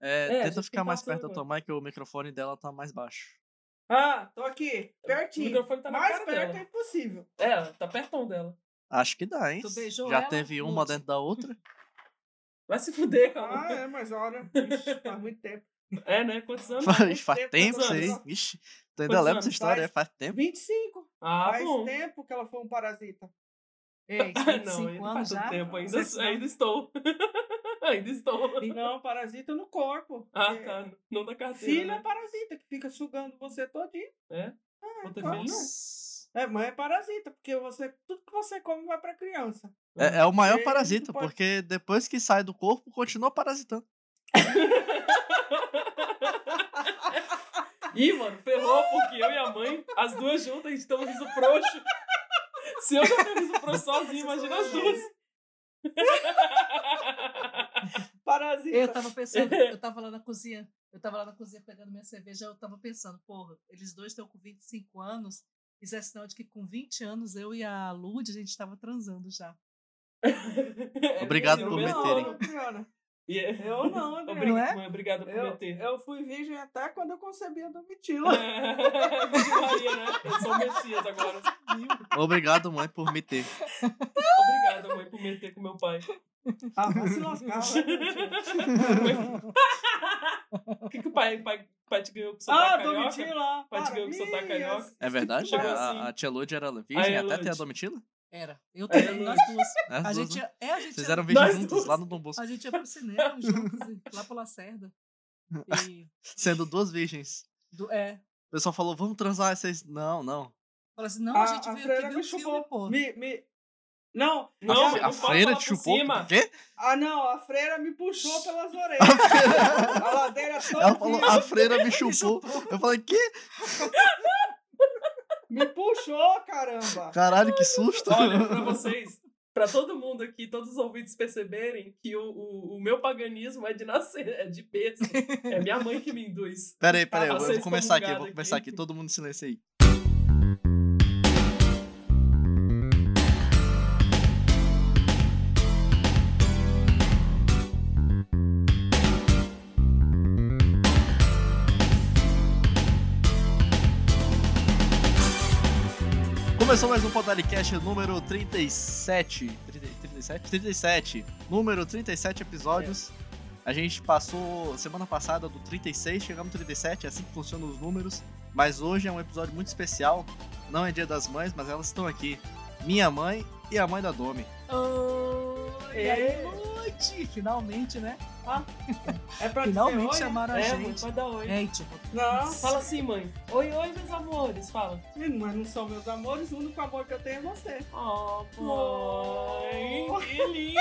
Tenta ficar mais perto da tua mãe, que o microfone dela tá mais baixo. Ah, tô aqui, pertinho. O microfone tá na mais cara perto dela. é impossível. Tá pertão dela. Acho que dá, hein? Tu beijou Já ela, teve uma Lute? dentro da outra. Vai se fuder, calma. Mas olha, ixi, faz muito tempo. Né? Quantos anos? Faz tempo isso aí. Ixi, tu ainda lembra essa história? Faz tempo. 25. Faz bom. tempo que ela foi um parasita. Ei, Não, 25 faz anos tanto já? tempo. Ainda Você- estou. Ainda estou. Não, parasita no corpo. Tá. Não da carteira. Filho né? é parasita, que fica sugando você todinho. Vou ter claro. filho, não. Mãe é parasita, porque tudo que você come vai pra criança. É o maior Ele parasita, pode- porque depois que sai do corpo, continua parasitando. Ih, mano, ferrou, porque eu e a mãe, as duas juntas, a gente tem um riso frouxo. Se eu já tenho riso frouxo sozinho, imagina as duas. Parasita. Eu tava pensando, eu tava lá na cozinha pegando minha cerveja, eu tava pensando, porra, eles dois estão com 25 anos, isso é sinal de que com 20 anos eu e a Lud, a gente tava transando já. Obrigado mesmo, por mesmo. meterem. Adriana. Yeah. Eu não, Adriana. Não é? Mãe, obrigado por meter. Eu fui virgem até quando eu concebi a Domitila. Virgem Maria, né? Eu sou o Messias agora. Obrigado, mãe, por meter. Obrigado, mãe, por meter com meu pai. Vai se lascar, O que o pai te ganhou com sotaque carioca? Domitila! Pai te ganhou com sotaque carioca? É verdade? Como assim? A tia Lud era Aí, virgem até Lud. ter a Domitila? Era. Eu também, nós duas. As A duas, gente né? ia, a gente Vocês ia- eram virgens Nós juntos, duas. lá no Dom Bosco. A gente ia pro cinema juntos, lá pela Lacerda. E, Sendo duas virgens. O pessoal falou, vamos transar vocês. Não. falou assim, não, a gente A veio freira aqui ver me um filme, chupou. pô. Não, Não, A pode freira falar te por chupou? cima. Por quê? não, a freira me puxou pelas orelhas. A ladeira toda. Ela falou, a freira me chupou. Eu falei, que? Me puxou, caramba. Caralho, que susto. Olha, pra vocês, pra todo mundo aqui, todos os ouvintes perceberem que o meu paganismo é de nascer, é de berço. É minha mãe que me induz. Peraí, eu Vocês vou começar aqui, comungados aqui. Todo mundo em silêncio aí. Começou mais um Podalicast número 37. 37? Número 37 episódios. A gente passou semana passada do 36, chegamos no 37, é assim que funcionam os números. Mas hoje é um episódio muito especial. Não é Dia das Mães, mas elas estão aqui. Minha mãe e a mãe da Domi. E aí, Lud? Finalmente, né? É pra Finalmente dizer chamaram a Mãe, gente. pode dar oi. Tipo, Não, Fala assim, mãe. Oi, meus amores. Fala. mas não são meus amores, o único amor que eu tenho é você. Oh, mãe. Que lindo.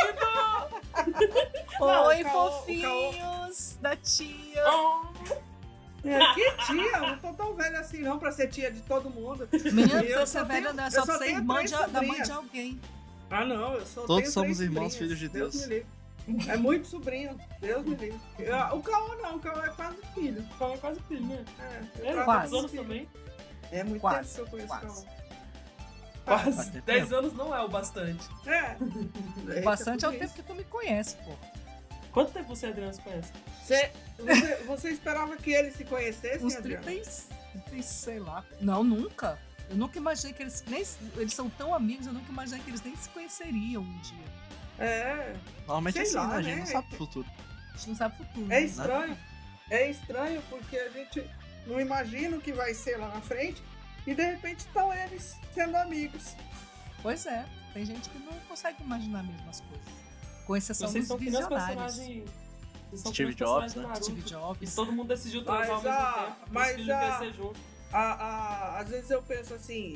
Não, oi, o Caô- fofinhos da tia. Que tia? Eu não tô tão velha assim não pra ser tia de todo mundo. Menina, Eu pra só ser velha, tenho- não é eu só só pra ser tenho irmã três da mãe sobrinhas. de alguém. Não, eu sou. Todos tenho somos 3 irmãos, sobrinhas. filhos de Deus. Me livre. É muito sobrinho, Deus me livre. O Caô não, o Caô é quase filho. Fala quase filho, né? Eu É, trato quase. quantos como anos filho. também? É muito Quase, tempo que eu conheço o quase. Caô. Quase. tempo 10 mesmo. anos não é o bastante. Bastante é o tudo tempo isso. que tu me conhece, pô. Quanto tempo você e a Adriana se conhece? Você esperava que eles se conhecessem, Uns Adriano? 30, sei lá. Não, nunca. Eu nunca imaginei que eles eles são tão amigos, eu nunca imaginei que eles nem se conheceriam um dia. Normalmente Sei é assim, lá, né? A gente né? não sabe o futuro. A gente não sabe o futuro. É né? estranho. É estranho porque a gente não imagina o que vai ser lá na frente e de repente estão eles sendo amigos. Pois é, tem gente que não consegue imaginar mesmo as coisas. Com exceção Vocês dos são que nem os visionários. personagens. Vocês são Steve que nem os Jobs, personagens de né? Naruto. Steve E Jobs. todo mundo decidiu transar ao mesmo tempo. Mas Os filhos crescer junto. Às vezes eu penso assim,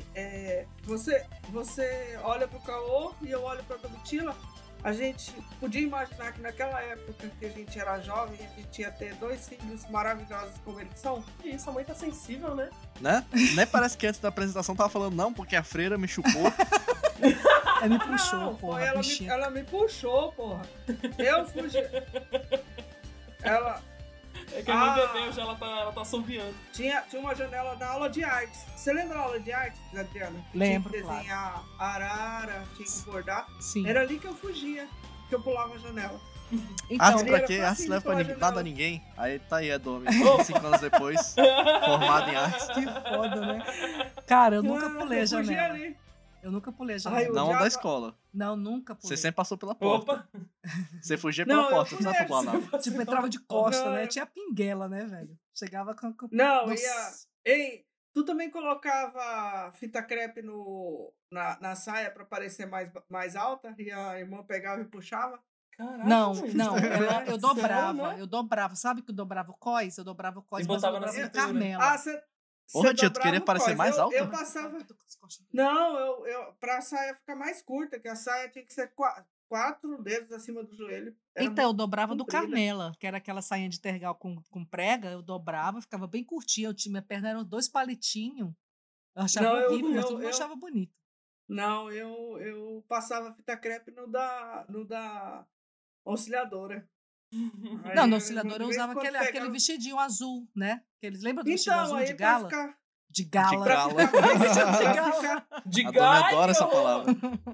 você olha pro Caô e eu olho pra Domitila. A gente podia imaginar que naquela época que a gente era jovem, a gente ia ter 2 filhos maravilhosos como eles são. E isso, a mãe tá sensível, né? Né? Nem parece que antes da apresentação tava falando, não, porque a freira me chupou. Ela me puxou, Não, porra. foi bichinha. ela me puxou, porra. Eu fugi. Ela É que a mãe bebeu já, ela tá assoviando. tinha uma janela na aula de artes. Você lembra da aula de artes, Adriana? Lembro, Tinha que desenhar arara, tinha que bordar. Sim. Era ali que eu fugia, que eu pulava a janela. Então, Arte ele pra era quê? facinho Arte de leva pra coordenar. nada a ninguém. Aí tá aí, Domi. Opa. 5 anos depois, formado em artes. que foda, né? Cara, eu nunca pulei a eu fugi janela. ali. Eu nunca pulei a Ai, janela. eu Não odiava- da escola. Não, nunca pulei. Você sempre passou pela porta. Opa! Você fugia Não, pela eu porta, não pulei, precisava pular nada. Tipo, entrava de costa, Não, né? eu- Tinha pinguela, né, velho? Chegava com... Não, Nossa. ia. Ei, tu também colocava fita crepe na saia pra parecer mais alta? E a irmã pegava e puxava? Caraca, Não, mãe. não, eu Sério, dobrava, né? eu dobrava. Sabe que eu dobrava o cós? Eu dobrava o cós, E mas eu botava na dobrava no cintura. Carmela. Ah, você. Porra, tia, tu queria parecer mais alta? Eu passava. Não, pra saia ficar mais curta, que a saia tinha que ser 4 dedos acima do joelho. Era Então, eu muito dobrava do comprida. Carmela, que era aquela sainha de tergal com prega, eu dobrava, ficava bem curtinha. Minha perna eram 2 palitinhos. Eu achava Não, horrível, mas todo mundo achava bonito. Não, eu passava fita crepe no da auxiliadora. Aí Não, no eu- auxiliador de eu vez em usava quando aquele pegava- vestidinho azul, né? Lembra do vestido Então, azul aí de pra gala? ficar. De gala. De gala. Pra ficar De A Domi adora galho! essa palavra.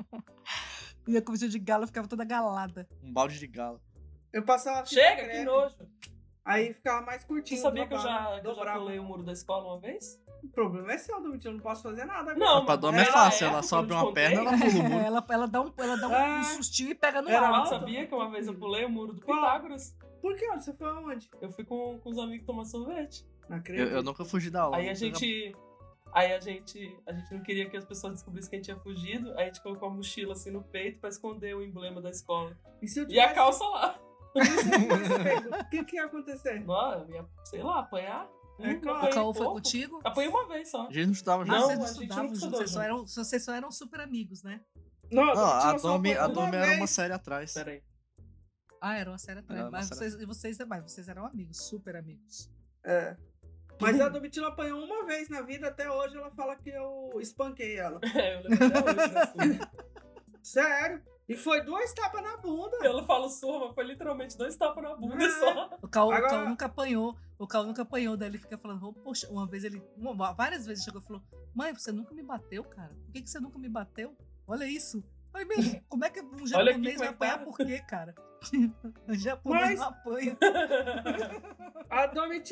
Ia com vestido de gala, eu ficava toda galada. Um balde de gala. eu passava fita Chega, que crepe, nojo! aí ficava mais Você curtinho. sabia que eu já dobrava. pulei o muro da escola uma vez? O problema é seu, Domitila, eu não posso fazer nada agora. Não, Pra mas Domi é era fácil, a ela época, só eu abre não te uma perna e contei. ela pula o muro. Ela dá um Ah, sustinho e pega no era alto. Mas sabia que uma vez eu pulei o muro do Qual? Pitágoras? Por que? Você foi aonde? Eu fui com os amigos tomar sorvete. Não acredito. Eu nunca fugi da aula. Aí a gente não queria que as pessoas descobrissem que a gente tinha fugido. Aí a gente colocou a mochila assim no peito pra esconder o emblema da escola. E se eu E a tivesse- calça lá. e se eu tivesse pego? O que ia acontecer? Não, eu ia, sei lá, apanhar. É claro. O apanhei Caô foi pouco. contigo? Apanhei uma vez só. A gente não estudava Ah, junto. Não, vocês não a gente estudavam nunca juntos, estudou vocês só eram super amigos, né? Não, Não, a Domitila só Domi, foi a uma Domi era uma vez. série atrás. Pera aí. Ah, era uma série atrás. Era uma Mas série vocês eram amigos, super amigos. É. Mas a Domitila apanhou uma vez na vida, até hoje ela fala que eu espanquei ela. Eu lembro até hoje, assim. Sério? E foi 2 tapas na bunda. Ela fala surra, mas foi literalmente 2 tapas na bunda É. só. O Caô Agora- nunca apanhou. O Caô nunca apanhou, daí ele fica falando, "Oh, poxa, várias vezes chegou e falou, mãe, você nunca me bateu, cara? Por que você nunca me bateu? Olha isso. Falei, meu, como é que um Olha aqui japonês como vai é que tá. apanhar por quê, cara? O japonês Mas- não apanha. A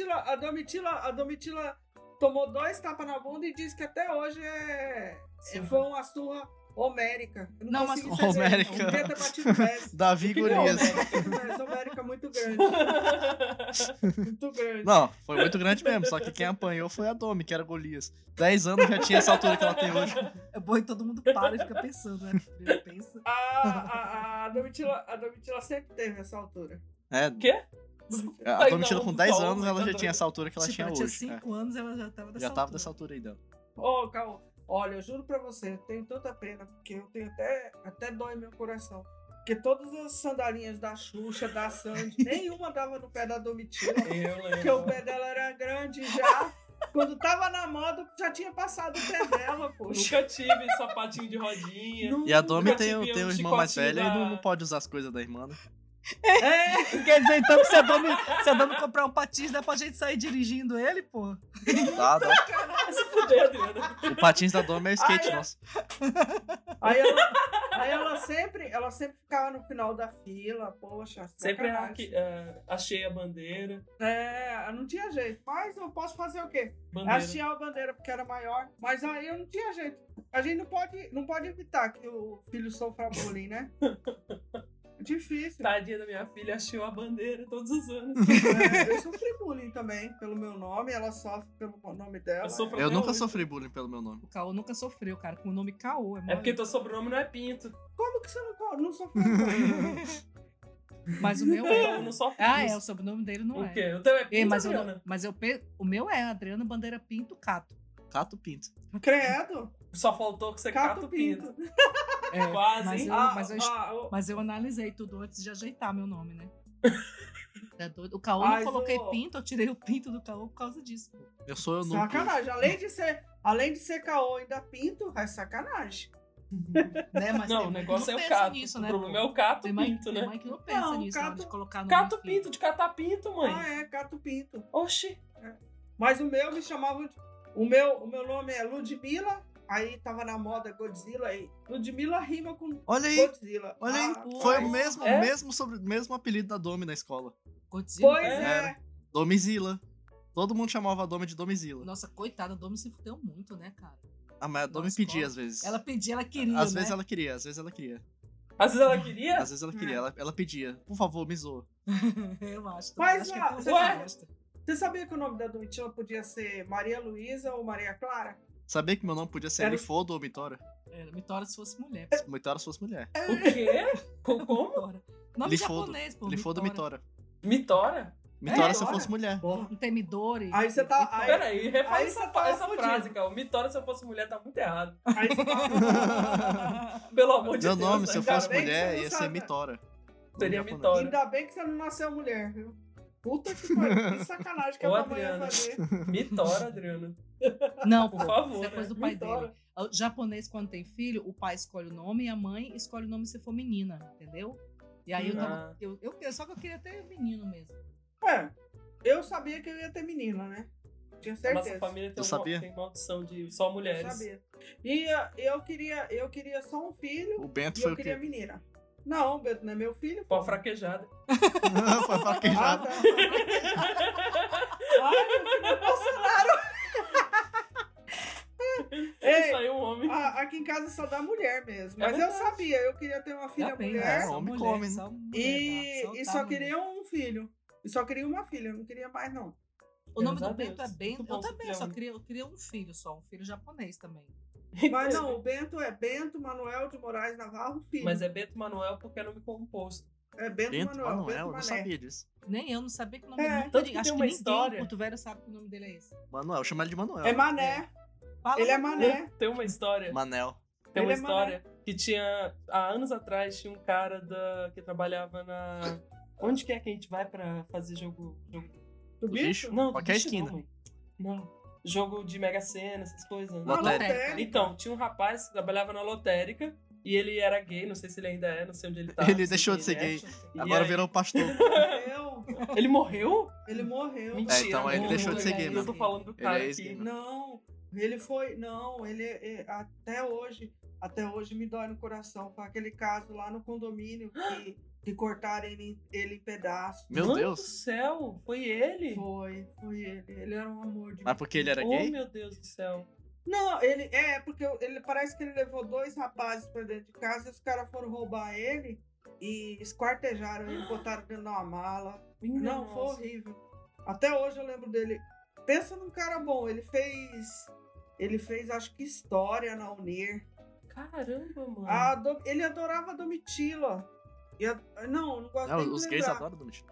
Domitila tomou 2 tapas na bunda e disse que até hoje foi uma surra homérica. Eu Não, mas- consegui entender. Homérica. Eu devia ter batido 10. Davi Que que é Golias. Essa homérica é muito grande. Muito grande. Não, foi muito grande mesmo, só que quem apanhou foi a Domi, que era Golias. 10 anos já tinha essa altura que ela tem hoje. É bom e todo mundo para e fica pensando, né? Primeiro pensa. A Domitila sempre teve essa altura. É, Quê? a Domitila Não, com 10 não, anos, ela tá já doido. tinha essa altura que ela Tipo, tinha ela tinha hoje. 5 anos, ela já tava dessa Já tava altura. dessa altura aí dela. Ô, Caô, olha, eu juro pra você, eu tenho tanta pena, porque eu tenho até dói meu coração. Porque todas as sandalinhas da Xuxa, da Sandy, nenhuma dava no pé da Domitila. Eu Porque o lembro. pé dela era grande já. Quando tava na moda, já tinha passado o pé dela, poxa. Nunca tive sapatinho de rodinha. E a Domi Nunca tem tive um um irmão mais chicotinho velho e da- não pode usar as coisas da irmã, né? É, Quer dizer, então, que se a Domi comprar um patins, dá pra gente sair dirigindo ele, pô? Dá. Vai se fuder, Adriana. O patins da Domi é o skate, Ai, nossa. aí ela sempre ficava no final da fila, poxa. Sempre sacanagem. achei a bandeira. É, não tinha jeito. Mas eu posso fazer o quê? Bandeira. Achei a bandeira porque era maior. Mas aí eu não tinha jeito. A gente não pode evitar que o filho sofra bullying, né? É difícil. Tadinha da minha filha, achou a bandeira todos os anos. Eu sofri bullying também, pelo meu nome. Ela sofre pelo nome dela. Eu sofro Eu até nunca hoje. sofri bullying pelo meu nome. O Caô nunca sofreu, cara, com o nome Caô. É porque teu sobrenome não é Pinto. Como que você não sofreu bullying? Mas o meu é. Eu não sofro. Ah, é, o sobrenome dele não O é. quê? O teu é Pinto, Ei, mas Adriana? o meu é Adriana Bandeira Pinto Cato. Cato Pinto. Credo. Só faltou que você Cato cata o Pinto. É, Quase, mas hein? eu, mas eu analisei tudo antes de ajeitar meu nome, né? É doido. O Caô Mas não coloquei o- Pinto, eu tirei o Pinto do Caô por causa disso. Pô. Eu sou eu nunca. Sacanagem. Além de ser caô e ainda pinto, é sacanagem. Né? Mas Não, tem o mãe que negócio não é o pensa cato. nisso, o né, problema pô? é o cato Tem mãe, Pinto, tem né? mãe que não pensa Não, nisso na hora Cato- de colocar nome Cato de filho. Pinto, de catar Pinto, mãe. Ah, é, cato pinto. Oxi. Mas o meu me chamavam de... O meu nome é Ludmila, aí tava na moda Godzilla e Ludmilla rima com Olha aí, Godzilla. olha aí. Ah, Foi mas- o mesmo, É? mesmo apelido da Domi na escola. Godzilla. Pois é. Domizila. Todo mundo chamava a Domi de Domizila. Nossa, coitada, a Domi se fudeu muito, né, cara? Ah, mas a Domi Nossa, pedia qual? às vezes. Ela pedia, ela queria, Às né? vezes ela queria, às vezes ela queria. Às vezes ela queria? Às vezes ela queria, ela pedia. Por favor, me zoa. Eu acho. Mas, acho que ó, todo você mundo sabe- gosta. Você sabia que o nome da Domitila podia ser Maria Luísa ou Maria Clara? Sabia que meu nome podia ser Era- Elifodo ou Mitora? Era Mitora se fosse mulher. Mitora se fosse mulher. O quê? Como? Mitora. Nome Lifodo. japonês, pô. Elifodo Mitora. Mitora. Mitora? Mitora se Mitora? fosse mulher. Porra. Não tem Midori. Aí você tá- Mitora. aí- Peraí, refaz Aí essa, você tá essa fudido. frase, cara. O Mitora, se eu fosse mulher, tá muito errado. Aí você fala, Pelo amor de Meu Deus. nome, se eu né, cara? fosse bem que mulher, você não ia ser sabe. Mitora. Seria Nome japonês. Mitora. ainda bem que você não nasceu mulher, viu? Puta que pariu, que sacanagem que a Ô, mamãe ia Adriana. fazer. Mitora, Adriana. Não, Por pô, favor, isso é né? coisa do pai Mitora. dele. O japonês, quando tem filho, o pai escolhe o nome e a mãe escolhe o nome se for menina, entendeu? E aí eu tava. Ah. Só que eu queria ter menino mesmo. É, eu sabia que eu ia ter menina, né? Tinha A certeza. nossa família Tu tem, sabia? tem maldição de só Eu mulheres. sabia. E eu queria só um filho O Bento e foi eu o queria quê? menina. Não, o Beto não é meu filho, Com pô. a fraquejada. Foi Ah, fraquejado. tá. Ai, meu filho é Bolsonaro. Ei, Saiu um homem. aqui em casa só dá mulher mesmo. É Mas eu verdade. sabia, eu queria ter uma filha Ainda bem, mulher. né? Só homem mulher, come, né? só mulher, E tá? só tá, mulher. queria um filho. E só queria uma filha, eu não queria mais, não. O nome Graças a do Bento é Deus. Bento. Muito bom Eu também, ser filho. eu queria um filho só, um filho japonês também. Mas não, o Bento é Bento Manuel de Moraes Navarro Filho. Mas é Bento Manuel porque é nome composto. É Bento, Bento Manuel, Manuel, Bento eu não Mané. sabia disso. Nem eu não sabia que o nome É, dele. tanto que Acho tem que uma ninguém história. em Porto Velho sabe que o nome dele é esse. Manuel, chama ele de Manuel. É Mané. Fala, Ele é Manu. Mané. Tem uma história. Manel. Tem uma Ele é história que tinha. Há anos atrás tinha um cara que trabalhava na. Onde que é que a gente vai pra fazer jogo? Do bicho? Não, do Qualquer bicho esquina. Não, mãe. Não. Jogo de Mega Sena, essas coisas. Na Lotérica. Então, tinha um rapaz que trabalhava na lotérica e ele era gay, não sei se ele ainda é, não sei onde ele tá. Ele não sei deixou quem de ser ele é. gay. E Agora aí- virou pastor. Morreu. Ele morreu? Ele morreu. Mentira. então ele não, deixou de ser eu gay Eu mesmo. tô falando do Ele cara é aqui. ex-gay. Não, ele foi. Não, até hoje me dói no coração. Foi aquele caso lá no condomínio que cortaram ele em pedaços. Meu Mano Deus. do céu, foi ele? Foi ele. Ele era um amor de Mas porque ele era Oh, gay? meu Deus do céu. Não, porque ele parece que ele levou 2 rapazes pra dentro de casa e os caras foram roubar ele e esquartejaram ele, botaram dentro de uma mala. Minha Não, foi nossa. horrível. Até hoje eu lembro dele. Pensa num cara bom, ele fez acho que história na Unir. Caramba, mano. Ele adorava a Domitila. Não gosto Não, nem de os gays lembrar. adoram Domitila.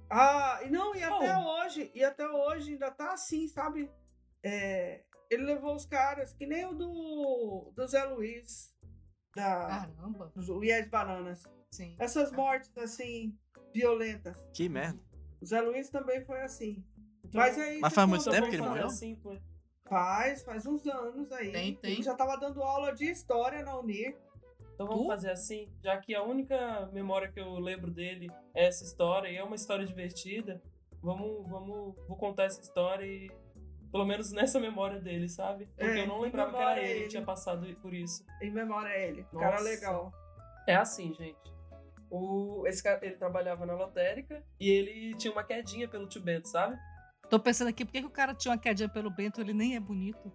E até hoje ainda tá assim, sabe? Ele levou os caras, que nem o do Zé Luiz, Caramba. do Yes Bananas. Sim. Essas mortes, assim, violentas. Que merda. O Zé Luiz também foi assim. Então- Mas aí. Mas você faz muito conta- tempo que ele Vamos fazer morreu? assim, pô. Faz uns anos aí. Tem. Ele já tava dando aula de história na Unir. Então vamos Tu? fazer assim, já que a única memória que eu lembro dele é essa história, e é uma história divertida, vou contar essa história e pelo menos nessa memória dele, sabe? Porque eu não em lembrava que era memória ele ele. que tinha passado por isso. Em memória a ele. Cara Nossa. legal. É assim, gente. Esse cara, ele trabalhava na lotérica e ele tinha uma quedinha pelo tio Bento, sabe? Tô pensando aqui, por que o cara tinha uma quedinha pelo Bento? Ele nem é bonito.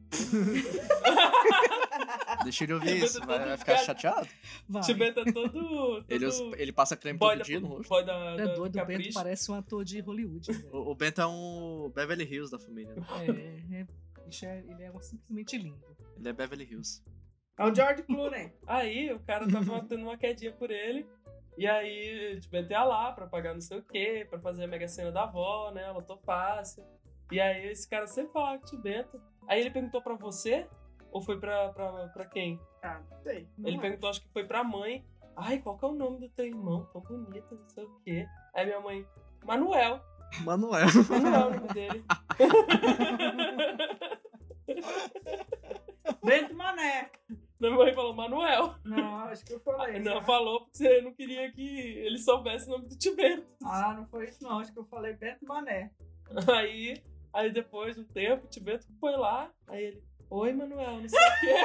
Deixa ele ouvir Bento isso. é Vai todo ficar cara- chateado. Vai. Tio Bento é todo Ele passa creme boy todo da, dia no rosto. boy da, É da doido, o Bento Capricho. parece um ator de Hollywood. velho. O Bento é um Beverly Hills da família. Né? Ele é simplesmente lindo. Ele é Beverly Hills. É o George Clooney. Aí o cara tava tendo uma quedinha por ele. E aí, tipo, ele ia lá pra pagar não sei o quê, pra fazer a Mega Sena da avó, né? Lotou fácil. E aí esse cara sempre falava com o tio Bento. Aí ele perguntou pra você, ou foi pra quem? Ah, não sei. Não Ele é. perguntou, acho que foi pra mãe. Ai, qual que é o nome do teu irmão? Tão bonito, não sei o quê. Aí minha mãe, Manuel. Manuel. Manuel é o nome dele. Bento Mané. Minha mãe falou, Manuel. Não, acho que eu falei. Não, sabe? falou porque você não queria que ele soubesse o nome do tio Bento. Ah, não foi isso não. Acho que eu falei Bento Mané. Aí depois de um tempo, o tio Bento foi lá, aí ele, Oi, Manuel, não sei o quê.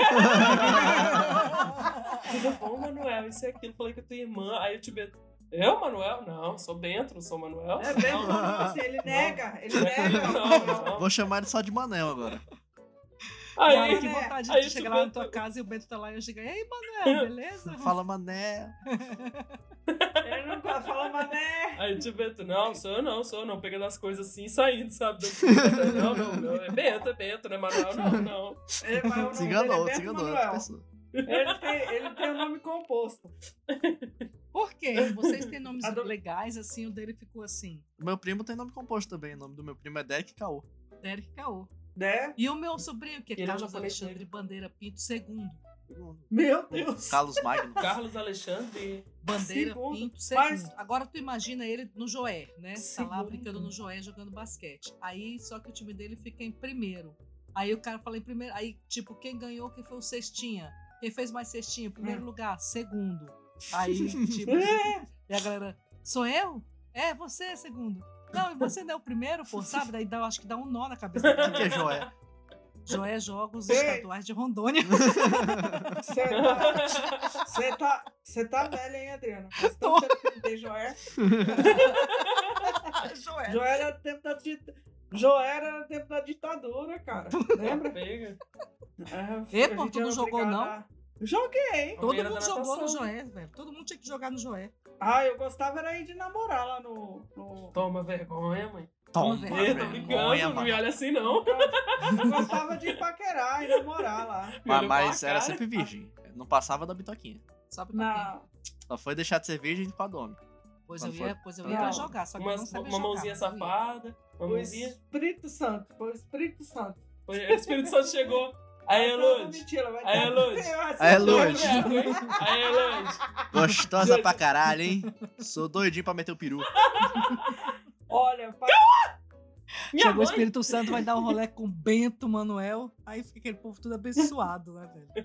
Tudo bom, Manuel? Isso e aquilo. Falei com a tua irmã. Aí o Tibeto, eu, Manuel? Não, sou Bento, não sou Manuel. É bem não, como assim, ele nega. não. Vou chamar ele só de Manel agora. Aí, Cara, que vontade aí de o chegar lá na Tibeto- tua casa e o Bento tá lá e eu chego, ei, Manuel, beleza? Fala Manel. Ele não fala mané. Aí o Tibeto, não, sou eu não. Pegando as coisas assim e saindo, sabe? Não. É Bento, né, Manuel? Não. Ele, mas o nome Se enganou, dele é se Bento enganou. Manuel. outra pessoa. Ele tem o nome composto. Por quê? Vocês têm nomes A do- legais, assim, o dele ficou assim, O meu primo tem nome composto também. O nome do meu primo é Derek Caô. Derek Caô. Né? E o meu sobrinho, que é Ele é Carlos japonês Alexandre Bandeira Pinto II. Meu Deus. Carlos Magno. Carlos Alexandre. Bandeira Segundo, Pinto mas- II. Agora tu imagina ele no Joé, né? Tá lá Segundo. brincando no Joé, jogando basquete. Aí, só que o time dele fica em primeiro. Aí o cara fala em primeiro. Aí, tipo, quem ganhou, quem foi o cestinha? Quem fez mais cestinha? Primeiro lugar, segundo. Aí, tipo, e a galera, sou eu? É, você é segundo. Não, e você não é o primeiro, pô, sabe? Daí eu acho que dá um nó na cabeça O dele. que é Joé? Joé Jogos Ei. Estaduais de Rondônia. Você tá velha, hein, Adriana? Faz tanto tempo que não tem Joé. Joé. Joé era do tempo da Joé era do tempo da ditadura, cara. Lembra? Pega. É, pô, tu não jogou, não? Joguei. Todo Era mundo da jogou no natação. Joé, velho. Todo mundo tinha que jogar no Joé. Ah, eu gostava era ir de namorar lá no... Toma vergonha, mãe. Toma, velho. Eu tô vergonha, brincando, não me olha assim, não. Eu gostava de paquerar e namorar lá. Me olhou Mas com a era cara. sempre virgem. Não passava da bitoquinha. Sabe pra quê? Na... Só foi deixar de ser virgem com a Domi. Pois Quando eu ia Não. pra jogar, só que eu não sabia Uma jogar. mãozinha mas eu ia. safada. Uma O mãozinha. Espírito Santo. Foi o Espírito Santo. O Espírito Santo chegou. Aí, Elode. Mentira, vai Aí, Elode. Aí, Elode. Aí, Elode. Gostosa Gente. pra caralho, hein? Sou doidinho pra meter o peru. Olha, Minha Chegou o mãe. Espírito Santo, vai dar um rolê com Bento, Manuel. Aí fica aquele povo tudo abençoado, né, velho?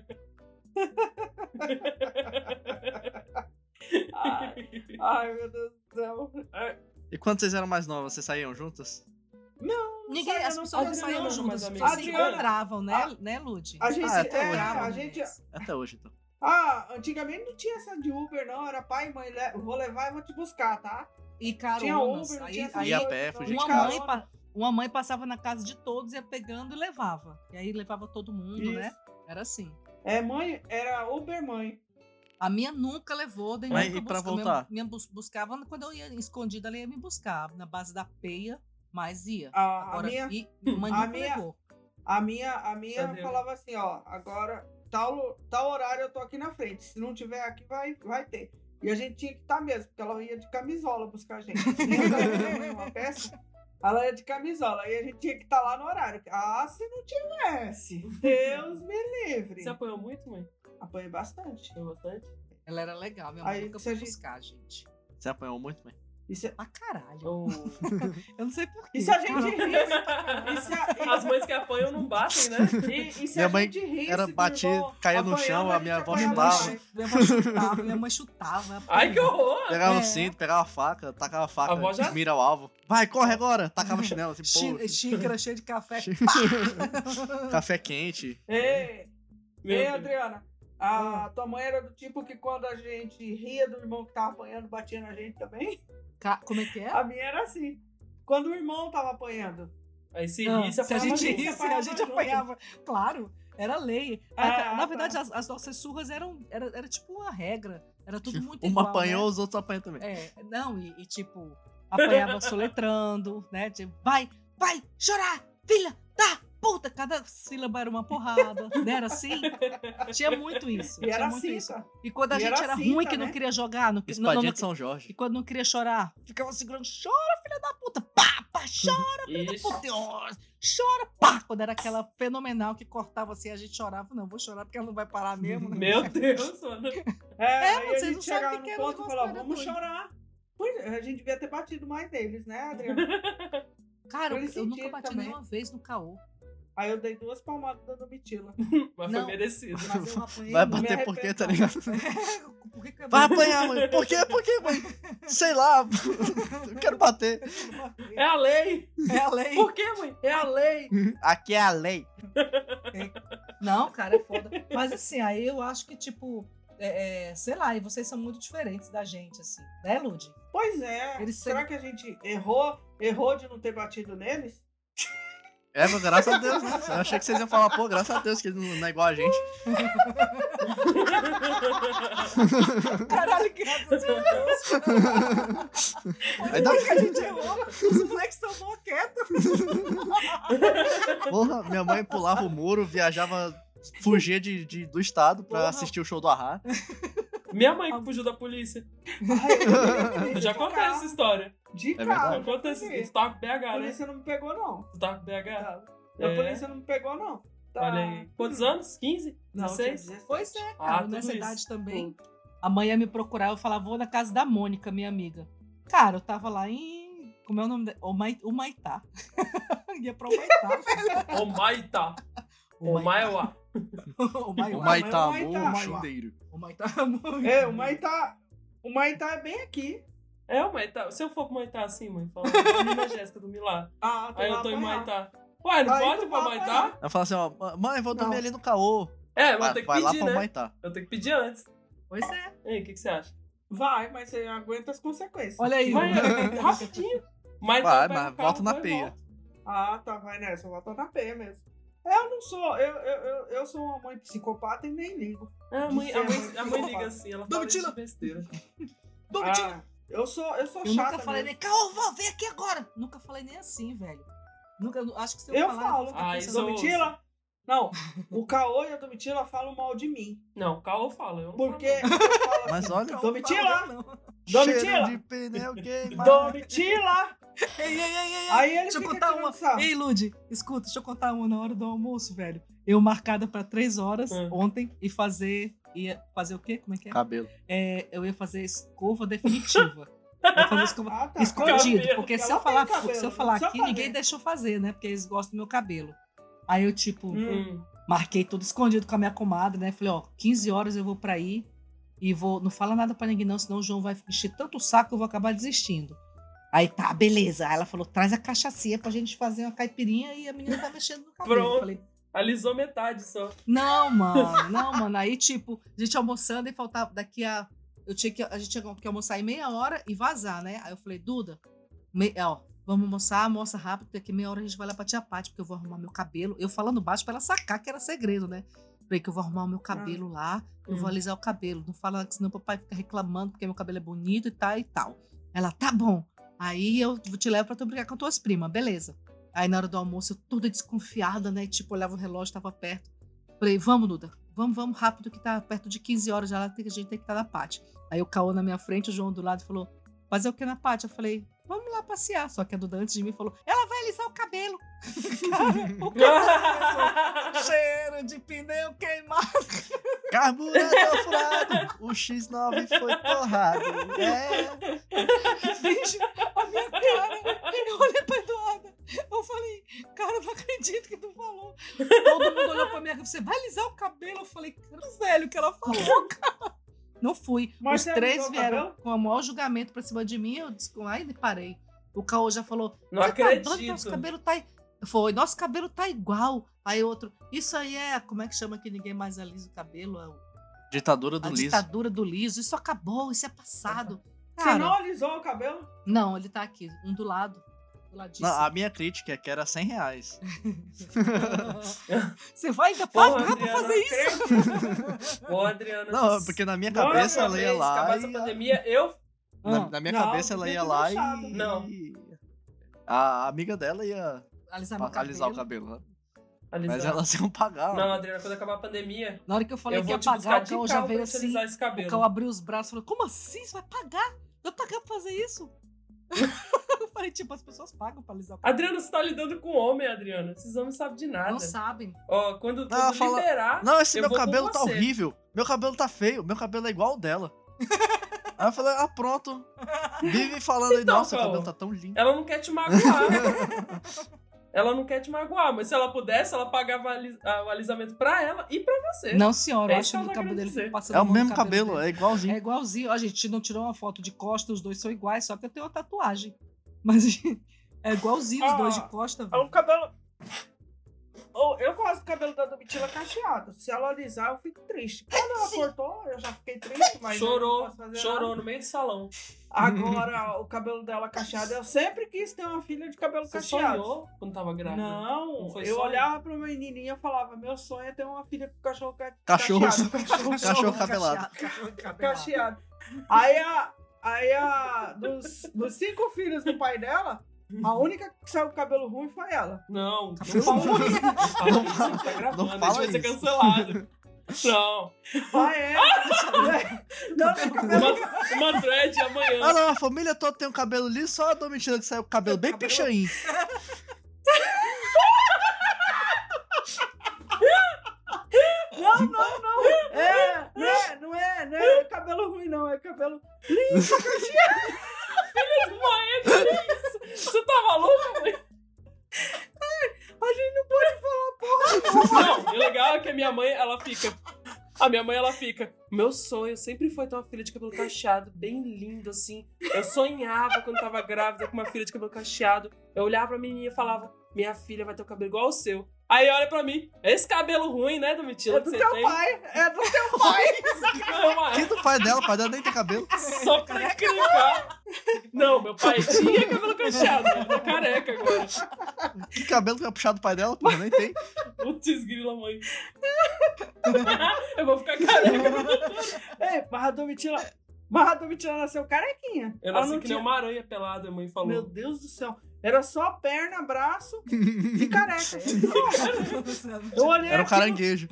ai, meu Deus do céu. E quando vocês eram mais novas, vocês saíam juntas? Ninguém, saía, as não pessoas não saía. saíam Adriana, juntas, mas as amiga, pessoas se Adriana. encontravam, né, Lud? A gente, até hoje, a né? gente... Até hoje, então. Antigamente não tinha essa de Uber, não. Era pai e mãe. Vou levar e vou te buscar, tá? E Tinha caronas. Uber, não Aí, tinha essas aí Ia a coisas, pé, não. fugia de uma, casa. mãe, uma mãe passava na casa de todos, ia pegando e levava. E aí levava todo mundo, né? Isso. Era assim. É, mãe, era Uber mãe. A minha nunca levou, daí Mas nunca e pra buscou. voltar? Minha buscava quando eu ia escondida, ela ia me buscar. Na base da peia, mas ia. A Agora, minha, e mãe a nunca minha- levou. a minha Cadê? falava assim, ó, agora tal horário eu tô aqui na frente. Se não tiver aqui, vai ter. E a gente tinha que estar mesmo, porque ela ia de camisola buscar a gente. Tinha uma peça, ela ia de camisola. E a gente tinha que estar lá no horário. Ah, se não tivesse. Deus me livre. Você apanhou muito, mãe? Apanhei bastante. Apanhou bastante? Ela era legal, minha mãe Aí, nunca se foi a gente- buscar, gente. Você apanhou muito, mãe? Isso é... Pra caralho. Ou... Eu não sei porquê. E se a gente risse... As mães que apanham não batem, né? E se Minha a mãe gente risse era do batia, irmão caía no apanhando, chão, a minha gente avó apanhava chutava. mais. Minha mãe chutava. Ai, que horror! Pegava É. no cinto, pegava a faca, tacava a faca, A avó já- mira o alvo. Vai, corre agora! Tacava chinelo, assim, pô. Xícara cheia de café. Café quente. Ei, Meu ei, Deus. Adriana, a tua mãe era do tipo que quando a gente ria do irmão que tava apanhando, batia na gente também? Como é que é? A minha era assim. Quando o irmão tava apanhando. Aí se Ah, rir, se a apanhava gente junto. risse, a gente apanhava. Claro, era lei. Ah, Na tá. verdade, as nossas surras era tipo uma regra. Era tudo muito Uma igual, apanhou, né? os outros apanham também. Não, tipo, apanhava soletrando, né? Tipo, vai chorar, filha da puta! Cada sílaba era uma porrada, né? Era assim? Tinha muito isso. E era tinha muito assim, isso. tá? E quando a E gente era era assim, ruim, tá, que não né? queria jogar, Espadinha de São Jorge. e quando não queria chorar, ficava segurando, chora, filha da puta, pá, chora, Ixi. puta, chora, pá. Quando era aquela fenomenal que cortava assim, a gente chorava, não, vou chorar porque ela não vai parar mesmo. né? Meu Deus, mano. Aí vocês a não gente sabem chegava o que no era ponto e negócio falava, para vamos doido. chorar. Pois, a gente devia ter batido mais neles, né, Adriana? Cara, Eles eu nunca sentiram bati também. nenhuma vez no caô. Aí eu dei 2 palmadas dando mitila. Mas Não. foi merecido. Mas eu apanhei. Vai muito. bater me por quê, arrependo, tá não. ligado? Por que que eu Vai apanhar, mãe. Por quê? Por quê, mãe? Sei lá. Eu quero bater. É a lei! É a lei. Por quê, mãe? É a lei! Aqui é a lei. Não, cara, é foda. Mas assim, aí eu acho que, tipo, sei lá, e vocês são muito diferentes da gente, assim, né, Lud? Pois é. Eles Será que a gente errou de não ter batido neles? É, mas graças a Deus, né? Eu achei que vocês iam falar, pô, graças a Deus que ele não é igual a gente. Caralho, graças a Deus. Ainda Foi que a gente errou. Os moleques estão mó quietos. Porra, minha mãe pulava o muro, viajava, fugia do estado pra Porra. assistir o show do Ahá. Minha mãe que fugiu da polícia. Eu já contei essa história. De É carro. verdade. Eu contei essa porque Tu tava com BH, A né? polícia não me pegou, não. Tu tava com BH? A É. polícia não me pegou, não. Tá. Olha aí. Quantos anos? 15? Não, 16? tinha 16. Pois é, Ah, cara, tudo nessa isso. idade também. A mãe ia me procurar, eu falava, vou na casa da Mônica, minha amiga. Cara, eu tava lá em... Como é o nome dela? Humaitá. Ia pra Humaitá. Omaita. Omaiwa. O Humaitá. Maitá, Maitá. o chundeiro. Humaitá. É, o Maitá é bem aqui. É, o Maitá. Se eu for pro Maitá assim, mãe, fala, a menina Jéssica do Milá. Ah, Aí eu tô em apanhar. Maitá. Ué, não Aí pode tu ir pra vai Maitá? apanhar. Ela fala assim, ó, mãe, vou dormir Não. ali no caô. É, mas tem que Vai lá pedir, pra né? Maitá. Eu tenho que pedir antes. Pois é. E aí, o que você acha? Vai, mas você aguenta as consequências. Olha aí. Mas rapidinho. Maitá Vai, pega mas o carro, volta na vai e peia. volta. Ah, tá, vai nessa. Eu vou na P mesmo. Eu não sou. Eu sou uma mãe psicopata e nem ligo. É, a mãe Psicopata. liga assim, ela fala Domitila. de besteira. Domitila. Eu sou Eu chata. nunca falei mesmo. nem, Caô, vó, vem aqui agora. Nunca falei nem assim, velho. Nunca, acho que se eu, Eu falar, falo. vou ficar Ah, pensando, isso- Domitila? Não, o Caô e a Domitila falam mal de mim. Não, Caô fala, eu não Porque falo. eu falo assim, Mas olha, Caô, Domitila? fala, não. Domitila? cheiro de pneu queimado. Domitila! Ei. Aí ele Deixa eu fica contar tirando uma. sarro. Ei, Lud, escuta, deixa eu contar uma na hora do almoço, velho. Eu marcada pra 3 horas ontem e ia fazer o quê? Como é que é? Cabelo. Eu ia fazer escova definitiva. Eu ia fazer escova Ah, tá. escondido, cabelo. porque se Ela eu falar, tem cabelo, se eu não falar precisa aqui, fazer. ninguém deixa eu fazer, né? Porque eles gostam do meu cabelo. Aí eu, tipo, Hum. marquei tudo escondido com a minha comadre, né? Falei, ó, 15 horas eu vou pra aí e vou. Não fala nada pra ninguém, não, senão o João vai encher tanto o saco que eu vou acabar desistindo. Aí tá, beleza. Aí ela falou, traz a cachaçinha pra gente fazer uma caipirinha e a menina tá mexendo no cabelo. Pronto. Eu falei, Alisou metade só. não, mano. Aí, tipo, a gente almoçando e faltava daqui a. A gente tinha que almoçar em meia hora e vazar, né? Aí eu falei, Duda, vamos almoçar, almoça rápido, porque daqui meia hora a gente vai lá pra Tia Paty, porque eu vou arrumar meu cabelo. Eu falando baixo pra ela sacar que era segredo, né? Falei que eu vou arrumar o meu cabelo lá, eu vou alisar o cabelo. Não fala que senão o papai fica reclamando porque meu cabelo é bonito e tal. Ela, tá bom. Aí eu te levo pra tu brincar com tuas primas, beleza. Aí na hora do almoço eu toda desconfiada, né? Tipo, olhava o relógio, tava perto. Falei, vamos, Duda, vamos rápido que tá perto de 15 horas já lá, que a gente tem que estar na Paty. Aí o Caô na minha frente, o João do lado falou, fazer o que na Paty? Eu falei, vamos lá passear. Só que a Duda antes de mim falou, ela vai alisar o cabelo. Cara, o cabelo começou, cheiro de pneu queimado. Carburador furado, o X9 foi torrado. Bicho, a minha cara. Eu olhei pra Eduarda. Eu falei, cara, eu não acredito que tu falou. Todo mundo olhou pra minha cara. Você vai alisar o cabelo? Eu falei, cara, velho, o que ela falou, cara. Não fui. Mas Os você 3 alisou o vieram cabelo? com o maior julgamento pra cima de mim. Eu disse, aí parei. O Caô já falou, Não "Você tá doido? acredito. Nosso cabelo tá... Foi, nosso cabelo tá igual. Aí outro, isso aí é, como é que chama que ninguém mais alisa o cabelo? É Ditadura do a liso. ditadura do liso. Isso acabou, isso é passado. Você Cara, não alisou o cabelo? não, ele tá aqui, um do lado. Do ladinho. Não, a minha crítica é que era R$100. Você vai ainda Porra, pagar pra Adriana, fazer isso? Ô, Adriana. Não, porque na minha Nossa, cabeça ela ia vez, lá acabar essa e... pandemia, eu... Na minha Não, cabeça ela tem ia que lá deixar, e... não. A amiga dela ia Alisar meu alisar o cabelo. cabelo. Né? Alisar. Mas elas iam pagar. Não, Adriana, quando acabar a pandemia, Na hora que eu falei eu que vou ia te buscar pagar, o de Caô já carro veio pra te assim. alisar esse O cabelo. Caô abriu os braços e falou, como assim? Você vai pagar? Eu pagar pra fazer isso? Eu falei, tipo, as pessoas pagam pra alisar o cabelo. Adriana, você tá lidando com homem, Adriana. Esses homens sabem de nada. Não sabem. Ó, quando Não, fala- liberar, Não, esse eu meu vou com cabelo tá você. horrível. Meu cabelo tá feio. Meu cabelo é igual ao dela. Aí eu falei, pronto. Vive falando aí, Então, nossa, seu Caô. cabelo tá tão lindo. Ela não quer te magoar. Ela não quer te magoar, mas se ela pudesse, ela pagava o alisamento pra ela e pra você. Não, senhora, eu É acho isso que que o ela cabelo quer dele dizer. fica passando É a o mão no mesmo cabelo, dele. é igualzinho. É igualzinho. Ó, a gente não tirou uma foto de costa, os dois são iguais, só que eu tenho uma tatuagem. Mas é igualzinho os dois de costa, velho. O cabelo. Eu gosto do cabelo da Domitila cacheado. Se ela alisar, eu fico triste. Quando ela cortou, eu já fiquei triste, mas eu não posso fazer Chorou nada. no meio do salão. Agora, o cabelo dela cacheado, eu sempre quis ter uma filha de cabelo Você cacheado. sonhou quando tava grávida? Não, Não foi eu sonho? olhava pra uma menininha e falava, meu sonho é ter uma filha com cachorro Cachorro. cacheado. Cachorro cabelado. Cachorro cabelado. Cacheado. Dos 5 filhos do pai dela, a única que saiu com cabelo ruim foi ela. Não, não Cabelo fala ruim. isso. Não fala isso, a gente tá gravando, Não a gente fala vai ser isso. cancelado. Não, Não, tem cabelo. uma thread amanhã. Ah, não, a família toda tem um cabelo liso, só a Domitila que saiu com o cabelo bem Cabelo- pichain. Não é cabelo ruim, não. É cabelo liso, cacheado. Mãe, que isso? Você tá maluca, mãe? A gente não pode falar Não, o legal é que a minha mãe, ela fica... A minha mãe, ela fica... Meu sonho sempre foi ter uma filha de cabelo cacheado, bem lindo, assim. Eu sonhava quando tava grávida com uma filha de cabelo cacheado. Eu olhava pra menina e falava... Minha filha vai ter o cabelo igual ao seu. Aí olha pra mim... Esse cabelo ruim, né, Domitila, É que do você teu tem? pai. É do teu pai. Não, Que do pai dela nem tem cabelo. Só pra encrencar. Não, meu pai tinha cabelo cacheado, ele tá careca agora. Que cabelo que vai puxar do pai dela, porra, nem tem. Putz, grila, mãe. Eu vou ficar careca. Ei, Barra Domitila nasceu carequinha. Eu Ela nasci não que nem uma aranha pelada, a mãe falou. Meu Deus do céu. Era só perna, braço e careca. Eu olhei Era um aquilo- caranguejo.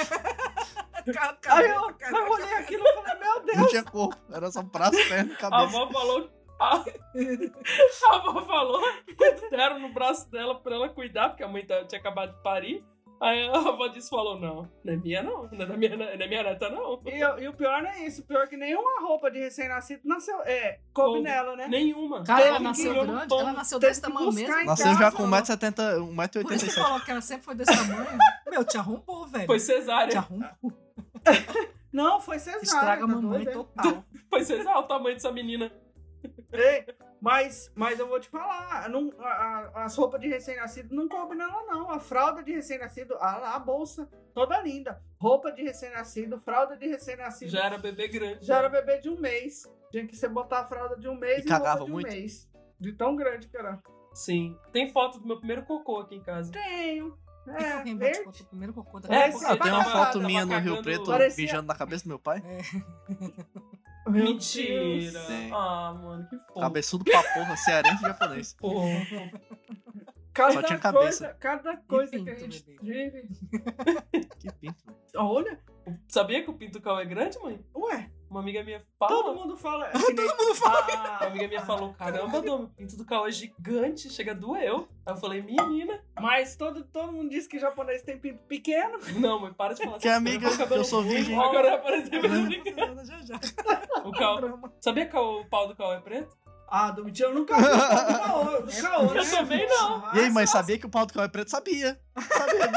Aí eu olhei aquilo e falei, meu Deus. Não tinha corpo. Era só braço, perna e A cabeça. avó falou... A avó falou que deram no braço dela pra ela cuidar, porque a mãe tinha acabado de parir. Aí a avó falou, não é minha não, não é minha neta não. E o pior não é isso. O pior é que nenhuma roupa de recém-nascido nasceu. Coube Coube. nela, né? Nenhuma. Cara, ela Teve nasceu que- grande, ela nasceu Teve desse que tamanho buscar mesmo. em Nasceu já casa, com ó. 1,70m, Por isso que 1,87m. falou que ela sempre foi desse tamanho. Meu, te arrombou, velho. Foi Te cesárea. arrombou. Não, foi cesárea. Estraga a tá mamãe doido, total. Foi cesárea o tamanho dessa menina. Ei, mas eu vou te falar, as roupas de recém-nascido não coube nela, não. A fralda de recém-nascido, a bolsa toda linda. Roupa de recém-nascido, fralda de recém-nascido. Já era bebê grande. Já era bebê de 1 mês. Tinha que você botar a fralda de 1 mês E e roupa cagava de 1 muito? mês. De tão grande que era. Sim. Tem foto do meu primeiro cocô aqui em casa. Tenho. Alguém bate Verde. foto, o primeiro cocô da É, criança. Ah, tem uma Tava- foto tava minha no Rio cagando- Preto Parecia- mijando na cabeça do meu pai. Meu Mentira. Deus. Tem. Ah, mano, que fofo. Cabeçudo pra porra, cearense e japonês. Fofo. Só tinha cabeça. Cada coisa pinto, que a gente bebê. vive. Que pinto. Olha, Sabia que o pinto cal é grande, mãe? ué, Uma amiga minha todo fala. mundo fala. Todo mundo Uma amiga minha falou, caramba, Dom, o pinto do cal é gigante, chega a doeu. Aí eu falei, menina. Mas todo mundo diz que japonês tem pinto pequeno. Não, mãe, para de falar Que amiga, Eu vou cabelo que eu sou ruim, virgem. Agora vai aparecer brincando. Já, já. O cal. Sabia que o pau do cal é preto? Ah, Domitila, eu nunca vi o pau do caô, né? Eu também não. E aí, mãe, sabia que o pau do Cal é preto? Sabia. Sabia.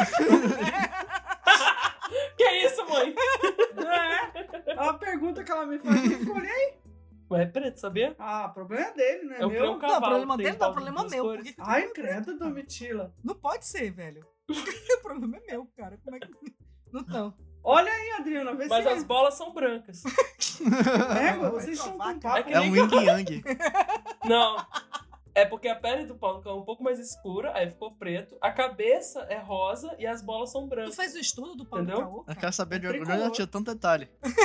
Que isso, mãe? É a pergunta que ela me faz, eu escolhi. Mas é preto, sabia? Ah, o problema é dele, né? É o que é um Meu. cavalo. problema tem dele não, pau de problema duas meu. cores. Por que que- Ai, credo, Domitila. Não pode ser, velho. O problema é meu, cara. Como é que. Não. Olha aí, Adriana, vê Mas se as bolas são brancas. vocês estão com É papo. que É um yin yang. Não. É porque a pele do pau do cal é um pouco mais escura, aí ficou preto. A cabeça é rosa e as bolas são Tu brancas. fez o estudo do pau do Entendeu? caô? Eu cara? quero saber de onde Tricolor. ela tinha tanto detalhe.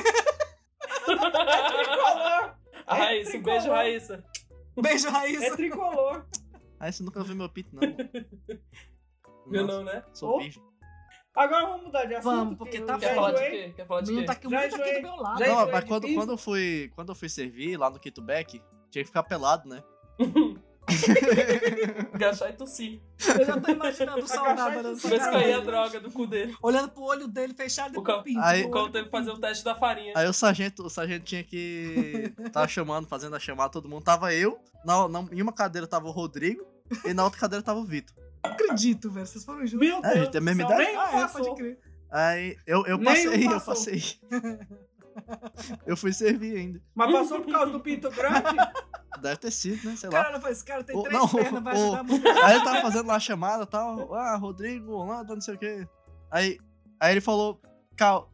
Tricolor. A Raíssa, um tricolor. beijo, Raíssa. Beijo, Raíssa. É tricolor. Aí você nunca viu meu pinto, não. Viu Nossa, não, né? sou Oh. virgem. Agora vamos mudar de assunto. Vamos, porque que tá eu Quer já falar de enjoei. quê? Quer falar O de menino quê? tá aqui Já muito aqui enjoei. do meu lado. Já Não, enjoei mas de quando pinto. eu fui servir lá no Kitback, tinha que ficar pelado, né? Agachar e tossir. Eu já tô imaginando o saudade olhando Sim, Ver pra se cara. caía a droga do cu dele. Olhando pro olho dele fechado e O pro cal- pinto. Aí- do O Cal olho teve que fazer o teste da farinha. Aí o sargento tinha que. Tava chamando, fazendo a chamada, todo mundo. Tava eu, em uma cadeira tava o Rodrigo e na outra cadeira tava o Vitor. Não acredito, velho. Vocês foram juntos. Meu É, a Deus gente tem a do mesma céu, idade? nem Ah, é, passou. pode crer. Aí eu Nenhum passei, eu passou. passei. Eu fui servir ainda. Mas passou por causa do pinto grande? Deve ter sido, né? Sei lá. Cara, esse cara tem Ô, 3 não, pernas, vai ô, ajudar muito. Aí ele tava fazendo lá a chamada e tal. Ah, Rodrigo, Holanda, não sei o quê. Aí ele falou. Cao.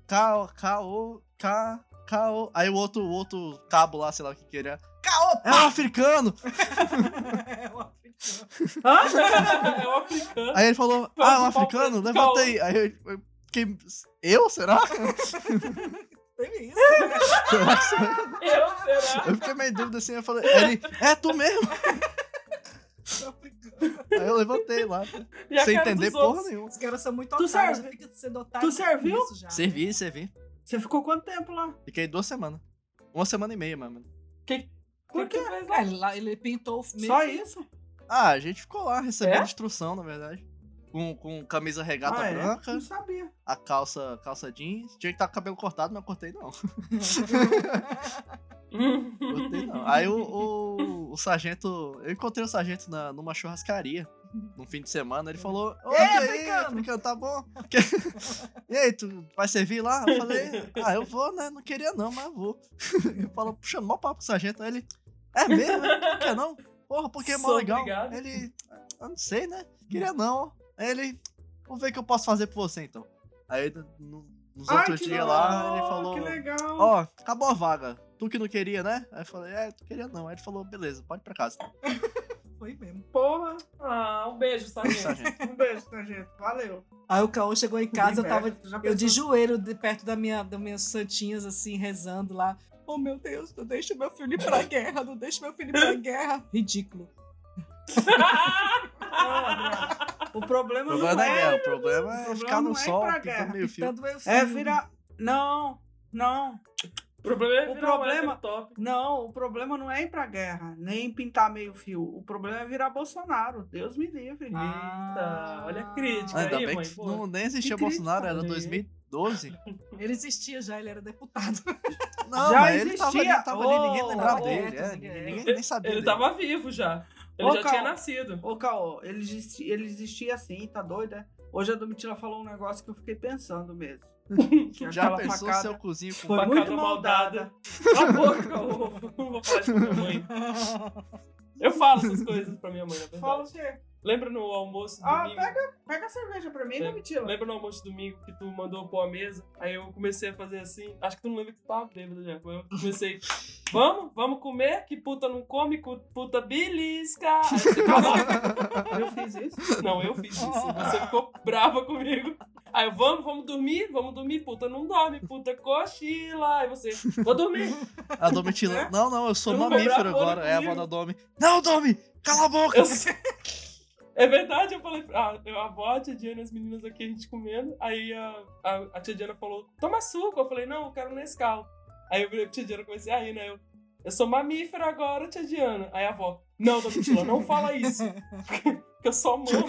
Aí o outro cabo lá, sei lá o que era. É um africano! É um africano. É um africano. Aí ele falou, é um africano? Levantei. Aí eu fiquei. Eu? Será? Teve isso. Será que sou eu? Será? Eu fiquei meio em dúvida assim, eu falei, ele, é tu mesmo? É um africano. Aí eu levantei lá, E a sem cara entender dos porra outros? nenhuma. Os caras são muito Tu otários, serve? fica sendo otário. Tu serviu? com isso já. Servi. Você ficou quanto tempo lá? Fiquei 2 semanas. 1 semana e meia, mano. Por quê? que fez lá? Ele pintou meio Só que- isso? Ah, a gente ficou lá recebendo É? instrução, na verdade. Com camisa regata É? branca, Não sabia. a calça jeans. Tinha que estar com o cabelo cortado, mas eu cortei não. Cortei não. Aí o sargento. Eu encontrei o sargento numa churrascaria. Num fim de semana, ele falou: Ô, e aí, africano, tá bom? E aí, tu vai servir lá? Eu falei: Ah, eu vou, né? Não queria não, mas eu vou. Ele falou, puxando mó papo com o sargento. Aí ele: É mesmo? Não quer não? Porra, porque é mó Sou legal. obrigado. Ele: Eu não sei, né? Queria não. Aí ele: Vou ver o que eu posso fazer por você então. Aí nos outros que dias legal, lá, ele falou: Que legal. Ó, acabou a vaga. Tu que não queria, né? Aí eu falei: Tu queria não. Aí ele falou: Beleza, pode ir pra casa. Foi mesmo. Porra. Ah, um beijo, sargento. Sargento. Um beijo, sargento. Valeu. Aí o Caô chegou em casa, eu tava Já eu de pensou- joelho perto das minhas santinhas, assim, rezando lá. Oh, meu Deus, não deixa meu filho ir pra guerra, não deixa meu filho ir pra guerra. Ridículo. O problema O não problema não é guerra, é. o problema é problema ficar no não é ir sol, pra pintando guerra. meio fio. Tanto meu filho. É virar. Não. O problema é O virar problema- um top. Não, o problema não é ir pra guerra, nem pintar meio fio. O problema é virar Bolsonaro. Deus me livre. Eita, olha a crítica Ainda aí, bem mãe. que Pô. não, nem existia Que Bolsonaro, era crítica, 2012. Ele existia já, ele era deputado. Não, Já mas ele tava ali, existia. tava ali, ninguém Ô, lembrava ô, dele. ô, Ninguém Ele- nem sabia Ele dele. tava vivo já. Ele Ô, já Cal. tinha nascido. Ô, Caô, ele existia assim, tá doido, é? Hoje a Domitila falou um negócio que eu fiquei pensando mesmo. Que Já aquela pensou facada seu cozinho com foi facada muito maldada. maldada. Cala a boca, ô. Não vou falar isso pra minha mãe. Eu falo essas coisas pra minha mãe, na Fala verdade. você. Lembra no almoço Ah, domingo? pega a cerveja pra mim, É. Domitila. Lembra no almoço domingo que tu mandou pôr a mesa? Aí eu comecei a fazer assim. Acho que tu não lembra que tu tava bêbado já. Eu comecei. Vamos comer? Que puta não come, puta belisca. Aí você calou. Eu fiz isso. Não, eu fiz isso. Você ficou brava comigo. Aí eu, vamos dormir, puta não dorme, puta cochila. Aí você, vou dormir. A Domitila. Não, eu sou Eu vou mamífero cobrar agora. É a avó comigo. da Domi. Não, Domi! Cala a boca! Eu sei. É verdade, eu falei, a avó, a tia Diana, as meninas aqui, a gente comendo. Aí a tia Diana falou, toma suco. Eu falei, não, eu quero Nescau. Aí eu virei pra tia Diana e comecei a rir, né? Eu sou mamífero agora, tia Diana. Aí a avó, não, Domitila, não fala isso. Que eu só mamo.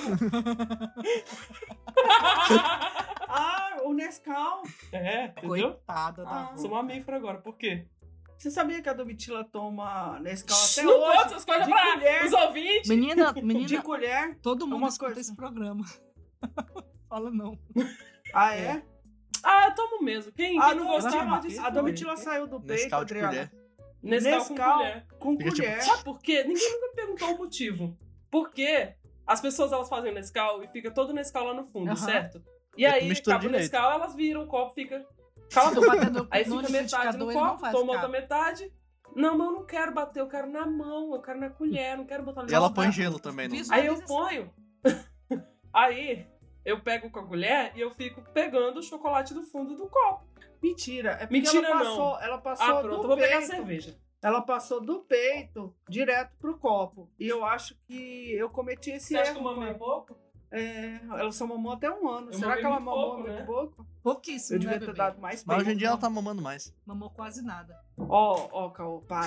Ah, o Nescau. É, entendeu? Coitada da Ah. avó. Sou mamífero agora, por quê? Você sabia que a Domitila toma Nescau até Não hoje? pode essas coisas de pra colher. os ouvintes. Menina, De colher. todo mundo uma escuta coisa. esse programa. Fala não. Ah, é? Ah, eu tomo mesmo. Quem A não gostava Domitila, disso? a Domitila saiu do peito, Nescau de Adriana. colher. Nescau com Nescau. colher. Com Fica tipo- colher. Sabe por quê? Ninguém nunca me perguntou o motivo. Por quê? As pessoas, elas fazem o Nescau e fica todo o Nescau lá no fundo, Aham. certo? E É, aí, mistura acaba o direito. Nescau, elas viram o copo, fica... Cala a Tu boca. batendo Aí no fica metade liquidificador, no ele não copo, faz toma ficar. outra metade. Não, mas eu não quero bater, eu quero na mão, eu quero na colher, não quero botar no E ela prato. põe gelo também, não? Visualiza Aí eu assim. ponho. Aí eu pego com a colher e eu fico pegando o chocolate do fundo do copo. Mentira. É porque Mentira, ela passou Ah, pronto, eu do vou pegar a peito. cerveja. Ela passou do peito direto pro copo. E eu acho que eu cometi esse Você acha erro. que eu mamei pouco? É, ela só mamou até 1 ano. Eu Será mamei que ela muito mamou pouco, muito né? pouco? Pouquíssimo, Eu devia né, ter bebê? dado mais Mas hoje em peito. dia ela tá mamando mais. Mamou quase nada. Ó, Caô, para.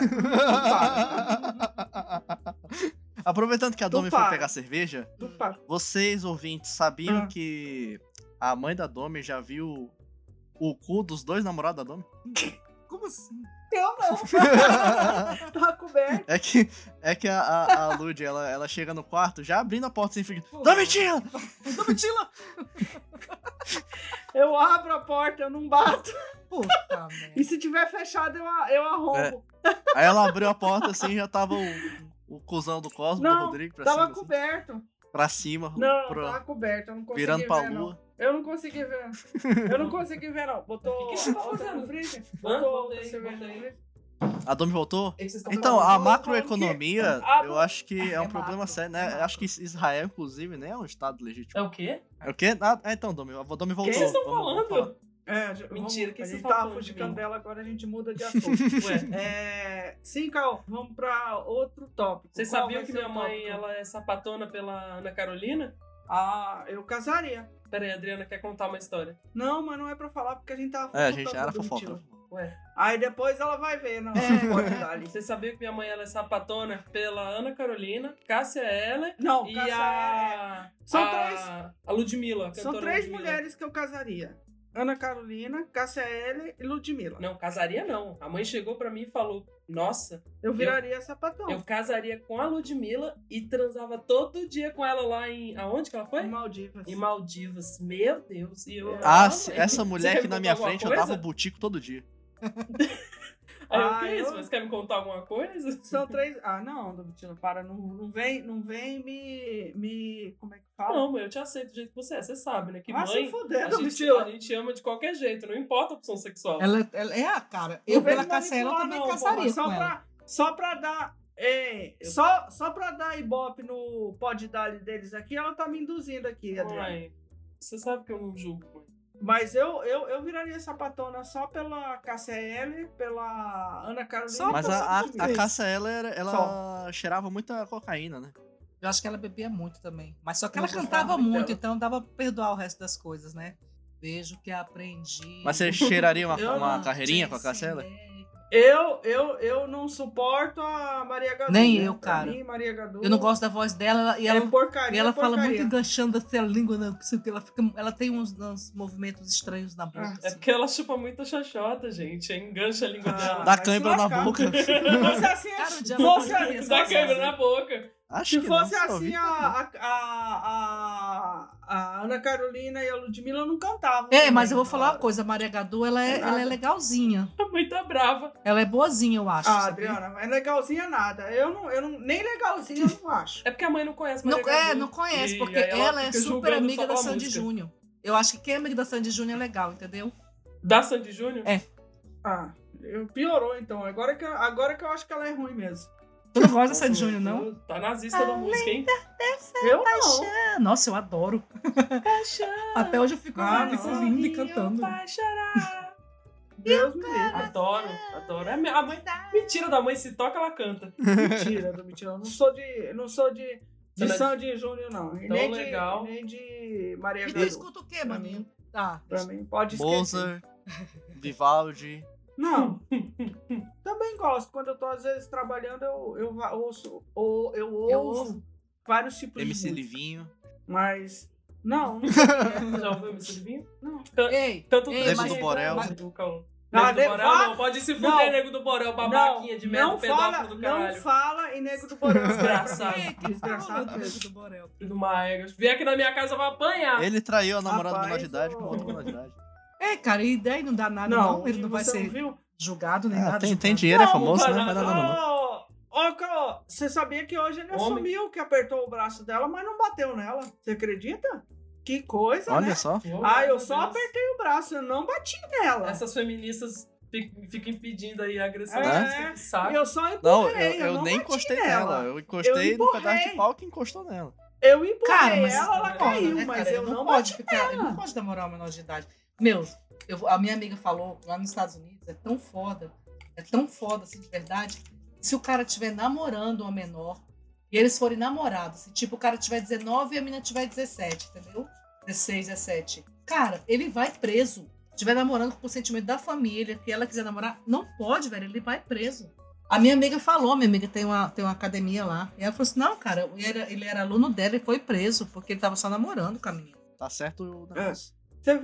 Aproveitando que a Tu Domi foi para. pegar cerveja, Tu para. vocês, ouvintes, sabiam Ah. que a mãe da Domi já viu o cu dos 2 namorados da Domi? Como assim? Eu não. Tá coberto. É que a Lud, ela chega no quarto, já abrindo a porta assim, fica... Pô. Domitila! Domitila! Eu abro a porta, eu não bato. Puta merda. E se tiver fechado, eu arrombo. Aí ela abriu a porta assim, já tava o cuzão do Cosmo, do Não, Rodrigo, pra tava cima. Assim, coberto. pra cima, Não, pra- tava coberto, eu não consegui virando ver, pra não. lua. Eu não consegui ver. Eu não consegui ver, não. Botou O que você tá outra fazendo? no freezer? Hã? Botou Botei, outra cerveja botei. no freezer? A Domi voltou? É que vocês estão Então, falando. a eu tô macroeconomia, falando que- eu acho que é um É problema macro, sério, é né? macro. Eu acho que Israel, inclusive, nem é um estado legítimo. É o quê? É o quê? Ah, então, Domi, a Domi voltou. O que vocês estão Vamos falar. falando? Mentira, Mentira, que a vocês gente estão tava falando de fugicando mim? dela, agora a gente muda de assunto. Ué, Sim, Cal, vamos pra outro tópico. vocês Qual sabiam vai que ser minha o mãe, tópico? ela é sapatona pela Ana Carolina? Ah, eu casaria. Pera aí, a Adriana quer contar uma história. Não, mas não é pra falar porque a gente tava É, a gente fofocando era do fofoca. motivo. Ué, Aí depois ela vai ver, não. Pode dar ali. vocês sabiam que minha mãe, ela é sapatona pela Ana Carolina, Cássia Eller Não, e Cássia a... São a Ludmilla, a São cantora três Ludmilla. mulheres que eu casaria. Ana Carolina, Cássia Eller e Ludmilla. Não, casaria não. A mãe chegou pra mim e falou, nossa, Eu viraria sapatão. eu casaria com a Ludmilla e transava todo dia com ela lá em... Aonde que ela foi? Em Maldivas. Em Maldivas. Meu Deus. E eu, Ah, mãe, essa você mulher quer aqui me na contar minha alguma frente, eu coisa? dava o butico todo dia. Aí eu, Ah, que é isso? eu- Você quer me contar alguma coisa? São três. Ah, não, Domitila, para. Não vem me. Como é que fala? Não, mãe, eu te aceito do jeito que você é. Você sabe, né? Que Ah, se mãe, fuder, a gente Domitila. ama de qualquer jeito. Não importa a opção sexual. Ela é a cara. Não Eu vem pela me Cássia, ela manipular, também não, casaria porra. com ela. Só pra dar. Só pra dar ibope no pod dali deles aqui, ela tá me induzindo aqui, Adriana. Mãe, você sabe que eu não julgo, mãe. Mas eu viraria sapatona só pela Cássia Eller, pela Ana Carolina. Só Mas e pela a Ludmilla. Cássia, ela cheirava muita cocaína, né? Eu acho que ela bebia muito também. Mas só que Eu ela gostava cantava muito muito, dela. então dava pra perdoar o resto das coisas, né? Vejo que aprendi. Mas você cheiraria Eu uma não carreirinha com a Cássia? Eu não suporto a Maria Gadu. Nem né? eu, Pra cara. mim, Maria Gadu Eu não gosto da voz dela e é ela, porcaria. e ela fala porcaria. muito enganchando até a língua, não sei o que. Ela tem uns movimentos estranhos na boca. Ah, É assim. porque ela chupa muita xoxota, gente. Aí engancha a língua dela. Dá vai cãibra se na lascar. boca. Se fosse assim, Cara, o se diabo fosse, pode se pensar Dá fosse câimbra assim, na boca. Acho se que fosse não, só assim, ouvi. a Ana Carolina e a Ludmilla não cantavam. É, também, mas eu vou falar uma claro. coisa. A Maria Gadu, ela é legalzinha. A mãe tá brava. Ela é boazinha, eu acho. Ah, sabia? Adriana, mas legalzinha nada. Eu não, nem legalzinha eu não acho. É porque a mãe não conhece Não, Maria Gadu. não conhece, E porque aí ela é fica super julgando amiga só da pela Sandy música. Júnior. Eu acho que quem é amiga da Sandy Júnior é legal, entendeu? Da Sandy Júnior? É. Ah, piorou então. Agora que eu acho que ela é ruim mesmo. Tu não gosta da Nossa, Sandy Júnior, não? Tá nazista da música, hein? Eu não. Ah, nossa, eu adoro. Até hoje eu fico não. ouvindo e cantando. Vai chorar. Deus me livre. Adoro. É a mãe... Mentira da mãe, se toca, ela canta. Mentira, Domitila. Eu não sou de Você não é- Sandy Júnior, não. E Tão nem legal. nem de Maria E tu Gadu. escuta o quê, Pra maninho? mim. Tá. Pra mim, pode esquecer. Mozart, Vivaldi. Não. Também gosto. Quando eu tô, às vezes, trabalhando, eu ouço ouço. vários tipos MC de música. Livinho. Mas, não sei o que é. Já ouviu esse Livinho? Não. Ei, Tanto ei, Nego mas- do Borel. mas- Nego do Borel fala- não, pode se fuder, Não. Nego do Borel, babaquinha de merda, pedófilo do caralho. não fala em Nego do Borel. Desgraçado. Ei, que Desgraçado fala mesmo. do Borel. Numa égua. Vier aqui na minha casa, vai apanhar. Ele traiu a namorada Rapaz, menor de idade com ô. outra menor de idade. É, cara, e daí não dá nada, não. Ele não vai você ser não viu? julgado nem Ah, nada. tem julgado. dinheiro, é Não, famoso, vai né? Vai dar nada não. Ô, você sabia que hoje ele Homem. assumiu que apertou o braço dela, mas não bateu nela? Você acredita? Que coisa, Olha né? só. Ah, eu Meu só Deus. apertei o braço, eu não bati nela. Essas feministas ficam impedindo aí a agressão. É. Que saco. Eu só Não, empurrei, eu não nem bati encostei nela. nela. Eu encostei Eu no pedaço empurrei. de pau que encostou nela. Eu empurrei Cara, mas ela, ela é caiu, né, mas cara? eu Ele não pode bati ficar, ele nela. não pode namorar uma menor de idade. Meu, a minha amiga falou lá nos Estados Unidos, é tão foda assim, de verdade. Se o cara estiver namorando uma menor e eles forem namorados, se tipo o cara tiver 19 e a menina tiver 17, entendeu? 16, 17. Cara, ele vai preso. Se estiver namorando com o consentimento da família, que ela quiser namorar, não pode, velho, ele vai preso. A minha amiga falou, minha amiga tem uma academia lá. E ela falou assim: não, cara, ele era aluno dela e foi preso, porque ele tava só namorando com a menina. Tá certo o negócio. Você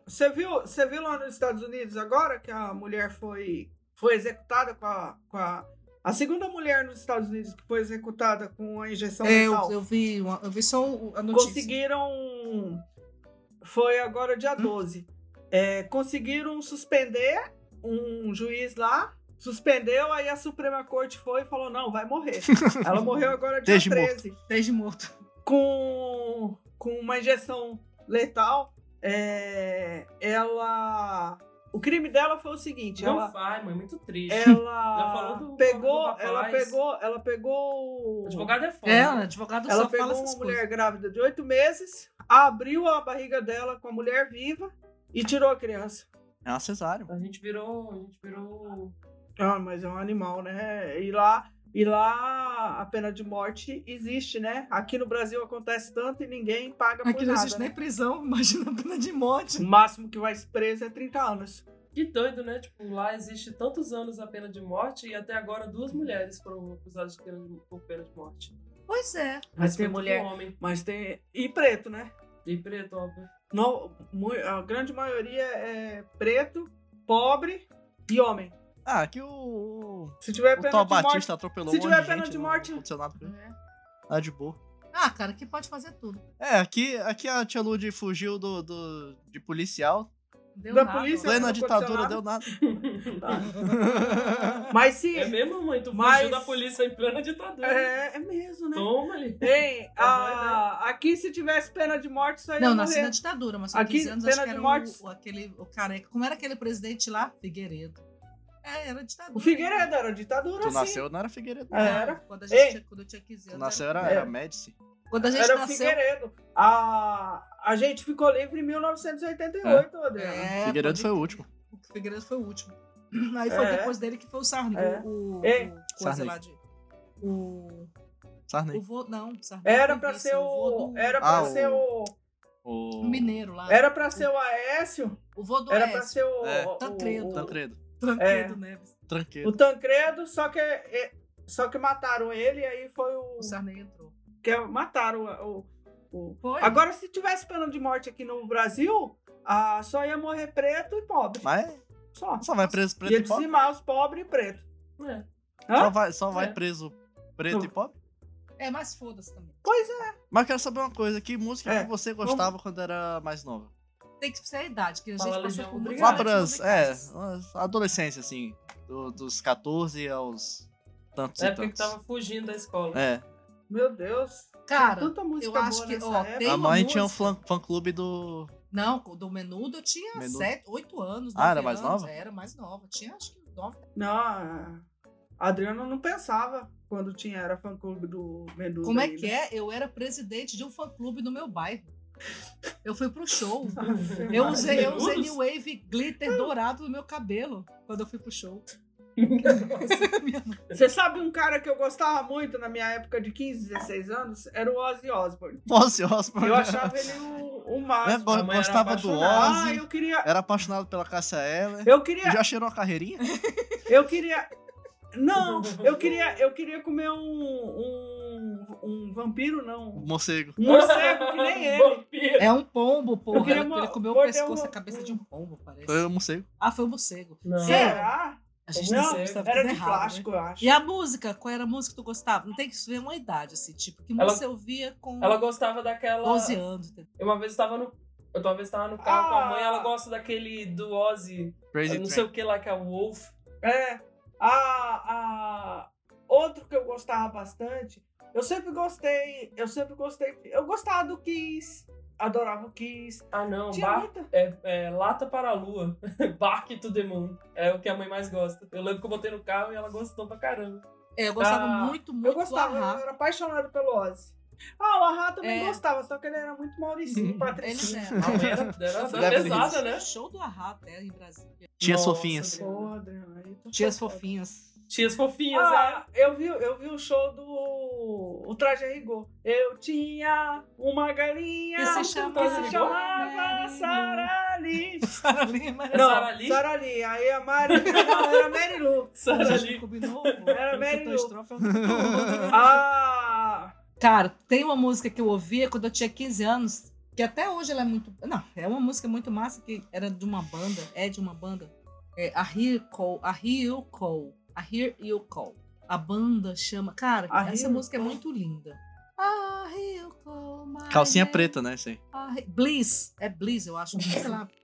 viu lá nos Estados Unidos agora que a mulher foi executada com a segunda mulher nos Estados Unidos que foi executada com a injeção letal. Eu vi só a notícia. Conseguiram. Foi agora dia 12. conseguiram suspender um juiz lá, suspendeu, aí a Suprema Corte foi e falou, não, vai morrer. Ela morreu agora dia Desde 13. Desde morto. Com uma injeção letal. O crime dela foi o seguinte, Não faz, mãe, muito triste. ela Já falou do pegou, rapaz. ela pegou O advogado é foda. Advogado ela só pegou fala uma essas mulher coisas. grávida de 8 meses, abriu a barriga dela com a mulher viva e tirou a criança. É uma cesárea. A gente virou... Ah, mas é um animal, né? E lá a pena de morte existe, né? Aqui no Brasil acontece tanto e ninguém paga por Aqui não nada, existe né? nem prisão, imagina a pena de morte. O máximo que vai preso é 30 anos. Que doido, né? Tipo, lá existe tantos anos a pena de morte e até agora 2 mulheres foram acusadas por pena de morte. Pois é. Mas tem foi tudo mulher, homem. mas tem... E preto, né? E preto, óbvio. Não, a grande maioria é preto, pobre e homem. Ah, aqui o Se tiver Tom pena de morte... Batista atropelou se um monte tiver de pena gente, de não morte- aconteceu nada com ele. Tá de boa. Ah, cara, que pode fazer tudo. Aqui a tia Lud fugiu de policial. Deu Da nada. polícia- Plena não ditadura, aconteceu deu nada. Mas se... É mesmo, mãe? Tu Mas- fugiu da polícia em plena ditadura. É mesmo, né? Toma ali. Tem, Tá aqui se tivesse pena de morte, isso aí Não, ia nasci na morrer. ditadura, mas com Aqui, 15 anos pena acho que de era morte. o careca. Como era aquele presidente lá? Figueiredo. Era ditadura. O Figueiredo era ditadura, Tu sim. nasceu, não era Figueiredo. Não, Era. Quando, Ei, quando eu tinha 15 Tu anos. nasceu, era... era Médici. Quando a gente Era o nasceu. Figueiredo. A gente ficou livre em 1988, Adriano. Figueiredo pode foi o crer. último. O Figueiredo foi o último. Aí foi É. depois dele que foi o Sarney. É. O coisa Sarney. lá de. O Sarney. vô. Não, Sarney. Era foi pra vice, ser vô o... do- Era pra Ah, ser o... O mineiro lá. Era pra ser o Aécio. O vô do Era pra Aécio. ser o... É. Tancredo. Tancredo. Tranquedo Neves. O Tranqueiro. Tancredo, só que mataram ele e aí foi O Sarney entrou. que mataram o... Foi. Agora, se tivesse pena de morte aqui no Brasil, só ia morrer preto e pobre. Mas Só vai preso preto ia e pobre. dizimar os pobres e preto. É. Hã? Só vai É. preso preto Não. e pobre. É, mas foda-se também. Mas eu quero saber uma coisa. Que música É. que você gostava quando era mais nova? Tem que ser a idade, que a gente Fala, passou Legião, por muitas obrigado. idades Fabras, musicais. adolescência, assim. Dos 14 aos tantos É e porque que tantos. tava fugindo da escola. É. Meu Deus. Cara, tinha tanta música eu acho boa que, nessa ó, época. tem A uma mãe tinha um música- fã-clube do... Não, do Menudo eu tinha Menudo. 8 anos. Ah, era 9 mais anos. nova? Era mais nova. Tinha acho que 9. Não, a Adriana não pensava quando era fã-clube do Menudo. Como é ainda. que é? Eu era presidente de um fã-clube no meu bairro. Eu fui pro show. Eu usei Menudos? New Wave glitter dourado no meu cabelo quando eu fui pro show. Você sabe um cara que eu gostava muito na minha época de 15, 16 anos? Era o Ozzy Osbourne. Ozzy Osbourne. Eu achava ele o máximo. A mãe era Gostava do apaixonada. Ozzy. Eu queria... Era apaixonado pela Cássia Eller. Eu queria... Já cheirou uma carreirinha? Eu queria... Não, eu queria comer um vampiro, não. Morcego. Um morcego que nem ele. Vampiro. É um pombo, porra. Eu queria Ele comeu o morder pescoço, um- a cabeça de um pombo, parece. Foi o morcego. Ah, foi um morcego. Não. Será? A gente Não, não sabe era tudo de errado, plástico, né? eu acho. E a música? Qual era a música que tu gostava? Não tem que ver uma idade, assim, tipo, que Ela- você ouvia com Ela gostava daquela... 12 anos. entendeu? Uma vez eu tava no carro com a mãe, ela gosta daquele do Ozzy, Crazy não Train. sei o que lá, que é o Wolf. É. Outro que eu gostava bastante, eu sempre gostei. Eu gostava do Kiss, adorava o Kiss. Ah, não, Tinha muita. Lata para a Lua. Bark to the Moon. É o que a mãe mais gosta. Eu lembro que eu botei no carro e ela gostou pra caramba. É, eu gostava Ah, muito Eu gostava, do eu Ahá. era apaixonado pelo Ozzy. O Ahá também É. gostava, só que ele era muito Mauricinho, Eles Patricinho. A mãe era Deve pesada, né? Show do Ahá até em Brasília. Tinha Nossa, Sofinhas. Deus. Pô, Adriano, aí tu Tias foi foda. fofinhas. Tias fofinhas, Eu vi o show do o Traje a Rigor. Eu tinha uma galinha Que se que chamava se chamava Sarali. Sara Lima. É Não, Sara Lee? Sarali. Aí a Mari, não, era Mary Lou. Sara A gente Lee. combinou. Era Mary Cantou Lou. estrofe. Ah, Cara, tem uma música que eu ouvia quando eu tinha 15 anos, que até hoje ela é muito... Não, é uma música muito massa, que era de uma banda, É A Hear You Call. A banda chama... Cara, A essa Hear You música é Call. muito linda. A Hear You Call, my Calcinha name. preta, né? Isso aí. Bliss. É Bliss, eu acho. Sei lá.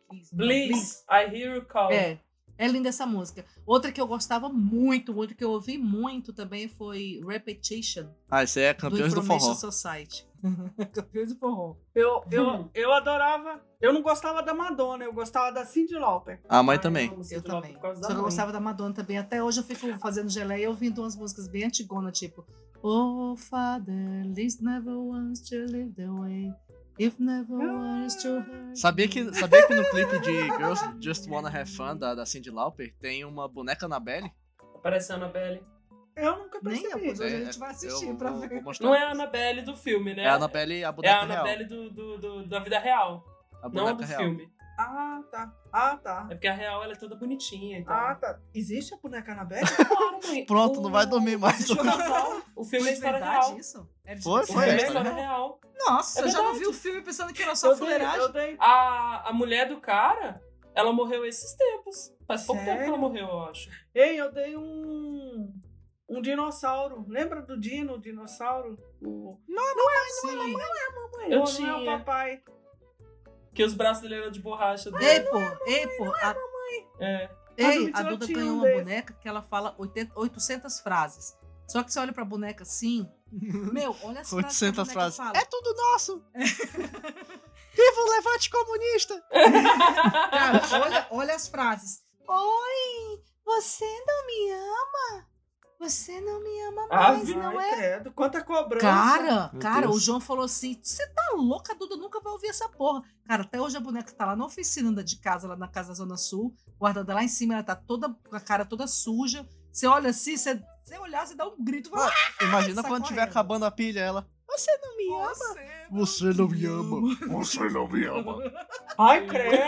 Bliss, I Hear You Call. É linda essa música. Outra que eu gostava muito, que eu ouvi muito também foi Repetition. Ah, isso aí é Campeões do Forró. Information Society. Campeões do Forró. Eu adorava. Eu não gostava da Madonna, eu gostava da Cyndi Lauper. A mãe também. Eu também. Só que eu gostava da Madonna também. Até hoje eu fico fazendo geleia ouvindo umas músicas bem antigonas, tipo Oh, Father, least never wants to live the way. If never wants to hurt. Sabia que no clipe de Girls Just Wanna Have Fun, da Cyndi Lauper, tem uma boneca Annabelle? Aparece a Annabelle. Eu nunca Nem percebi. eu, pois hoje a gente vai assistir pra ver. Vou mostrar. Não é a Annabelle do filme, né? É a Annabelle, a É boneca a Annabelle da vida real. real. A Não a boneca do real. filme. Ah, tá. É porque a real ela é toda bonitinha e tal. Ah, tá. Existe a boneca Annabelle? Claro, mãe. Pronto, não vai dormir mais. O filme é Foi história verdade real. isso? Foi, O filme é história história real. Nossa, É eu já não verdade. vi o filme pensando que era só fuleiragem. Eu dei. A mulher do cara, ela morreu esses tempos. Faz pouco tempo que ela Sério? morreu, eu acho. Ei, eu dei um dinossauro. Lembra do Dino, o dinossauro? Sim. Não Eu é o tinha. papai. Que os braços dele eram de borracha. Ei, pô. É. Ei, A a Duda Duda tinha ganhou um uma desse. boneca que ela fala 800 frases. Só que você olha pra boneca assim, meu, olha as frases que a 800 boneca frases. fala. É tudo nosso! Viva o levante comunista! Cara, olha as frases. Oi, você não me ama? Você não me ama mais, não Ai, é? credo. Quanta cobrança. Meu Cara, Deus. o João falou assim: você tá louca, Duda nunca vai ouvir essa porra. Cara, até hoje a boneca tá lá na oficina de casa, lá na casa da Zona Sul, guardada lá em cima, ela tá toda com a cara toda suja. Você olha assim, você olhar, você dá um grito. Fala, Imagina Sai quando tiver correndo. acabando a pilha, ela. Você não me ama? Você não me ama. Você não me ama. Ai, credo.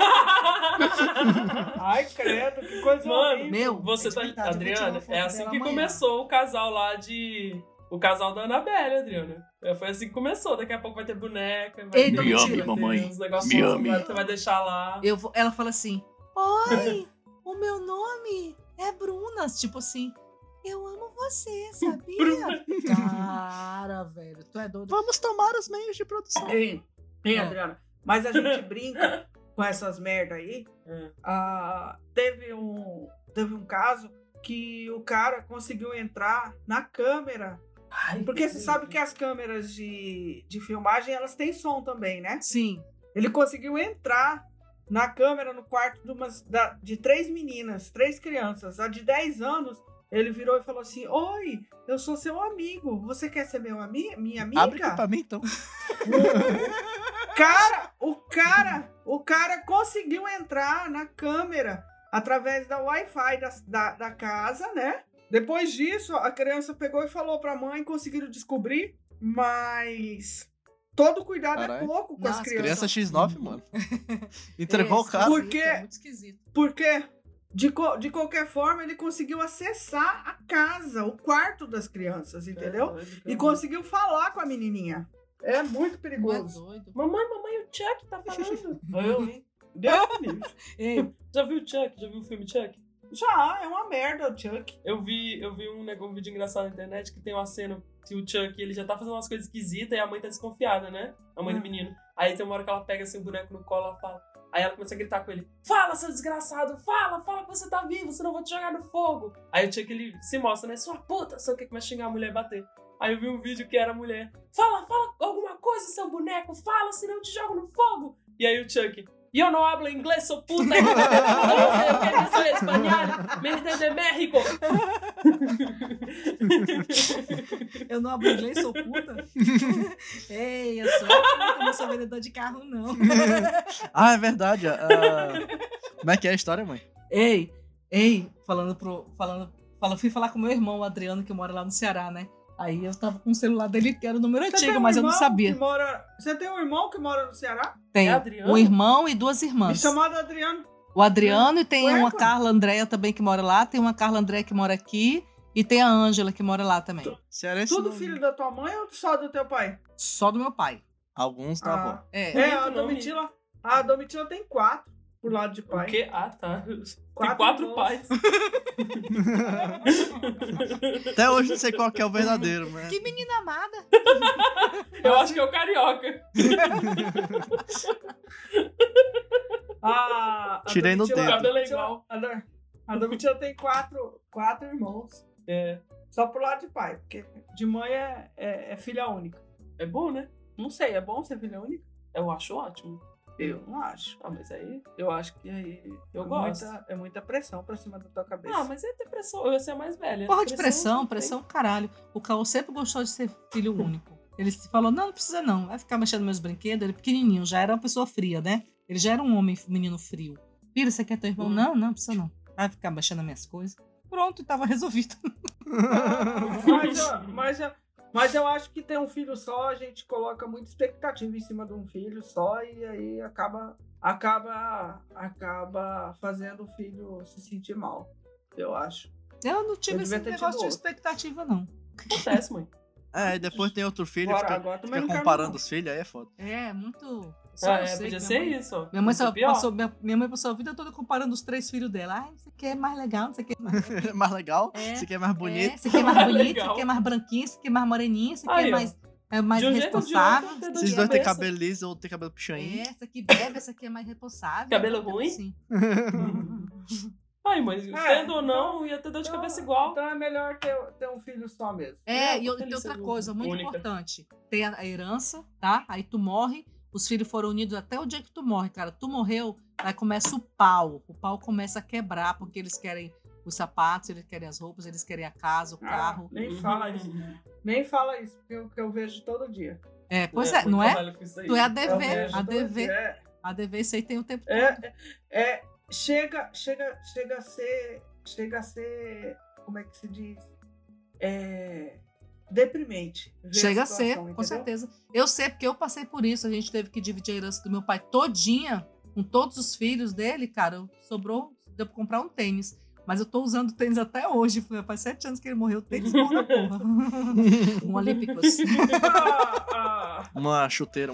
Ai, credo. Que coisa Mano, horrível. Meu, Você é de tá. verdade, eu vou tirar Adriana, uma foto é assim dela que amanhã. começou o casal lá de. O casal da Annabelle, Adriana. Foi assim que começou. Daqui a pouco vai ter boneca. Vai Ei, ter, me ame, vai ter mamãe. uns negocinhos Me que ame. você vai deixar lá. Ela fala assim: oi, o meu nome é Bruna. Tipo assim, eu amo você, sabia? Cara, velho, tu é doido. Vamos tomar os meios de produção. Ei, É. Adriana. Mas a gente brinca com essas merda aí. É. Teve um caso que o cara conseguiu entrar na câmera. Ai, Porque você sabe que as câmeras de filmagem, elas têm som também, né? Sim. Ele conseguiu entrar na câmera no quarto de 3 meninas, 3 crianças. A de 10 anos, ele virou e falou assim: oi, eu sou seu amigo. Você quer ser minha amiga? Abre aqui pra mim, então. O cara conseguiu entrar na câmera através da Wi-Fi da casa, né? Depois disso, a criança pegou e falou pra mãe, conseguiram descobrir, mas todo cuidado Caralho. é pouco com as Nossa, crianças. Criança X9, mano. Entregou o Esse cara. Por quê? É muito esquisito. Porque, de qualquer forma, ele conseguiu acessar a casa, o quarto das crianças, entendeu? E conseguiu falar com a menininha. É muito Tu é perigoso. doido. Mamãe, o Chuck tá falando. Eu, hein? Deus me livre. Ei, Já viu o Chuck? Já viu o filme Chuck? Já, é uma merda o Chuck. Eu vi um vídeo engraçado na internet que tem uma cena que o Chuck, ele já tá fazendo umas coisas esquisitas e a mãe tá desconfiada, né? A mãe do menino. Aí tem uma hora que ela pega assim o boneco no colo, ela fala. Aí ela começa a gritar com ele: fala, seu desgraçado, fala que você tá vivo, senão eu vou te jogar no fogo. Aí o Chuck, ele se mostra, né? Sua puta, só que começa a xingar a mulher e bater. Aí eu vi um vídeo que era a mulher: fala alguma coisa, seu boneco, fala, senão eu te jogo no fogo. E aí o Chuck: yo no hablo inglês, sou puta. No sei o que dizer espanhol. Me entende México. eu não abro inglês, sou puta. Ei, eu sou puta, não sou vendedor de carro, não. Ah, é verdade. Como é que é a história, mãe? Ei, fui falar com meu irmão, o Adriano, que mora lá no Ceará, né? Aí eu tava com o celular dele, que era o número antigo, mas eu não sabia. Você tem um irmão que mora no Ceará? Tem É Adriano? um irmão e 2 Me irmãs. chamado Adriano. O Adriano e tem Ué, uma pô. Carla Andréia também que mora lá, tem uma Carla Andréia que mora aqui e tem a Ângela que mora lá também. Cearense Tudo não- filho da tua mãe ou só do teu pai? Só do meu pai. Alguns da avó. É. É, a Bonito nome. Domitila. A Domitila tem 4 por lado de O pai. quê? Ah, tá. Tem 4 4 irmãos. pais. Até hoje não sei qual que é o verdadeiro, né? Que menina amada. Eu acho que é o carioca. Tirei no dedo. Cabelo é igual. A Domitila tem quatro irmãos. É. Só pro lado de pai, porque de mãe é filha única. É bom, né? Não sei, é bom ser filha única? Eu acho ótimo. Eu não acho. Ah, mas aí, eu acho que aí eu É gosto. É muita pressão pra cima da tua cabeça. Ah, mas é ter pressão. Eu ia ser a mais velha. Porra de pressão, não pressão caralho. O Caô sempre gostou de ser filho único. Ele falou, não precisa não. Vai ficar mexendo nos meus brinquedos. Ele pequenininho, já era uma pessoa fria, né? Ele já era um homem, menino frio. Filho, você quer teu irmão? Não precisa não. Vai ficar mexendo nas minhas coisas. Pronto, tava resolvido. Mas eu acho que ter um filho só, a gente coloca muita expectativa em cima de um filho só e aí acaba fazendo o filho se sentir mal, eu acho. Eu não tive Eu esse devia ter negócio de tido outro. expectativa, não. Acontece, mãe. É, e depois tem outro filho, Agora também fica não quero comparando não. os filhos, aí é foda. É, muito... Podia ser isso. ó. Minha mãe, Isso é pior. minha mãe passou a vida toda comparando os 3 filhos dela. Ai, você quer mais legal, você quer mais... mais legal, É, você quer mais bonito. Você quer mais bonito, Legal. você quer mais branquinho, você quer mais moreninho, você Aí, quer ó. mais De um jeito ou de responsável. outro, tem dor Vocês de dois têm cabeça. cabelo liso ou tem cabelo puxainho. Essa aqui bebe, essa aqui é mais responsável. Cabelo Então, ruim? assim. Ai, mas tendo ou não, ia ter dor de Então- cabeça igual. Então é melhor ter um filho só mesmo. É, Não, e tô tem feliz outra sendo coisa muito única. importante. Tem a herança, tá? Aí tu morre, os filhos foram unidos até o dia que tu morre, cara. Tu morreu, aí começa o pau. O pau começa a quebrar, porque eles querem os sapatos, eles querem as roupas, eles querem a casa, o carro. Nem fala isso. Nem fala isso, porque eu vejo todo dia. É, pois é, não é? Tu é a Eu dever, vejo a todo dever. dia. A dever, isso aí tem o tempo todo. Chega a ser, como é que se diz? Deprimente. ver Chega a situação, ser, com entendeu? certeza. Eu sei, porque eu passei por isso. A gente teve que dividir a herança do meu pai todinha, com todos os filhos dele, cara. Sobrou, deu pra comprar um tênis. Mas eu tô usando tênis até hoje. Faz 7 anos que ele morreu. Tênis bom da porra. Um Olímpicos. Uma chuteira,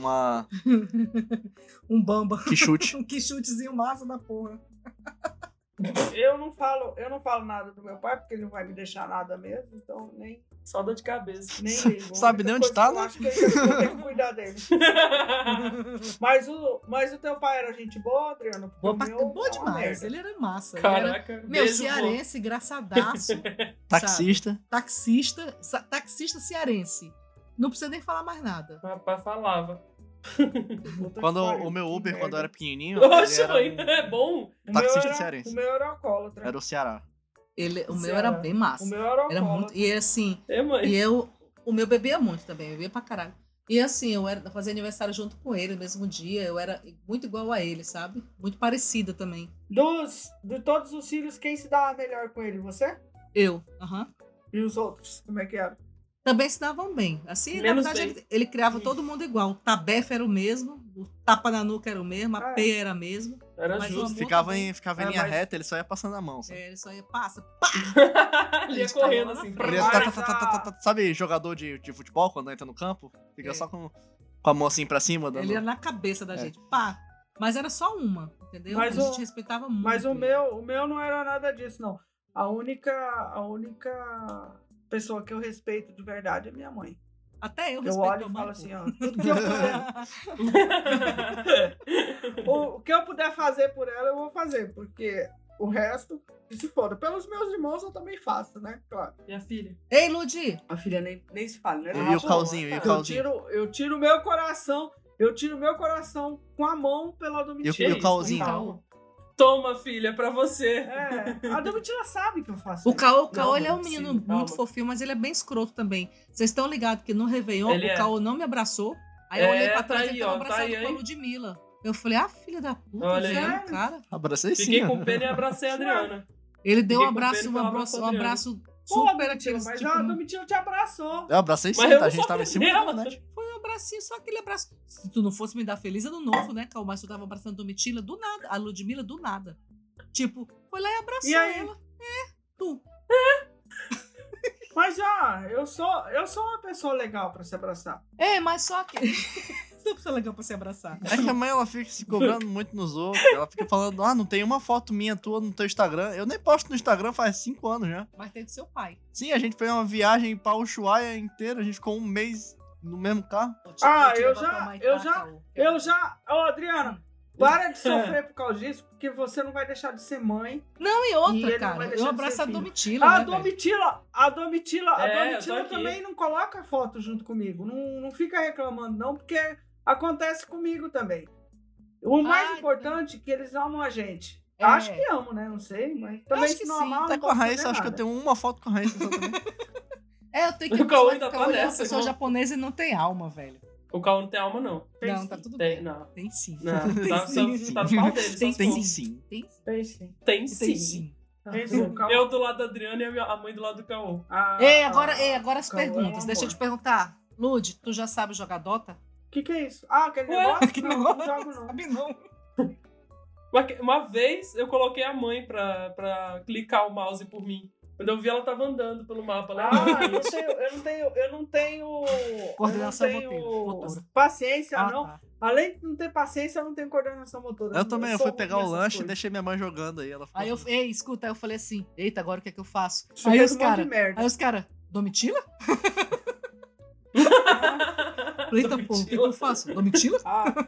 Um bamba. que chute. Um que chutezinho massa da porra. Eu não falo nada do meu pai, porque ele não vai me deixar nada mesmo, então nem Só dor de cabeça. ligo. Sabe A nem única onde coisa tá, que eu né? acho que eu tenho que cuidar dele. Mas o teu pai era gente boa, Adriano? Porque o meu Boa é uma demais. merda. Ele era massa. Ele era, Caraca. meu, beijo, cearense, engraçadaço. Taxista. Taxista cearense. Não precisa nem falar mais nada. Papai falava. Puta Quando que pariu, o meu que Uber, merda. quando eu era pequenininho, Oxe, ele mãe, era é bom. O taxista meu cearense. O meu era alcoólatra. Era o Ceará. O meu Ceará. era bem massa. O meu era Era alcoólatra. muito. E assim, É, mãe. o meu bebia muito também, bebia pra caralho. E assim, eu fazia aniversário junto com ele no mesmo dia, eu era muito igual a ele, sabe? Muito parecida também. De todos os filhos, quem se dava melhor com ele? Você? Eu, aham. E os outros? Como é que era? Também se davam bem. Assim, Menos na verdade, bem. ele criava todo mundo igual. O tabefe era o mesmo, o tapa na nuca era o mesmo, a É. peia era a mesma. Era Mas o justo. amor Ficava também. em É, linha mas- reta, ele só ia passando a mão. Sabe? Ele só ia, passa. Ele ia Ele correndo tava assim. na Ele ia Mas sabe jogador de futebol quando entra no campo? Fica É. só com a mão assim pra cima. Dando... Ele ia na cabeça da É. gente. Pá. Mas era só uma, entendeu? Mas a gente respeitava muito. Mas o ele. meu não era nada disso, não. A única pessoa que eu respeito de verdade é minha mãe. Até eu Eu respeito olho e minha mãe, falo pô. assim, ó, tudo que eu puder, o que eu puder fazer por ela, eu vou fazer, porque o resto, que se foda. Pelos meus irmãos eu também faço, né? Claro. E a filha? Ei, Ludi! A filha nem se fala, né? E o Calzinho, e o Calzinho. Eu tiro o meu coração com a mão pela Domitila. E o Calzinho? Calma. Toma, filha, pra você. É, a Domitila sabe que eu faço O isso. Caô, Não, ele é um não é menino possível, calma. muito fofinho, mas ele é bem escroto também. Vocês estão ligados que no Réveillon Ele o é. Caô não me abraçou. Aí eu É, olhei pra tá trás e aí, ele tava ó, tá abraçado aí, com a hein? Ludmilla. Eu falei, filha da puta, Olha aí. sério, cara. Abracei sim. Fiquei ó. com pena e abracei a Adriana. Ele deu um Fiquei com abraço, pena e um falava abraço, com um a Adriana. abraço Pô, super Domitila, aqueles, mas tipo, a Domitila te abraçou. Eu abracei sim, Mas eu tá? A não gente sou tava em cima dela. da net. foi um abracinho, só aquele abraço. Se tu não fosse me dar feliz ano novo, né, Caô? Mas tu tava abraçando a Domitila do nada, a Ludmilla do nada. Tipo, foi lá e abraçou E aí? ela. Tu. Mas, eu sou uma pessoa legal pra se abraçar. Mas só que... Você não precisa legal pra se abraçar. É que a mãe, ela fica se cobrando muito nos outros. Ela fica falando, não tem uma foto minha tua no teu Instagram. Eu nem posto no Instagram faz 5 anos já. Mas tem do seu pai. Sim, a gente fez uma viagem pra Ushuaia inteira. A gente ficou um mês no mesmo carro. Ô, Adriana, Para de sofrer por causa disso, porque você não vai deixar de ser mãe. Não, e E outra, ele não vai cara. deixar Eu de abraço ser a filho. Domitila, A né, velho? Domitila eu tô aqui. também não coloca foto junto comigo. Não fica reclamando, não, porque acontece comigo também. O mais Ai, importante é que eles amam a gente. É. Acho que amam, né? Não sei, mas também acho se que não sim. amar, Até não com a posso Raíssa, fazer acho que eu nada. tenho uma foto com a Raíssa só também. Eu tenho que O Cauã mostrar ainda que tá o Cauã é uma nessa, pessoa irmão. japonesa e não tem alma, velho. O Cauã não tem alma, não. Tem Não, sim. tá tudo Tem, bem. não. Tem sim. Não, Tem tá, sim. tá no pau dele. Tem só Tem se for. sim. Tem sim. Tem sim. Tem Tem sim. sim. Tem sim. Calma. Eu do lado da Adriana e a mãe do lado do Cauã. Agora as Cauã é um perguntas. Deixa eu amor. te perguntar. Lud, tu já sabe jogar Dota? O que é isso? Ah, aquele Ué? negócio? Não jogo não. Sabe não. Uma vez eu coloquei a mãe pra clicar o mouse por mim. Quando eu vi, ela tava andando pelo mapa, né? Eu não tenho Coordenação eu não tenho motora. paciência, Ah, não. tá. Além de não ter paciência, eu não tenho coordenação motora. Eu também, eu sou fui pegar ruim o nessas lanche e coisas. deixei minha mãe jogando aí. Ela ficou... Aí escuta, aí eu falei assim, eita, agora o que é que eu faço? Você Aí fez os um monte caras, de merda. Domitila? Falei, eita, pô, o que eu faço? Domitila?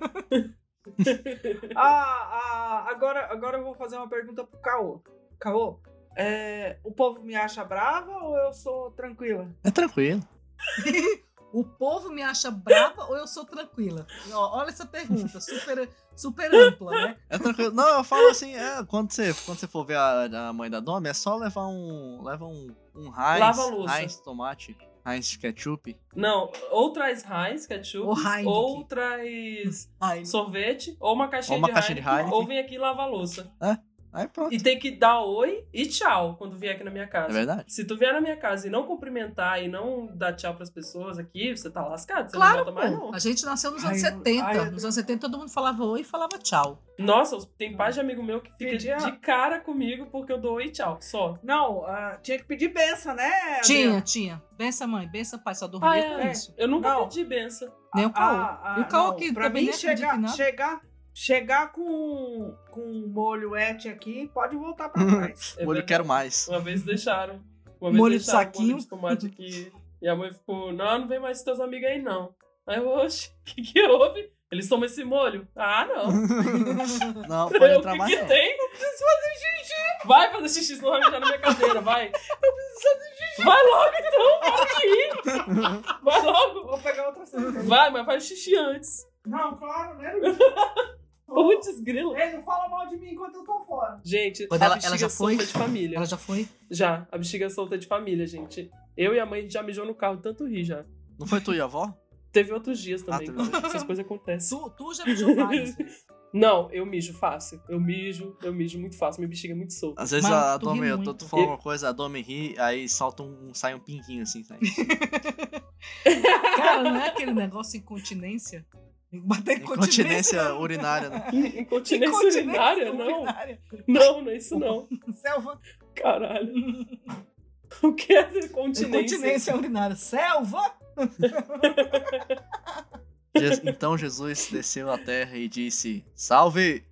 Agora eu vou fazer uma pergunta pro Caô. Caô, o povo me acha brava ou eu sou tranquila? É tranquilo. O povo me acha brava ou eu sou tranquila? Ó, olha essa pergunta, super ampla, né? É tranquilo. Não, eu falo assim, quando você for ver a mãe da Domi, é só levar um Heinz, Lava a louça. Heinz tomate, Heinz ketchup. Não, ou traz Heinz, ketchup, Ou Heineken. ou traz Ai, sorvete, ou uma caixinha, Ou uma de, caixinha de Heineken, Heineken. ou vem aqui lavar a louça. Aí pronto. E tem que dar oi e tchau quando vier aqui na minha casa. É verdade? Se tu vier na minha casa e não cumprimentar e não dar tchau pras pessoas aqui, você tá lascado, você claro, não volta mais pô. não. A gente nasceu nos Ai, anos eu- 70. ai, eu- Nos anos 70 todo mundo falava oi e falava tchau. Nossa, tem pais de amigo meu que fica Pedia- de cara comigo porque eu dou oi e tchau, só. Não, tinha que pedir benção, né? Adriana? Tinha. Benção, mãe. Benção, pai. Só dormia com isso. Eu nunca Não. pedi benção. Nem o Caô. E o Caô não, aqui pra também mim nem acredita em nada. chegar com molho et aqui, pode voltar pra trás. É Molho verdade. quero mais. Uma vez deixaram. Molho de deixaram saquinho. molho de tomate aqui. E a mãe ficou, não vem mais teus amigos aí, não. Aí eu, oxe, o que houve? Eles tomam esse molho? Ah, não. Não, pode entrar O mais que não. tem? Eu preciso fazer xixi. Vai fazer xixi, senão vai mijar na minha cadeira, vai. Eu preciso fazer xixi. Vai logo, então, para de ir. Vai logo. Vou pegar outra cerveja. Vai, mas faz xixi antes. Não, claro, né? Putz, grilo. Ei, não fala mal de mim enquanto eu tô fora. Gente, Quando a ela bexiga já foi? solta de família. Ela já foi? Já, a bexiga solta de família, gente. Eu e a mãe já mijou no carro, tanto rir já. Não foi tu e a avó? Teve outros dias também, teve então essas coisas acontecem. Tu já mijou várias vezes. Não, eu mijo fácil. Eu mijo muito fácil. Minha bexiga é muito solta. Às vezes Mas a tu Domi, ri eu tô muito. falando uma coisa, a Domi ri, aí solta sai um pinguinho assim, sabe? Cara, não é aquele negócio de incontinência? Bater Incontinência urinária, né? Incontinência urinária? Não. urinária. Não é isso não. Selva. Caralho. O que é incontinência? Incontinência urinária. Selva! Então Jesus desceu à terra e disse, salve,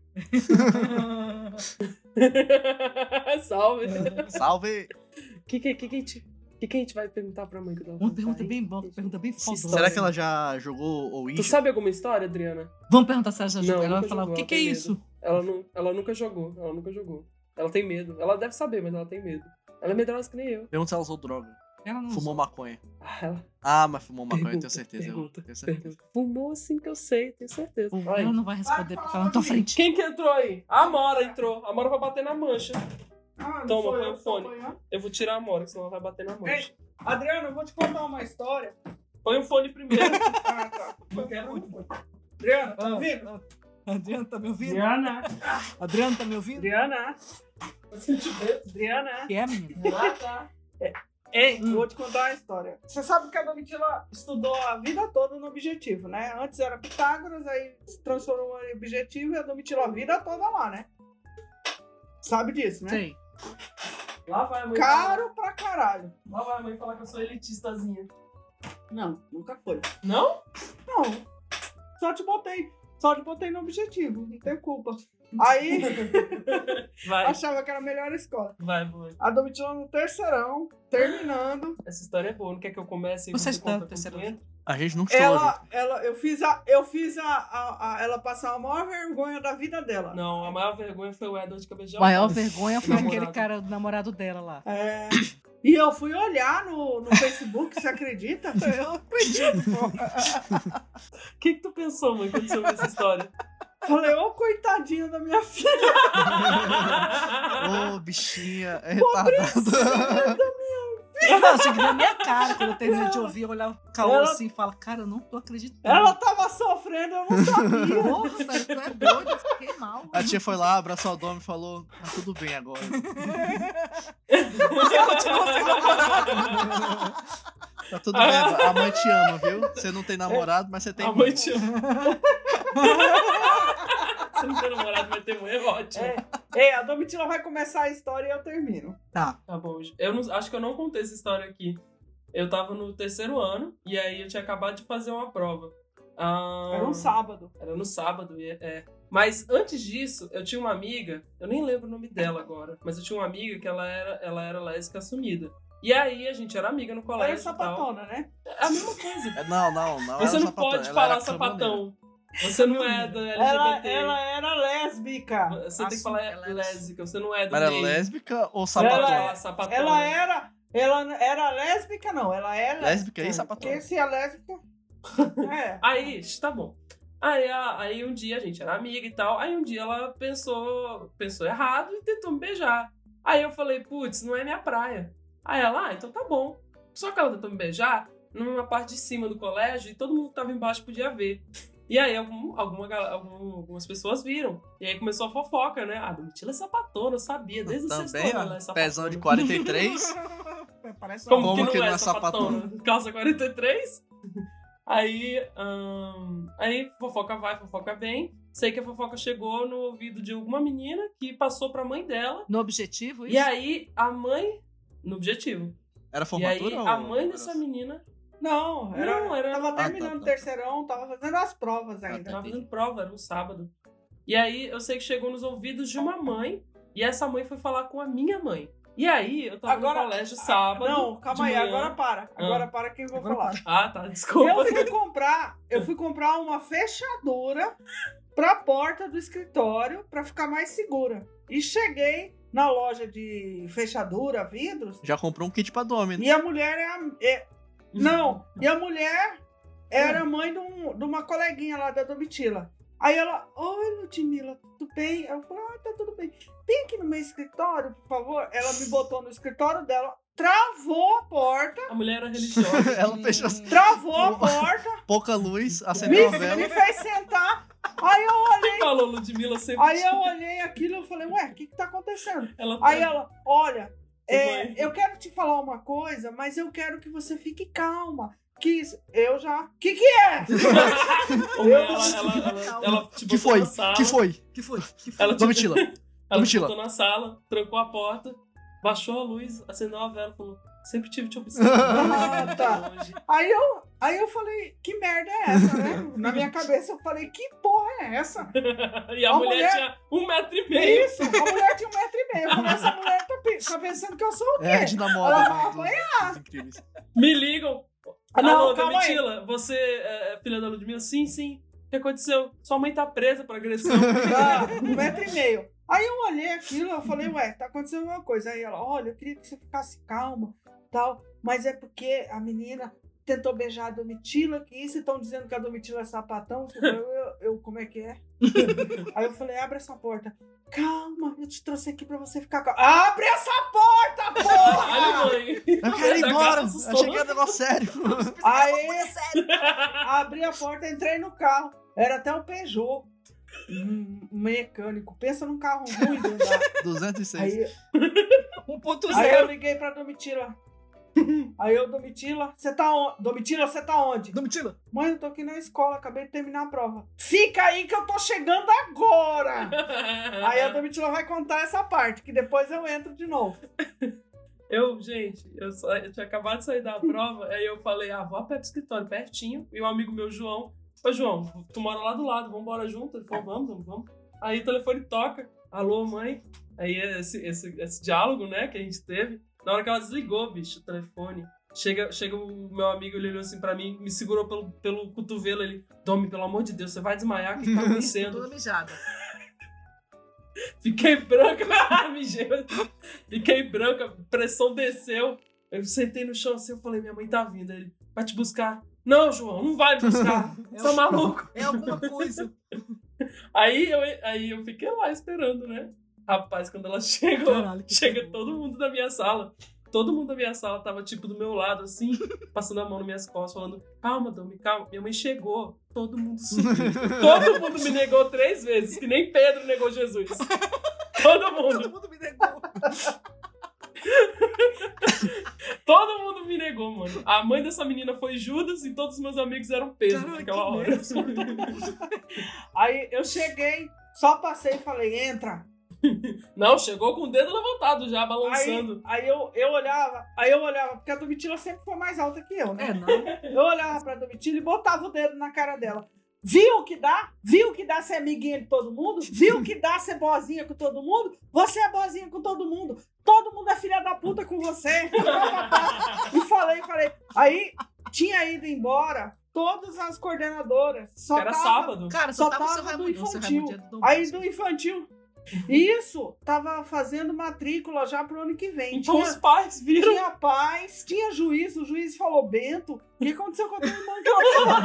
Salve. salve. O que a gente vai perguntar pra mãe que eu tava Uma falando? pergunta bem boa, uma pergunta bem foda. Será que ela já jogou ou Tu sabe alguma história, Adriana? Vamos perguntar se ela já Não, jogou. Ela vai nunca falar, jogou, o que ela que é tem isso? Ela nunca jogou. Ela tem medo. Ela deve saber, mas ela tem medo. Ela é medrosa que nem eu. Pergunta se ela usou droga. Ela não Fumou maconha. Ela... Mas fumou maconha, eu tenho certeza. Pergunta. Tenho certeza. Fumou sim que eu sei, tenho certeza. sabe. Olha Ela aí. não vai responder porque ela não tá à frente. Quem que entrou aí? A Amora entrou. A Amora vai bater na mancha. Ah, não Toma, sou põe eu o que tô fone. apanhando. Eu vou tirar a Amora, senão ela vai bater na mancha. Ei, Adriana, eu vou te contar uma história. Põe o fone primeiro. Ah, tá. Não quero muito. Adriana, tá me ouvindo? Adriana tá me ouvindo? Adriana, Adriana tá me ouvindo? Adriana. Adriana. Que é, menina? Ah, tá. Ei, vou te contar uma história. Você sabe que a Domitila estudou a vida toda no Objetivo, né? Antes era Pitágoras, aí se transformou em Objetivo e a Domitila a vida toda lá, né? Sabe disso, né? Sei. Lá vai a mãe Caro pra caralho. Lá vai a mãe falar que eu sou elitistazinha. Não, nunca foi. Não? Não. Só te botei no Objetivo, não tem culpa. Aí, Vai, achava que era a melhor escola. vai, mãe. A Domitila no terceirão, terminando. Essa história é boa. Não quer que eu comece? e Você você está no conta terceiro com quem? A gente nunca estourou junto. Eu fiz ela passar a maior vergonha da vida dela. Não, a maior vergonha foi o Edward de cabeça de A maior alface. vergonha foi Namorado. aquele cara, o namorado dela lá. É. E eu fui olhar no Facebook, você acredita? Eu acredito. O que tu pensou, mãe, quando você ouviu essa história? Falei, ô coitadinha da minha filha. Ô, bichinha, é retardado. Não, assim, que na minha cara, quando eu terminei de ouvir, eu olhava o Caô Ela- assim e fala, cara, eu não tô acreditando. Ela tava sofrendo, eu não sabia. Porra, velho, tu é doido, eu fiquei mal. A tia foi lá, abraçou o Dom e falou, tá tudo bem agora. Tá tudo bem, a mãe te ama, viu? Você não tem namorado, mas você tem A mãe te ama. Você não tem namorado, mas tem mulher, ótimo. A Domitila vai começar a história e eu termino. Tá. Tá bom. Acho que eu não contei essa história aqui. Eu tava no 3º ano, e aí eu tinha acabado de fazer uma prova. Era um sábado. Era no sábado, Mas antes disso, eu tinha uma amiga, eu nem lembro o nome dela agora, mas eu tinha uma amiga que ela era lésbica assumida. E aí a gente era amiga no colégio Era e tal. sapatona, né? É a mesma coisa. Não. Você era não sapatão, pode ela falar era sapatão. Você não é da Ela LGBT. era lésbica. Você tem que falar lésbica, você não é do Mas era gay. lésbica ou Você sapatão? pode falar sapatona. Ela era lésbica, não. Ela é Lésbica e sapatão. Porque se é lésbica... É. Aí, tá bom. Aí um dia a gente era amiga e tal. Aí um dia ela pensou errado e tentou me beijar. Aí eu falei, putz, não é minha praia. Aí ela, então tá bom. Só que ela tentou me beijar numa parte de cima do colégio e todo mundo que tava embaixo podia ver. E aí algumas pessoas viram. E aí começou a fofoca, né? Ah, Domitila é sapatona, eu sabia. Desde o sexto Também, ano ela é ó, sapatona. pezão de 43. Parece Como Como que não é sapatona? Calça 43? Aí fofoca vai, fofoca vem. Sei que a fofoca chegou no ouvido de alguma menina que passou pra mãe dela. No objetivo, isso? E aí a mãe... No objetivo. Era E formatura aí ou... a mãe dessa menina... Não, era... tava terminando tá. o terceirão, tava fazendo as provas ainda. Tava fazendo prova, era um sábado. E aí eu sei que chegou nos ouvidos de uma mãe. E essa mãe foi falar com a minha mãe. E aí eu tava no colégio sábado. Não, calma de aí, manhã. agora para. Agora para que eu vou falar. Ah, tá, desculpa. Eu fui comprar uma fechadura pra porta do escritório pra ficar mais segura. E cheguei na loja de fechadura, vidros, Já comprou um kit pra Domi, né? e a mulher e a mulher era mãe de uma coleguinha lá da Domitila. Aí ela, oi Ludmila, tudo bem? Eu falei, tá tudo bem. Vem aqui no meu escritório, por favor. Ela me botou no escritório dela, travou a porta, A mulher era religiosa. Ela fechou travou a porta, pouca luz, acendeu a me vela. fez sentar. Aí eu olhei, Falou Ludmilla sempre. aí eu olhei aquilo e falei, ué, o que tá acontecendo? Ela Aí ela, olha, Mãe. eu quero te falar uma coisa, mas eu quero que você fique calma. Que isso, eu já... Que é? Ela te Que botou foi? na sala. Que foi? Que foi? Ela te, Domitila. ela te Domitila. botou na sala, trancou a porta, baixou a luz, acendeu a vela e falou: sempre tive te observando. Ah, tá. Longe. Aí eu falei, que merda é essa, né? Na minha cabeça eu falei, que porra é essa? E a mulher tinha 1,5 m. Isso, a mulher tinha 1,5 m. Eu falei, essa mulher tá pensando que eu sou o quê? É, de Ela namora. vai dos incríveis. Me ligam. Não, Alô, calma aí. Domitila, você é filha da Ludmilla? Sim, sim. O que aconteceu? Sua mãe tá presa por agressão. 1,5 m. Aí eu olhei aquilo, eu falei, ué, tá acontecendo alguma coisa. Aí ela, olha, eu queria que você ficasse calma, tal, mas é porque a menina tentou beijar a Domitila, que isso, estão dizendo que a Domitila é sapatão. Eu como é que é? Aí eu falei, abre essa porta. Calma, eu te trouxe aqui pra você ficar calma. Abre essa porta, porra! Caralho, mãe. Eu quero ir Da embora. casa assustou. Achei que era um negócio sério. Aí, abri a porta, entrei no carro. Era até um Peugeot. Um mecânico. Pensa num carro ruim de andar. 206. Aí, 1.0. aí eu liguei pra Domitila. Aí eu, Domitila, você tá onde? Domitila, você tá onde? Domitila. Mãe, eu tô aqui na escola, acabei de terminar a prova. Fica aí que eu tô chegando agora! Aí a Domitila vai contar essa parte, que depois eu entro de novo. Eu tinha acabado de sair da prova, aí eu falei, vou a pé pro escritório, pertinho, e um amigo meu, João, ô João, tu mora lá do lado, vamos embora junto? Ele falou, vamos. Aí o telefone toca, alô mãe, aí esse diálogo, né, que a gente teve, na hora que ela desligou, bicho, o telefone, Chega o meu amigo, ele olhou assim pra mim, me segurou pelo cotovelo, ele, Domi, pelo amor de Deus, você vai desmaiar, o que tá acontecendo? Toda mijada. Fiquei branca, fiquei branca, pressão desceu. Eu sentei no chão assim, eu falei, minha mãe tá vindo. Ele, vai te buscar? Não, João, não vai me buscar. Você tá maluco? É alguma coisa. Aí eu fiquei lá esperando, né? Rapaz, quando ela chegou, Caralho, que chega terror. todo mundo da minha sala. Todo mundo da minha sala tava, tipo, do meu lado, assim, passando a mão nas minhas costas, falando, calma, Domi, calma. Minha mãe chegou, todo mundo subiu. Todo mundo me negou 3 vezes, que nem Pedro negou Jesus. Todo mundo. Todo mundo me negou. Todo mundo me negou, mano. A mãe dessa menina foi Judas e todos os meus amigos eram Pedro Caralho, naquela que hora. merda. Aí eu cheguei, só passei e falei, entra. Não, chegou com o dedo levantado já, balançando. Aí eu olhava, porque a Domitila sempre foi mais alta que eu, né? É, não. Eu olhava pra Domitila e botava o dedo na cara dela. Viu o que dá? Viu o que dá ser amiguinha de todo mundo? Viu o que dá ser boazinha com todo mundo? Você é boazinha com todo mundo. Todo mundo é filha da puta com você. E falei. Aí tinha ido embora todas as coordenadoras. Só Era tava, sábado. Cara, Só só tava o seu tava do Raimundo. infantil. Aí do infantil. Isso, tava fazendo matrícula já pro ano que vem. Então os pais viram. Tinha paz, tinha juiz, o juiz falou, Bento, o que aconteceu com a tua irmã? Que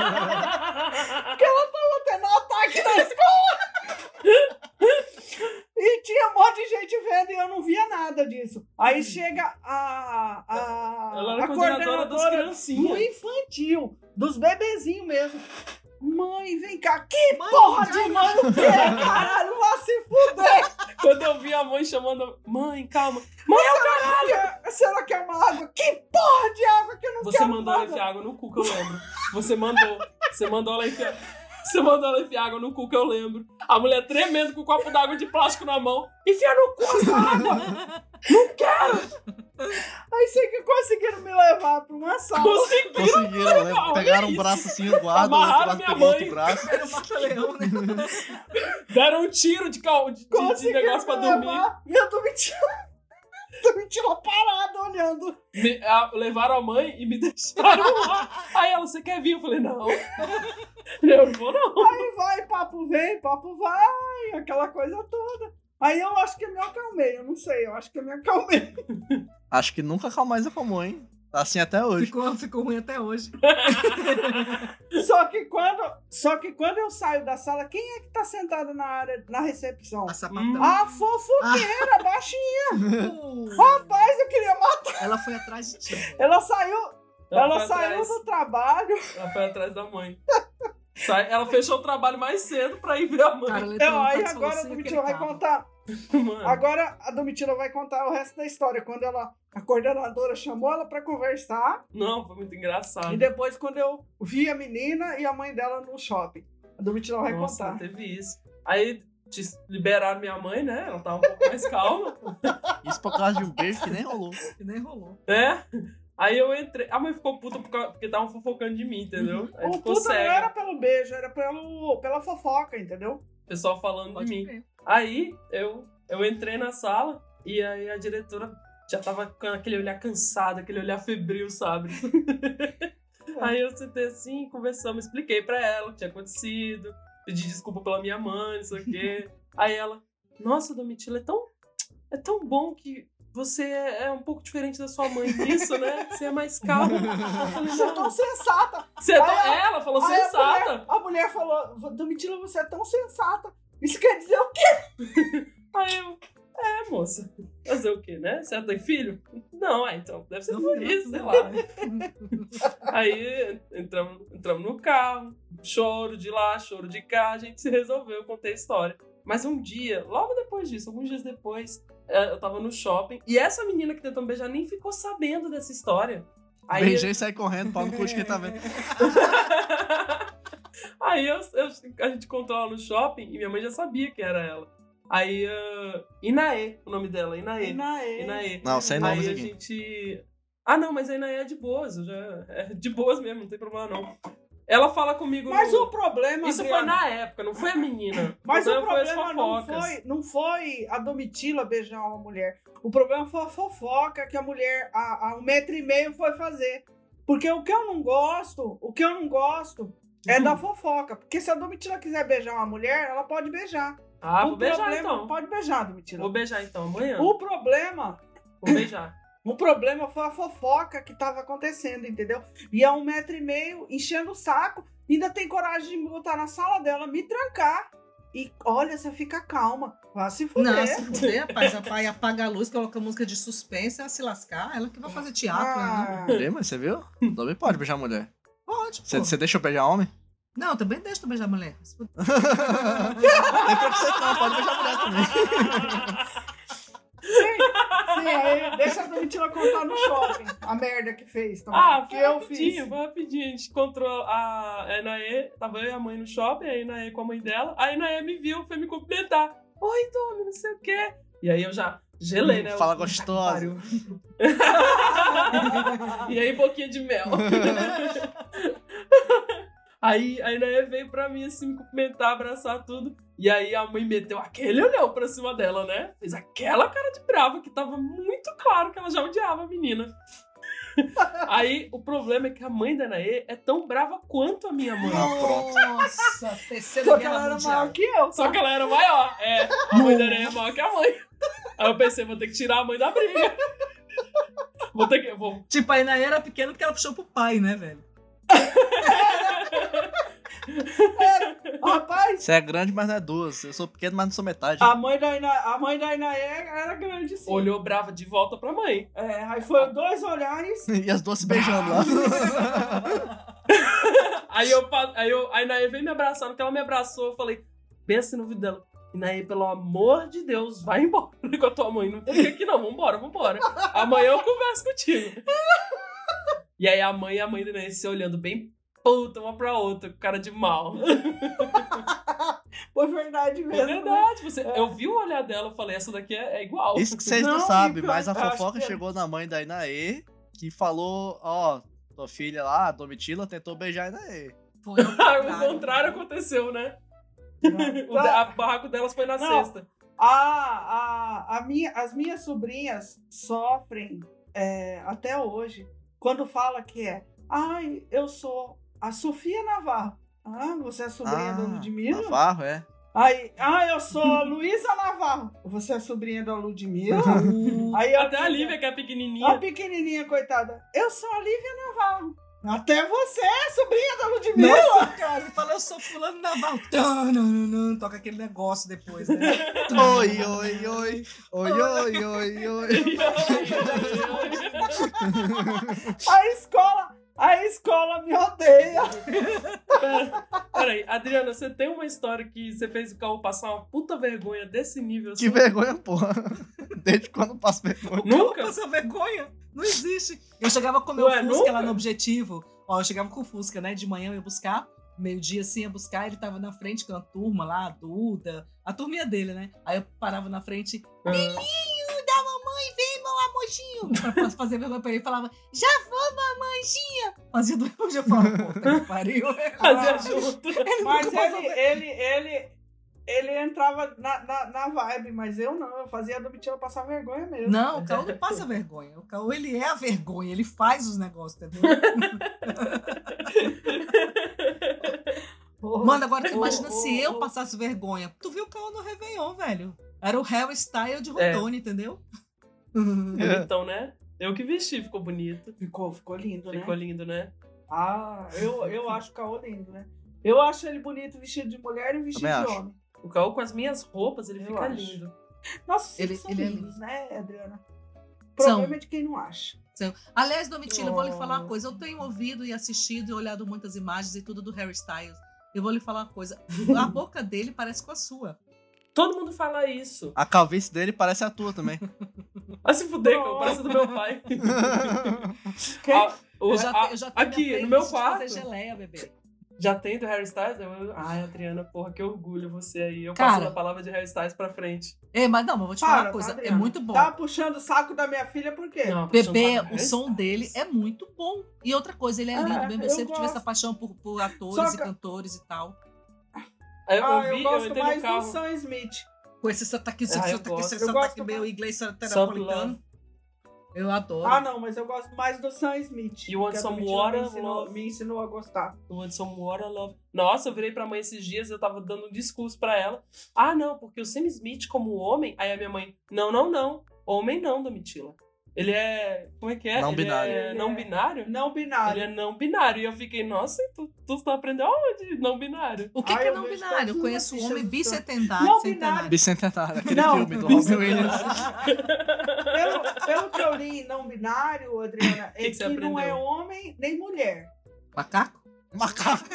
ela tava tendo um ataque na escola. E tinha um monte de gente vendo e eu não via nada disso. Aí chega Ela era a coordenadora das criancinhas. do infantil, dos bebezinhos mesmo. Mãe, vem cá. Que porra de mãe o quê? Caralho, vai se fuder. Quando eu vi a mãe chamando, mãe, calma. Se ela quer uma água, que porra de água que eu não Você quero mandou ela nada. enfiar água no cu, que eu lembro. Você mandou ela enfiar. Você mandou ela enfiar água no cu, que eu lembro. A mulher tremendo com o copo d'água de plástico na mão. Enfia no cu essa água! Não quero! Aí sei que conseguiram me levar pra uma sala. Conseguiram, né? Pegaram um braço assim, o guarda, o outro Amarraram lado minha pegou mãe. outro braço. Era o mata-leão, né? Deram um tiro de Conseguiram negócio pra me dormir. levar. E eu Domitila parada olhando. Levaram a mãe e me deixaram lá. Aí ela, você quer vir? Eu falei, não. Eu não vou, não. Aí vai, papo vem, papo vai. Aquela coisa toda. Aí eu acho que eu me acalmei. Eu não sei, eu acho que eu me acalmei. Acho que nunca mais acalmou, hein? Tá assim até hoje. Ficou ruim até hoje. Só que quando eu saio da sala, quem é que tá sentado na recepção? A sapatão. A fofoqueira, baixinha. Uh, Rapaz, eu queria matar. ela foi atrás de ti. Ela saiu foi saiu atrás. do trabalho. Ela foi atrás da mãe. Ela fechou o trabalho mais cedo pra ir ver a mãe. Cara, Então, aí falou agora a assim, Domitila vai aquele contar. Mano. Agora a Domitila vai contar o resto da história. Quando a coordenadora chamou ela pra conversar. Não, foi muito engraçado. E depois quando eu vi a menina e a mãe dela no shopping. A Domitila vai Nossa, contar. teve isso. Aí liberaram minha mãe, né? Ela tava um pouco mais calma. Isso por causa de um beijo que nem rolou. Que nem rolou. Né? Aí eu entrei. A mãe ficou puta porque estavam fofocando de mim, entendeu? Aí O ficou puta não cega. era pelo beijo, era pela fofoca, entendeu? O pessoal falando Pode de mim. crer. Aí eu entrei na sala e aí a diretora já tava com aquele olhar cansado, aquele olhar febril, sabe? Aí eu sentei assim, conversamos, expliquei pra ela o que tinha acontecido, pedi desculpa pela minha mãe, não sei o quê. Aí ela, nossa, Domitila, é tão bom que você é um pouco diferente da sua mãe nisso, né? Você é mais calma. Eu falei, Você é tão sensata. Ela falou Aí sensata. a mulher falou, Domitila, você é tão sensata. Isso quer dizer o quê? Aí eu, moça, fazer o quê, né? Você tem filho? Não, então deve ser por isso, sei lá. Aí entramos no carro, choro de lá, choro de cá, a gente se resolveu, eu contei a história. Mas um dia, logo depois disso, alguns dias depois, eu tava no shopping e essa menina que tentou me beijar nem ficou sabendo dessa história. Aí Beijei e saí correndo, pau no cu de quem tá vendo. Aí a gente encontrou ela no shopping e minha mãe já sabia que era ela. Aí, Inaê, o nome dela, Inaê. Não, sem nomes Aí a aqui. gente... Ah, não, mas a Inaê é de boas, é de boas mesmo, não tem problema não. Ela fala comigo. Mas o problema, Isso Adriana, foi na época, não foi a menina. Mas o foi as problema fofocas. não foi a Domitila beijar uma mulher. O problema foi a fofoca que a mulher, a 1,5 metro foi fazer. Porque o que eu não gosto é da fofoca. Porque se a Domitila quiser beijar uma mulher, ela pode beijar. Ah, o vou beijar problema, então. Pode beijar, Domitila. Vou beijar então, amanhã. O problema Vou beijar. foi a fofoca que tava acontecendo, entendeu? E a 1,5 metro enchendo o saco, ainda tem coragem de me botar na sala dela, me trancar. E olha, você fica calma. Vai se fuder. Não, se fuder, rapaz. Pai apaga a luz, coloca música de suspense, ela se lascar. Ela que vai fazer teatro, né? Peraí, mas você viu? Também pode beijar mulher. Pode, pô. Você deixa eu beijar homem? Não, também deixa tu beijar mulher. Se fuder. Tem preconceito não, pode beijar mulher também. Sim, aí deixa a Domitila contar no shopping a merda que fez. Também, que eu fiz. Foi rapidinho. A gente encontrou a Enaê, tava eu e a mãe no shopping, a Enaê com a mãe dela. A Enaê me viu, foi me cumprimentar. Oi, Domi, não sei o quê. E aí eu já gelei, né? Fala gostosa. E aí, boquinha de mel. Aí a Enaê veio pra mim, assim, me cumprimentar, abraçar tudo. E aí a mãe meteu aquele olhão pra cima dela, né? Fez aquela cara de brava que tava muito claro que ela já odiava a menina. Aí o problema é que a mãe da Enaê é tão brava quanto a minha mãe. Nossa, terceira Só que ela guerra era mundial. maior que eu. Só que ela era maior. A mãe da Enaê é maior que a mãe. Aí eu pensei, vou ter que tirar a mãe da briga. Vou Tipo, a Inaê era pequena porque ela puxou pro pai, né, velho? Rapaz, Você é grande, mas não é duas. Eu sou pequeno, mas não sou metade. a mãe da Inaê era grande, sim. olhou brava de volta pra mãe. Aí foram 2 olhares. E as duas se beijando lá. A Inaê veio me abraçar. No que ela me abraçou, eu falei, pensa no ouvido dela. Inaê, pelo amor de Deus, vai embora com a tua mãe. Não fica aqui não, vambora. Amanhã eu converso contigo. E aí a mãe e a mãe da Inaê se olhando bem puta uma pra outra, com cara de mal. Foi verdade mesmo. É verdade. Eu vi o olhar dela e falei, essa daqui é igual. Isso que vocês não Não, sabem, e mas a eu acho fofoca que- chegou na mãe da Inaê, que falou, ó, tua filha lá, a Domitila, tentou beijar a Inaê. Foi ao O contrário aconteceu, né? O barraco delas foi na Não. sexta. As minhas sobrinhas sofrem até hoje quando fala que ai, eu sou a Sofia Navarro. Ah, você é sobrinha da Ludmilla? Navarro, é. Aí, eu sou a Luísa Navarro. Você é sobrinha da Ludmilla? Aí Até a Lívia, que é a pequenininha. pequenininha, coitada. Eu sou a Lívia Navarro. Até você é sobrinha da Ludmilla. Nossa, cara, ele fala, eu sou fulano naval. Toca aquele negócio depois, né? Oi, oi, oi. Oi, oi, oi, oi. A escola me odeia. Peraí, Adriana, você tem uma história que você fez o Caô passar uma puta vergonha desse nível Que assim? vergonha, porra. Desde quando eu passo vergonha. Nunca? Essa vergonha não existe. Eu chegava com o meu Ué, Fusca nunca? lá no Objetivo. Ó, eu chegava com o Fusca, né? De manhã eu ia buscar. Meio-dia, assim, ia buscar. Ele tava na frente com a turma lá, a Duda. A turminha dele, né? Aí eu parava na frente. Menino da mamãe, vem, meu amorzinho. Pra fazer vergonha pra ele. Falava, já vou, mamãezinha. Fazia do meu jeito. Eu falava, puta que pariu. Fazia junto. Mas nunca passou ele entrava na vibe, mas eu não. Eu fazia a Domitila passar vergonha mesmo. Não, o Caô não passa vergonha. O Caô, ele é a vergonha. Ele faz os negócios, entendeu? Mano, agora tu imagina se eu passasse vergonha. Tu viu o Caô no Réveillon, velho? Era o hairstyle de Rodone, entendeu? Bonitão, né? Eu que vesti, ficou bonito. Ficou lindo, né? Ficou lindo, né? Eu acho o Caô lindo, né? Eu acho ele bonito vestido de mulher e vestido Também de acho. homem. O Caô com as minhas roupas, ele Eu fica acho. lindo. Nossa, Ele- eles são ele é lindos, né, Adriana? O São. problema é de quem não acha. Aliás, Domitila, eu vou lhe falar uma coisa. Eu tenho ouvido e assistido e olhado muitas imagens e tudo do Harry Styles. Eu vou lhe falar uma coisa. A boca dele parece com a sua. Todo mundo fala isso. A calvície dele parece a tua também. Vai se fuder, Caô, parece do meu pai. Quem? Ah, Eu já tenho aqui, minha no meu playlist de quarto. fazer geleia, bebê. Já tem do Harry Styles? Ai, Adriana, porra, que orgulho você aí. Eu Cara. passo a palavra de Harry Styles pra frente. Mas não, mas vou te falar uma coisa. É Adriana. muito bom. Tá puxando o saco da minha filha por quê? Não, Bebê, puxando o saco som Harry dele Styles. é muito bom. E outra coisa, ele é lindo mesmo. Eu eu sempre tive essa gosto. paixão por atores Só e que- cantores e tal. Aí eu eu vi, eu gosto entrei no mais do carro. Sam Smith. Com esse sotaque, esse Ah, eu sotaque, gosto. esse Eu sotaque gosto meio mais. inglês Soft terapolitano. Love. Eu adoro. Ah, não, mas eu gosto mais do Sam Smith. You Want que a Some Domitila Water, me ensinou, Love? me ensinou a gostar. You Want Some Water, Love. Nossa, eu virei pra mãe esses dias, eu tava dando um discurso pra ela. Ah, não, porque o Sam Smith como homem... Aí a minha mãe, não. Homem não, Domitila. Ele é... Como é que é? Não Ele binário. É não binário? Não binário. Ele é não binário. E eu fiquei, nossa, tu aprendeu onde? Não binário. O que, Ah, que é eu não vejo binário? Eu todas as conheço um notícias homem do bicentenário. Não centenário. Bicentenário, aquele Não, filme do Robin Williams. Pelo que eu li em não binário, Adriana, é Que você que não é aprendeu? homem nem mulher. Macaco? Macaco.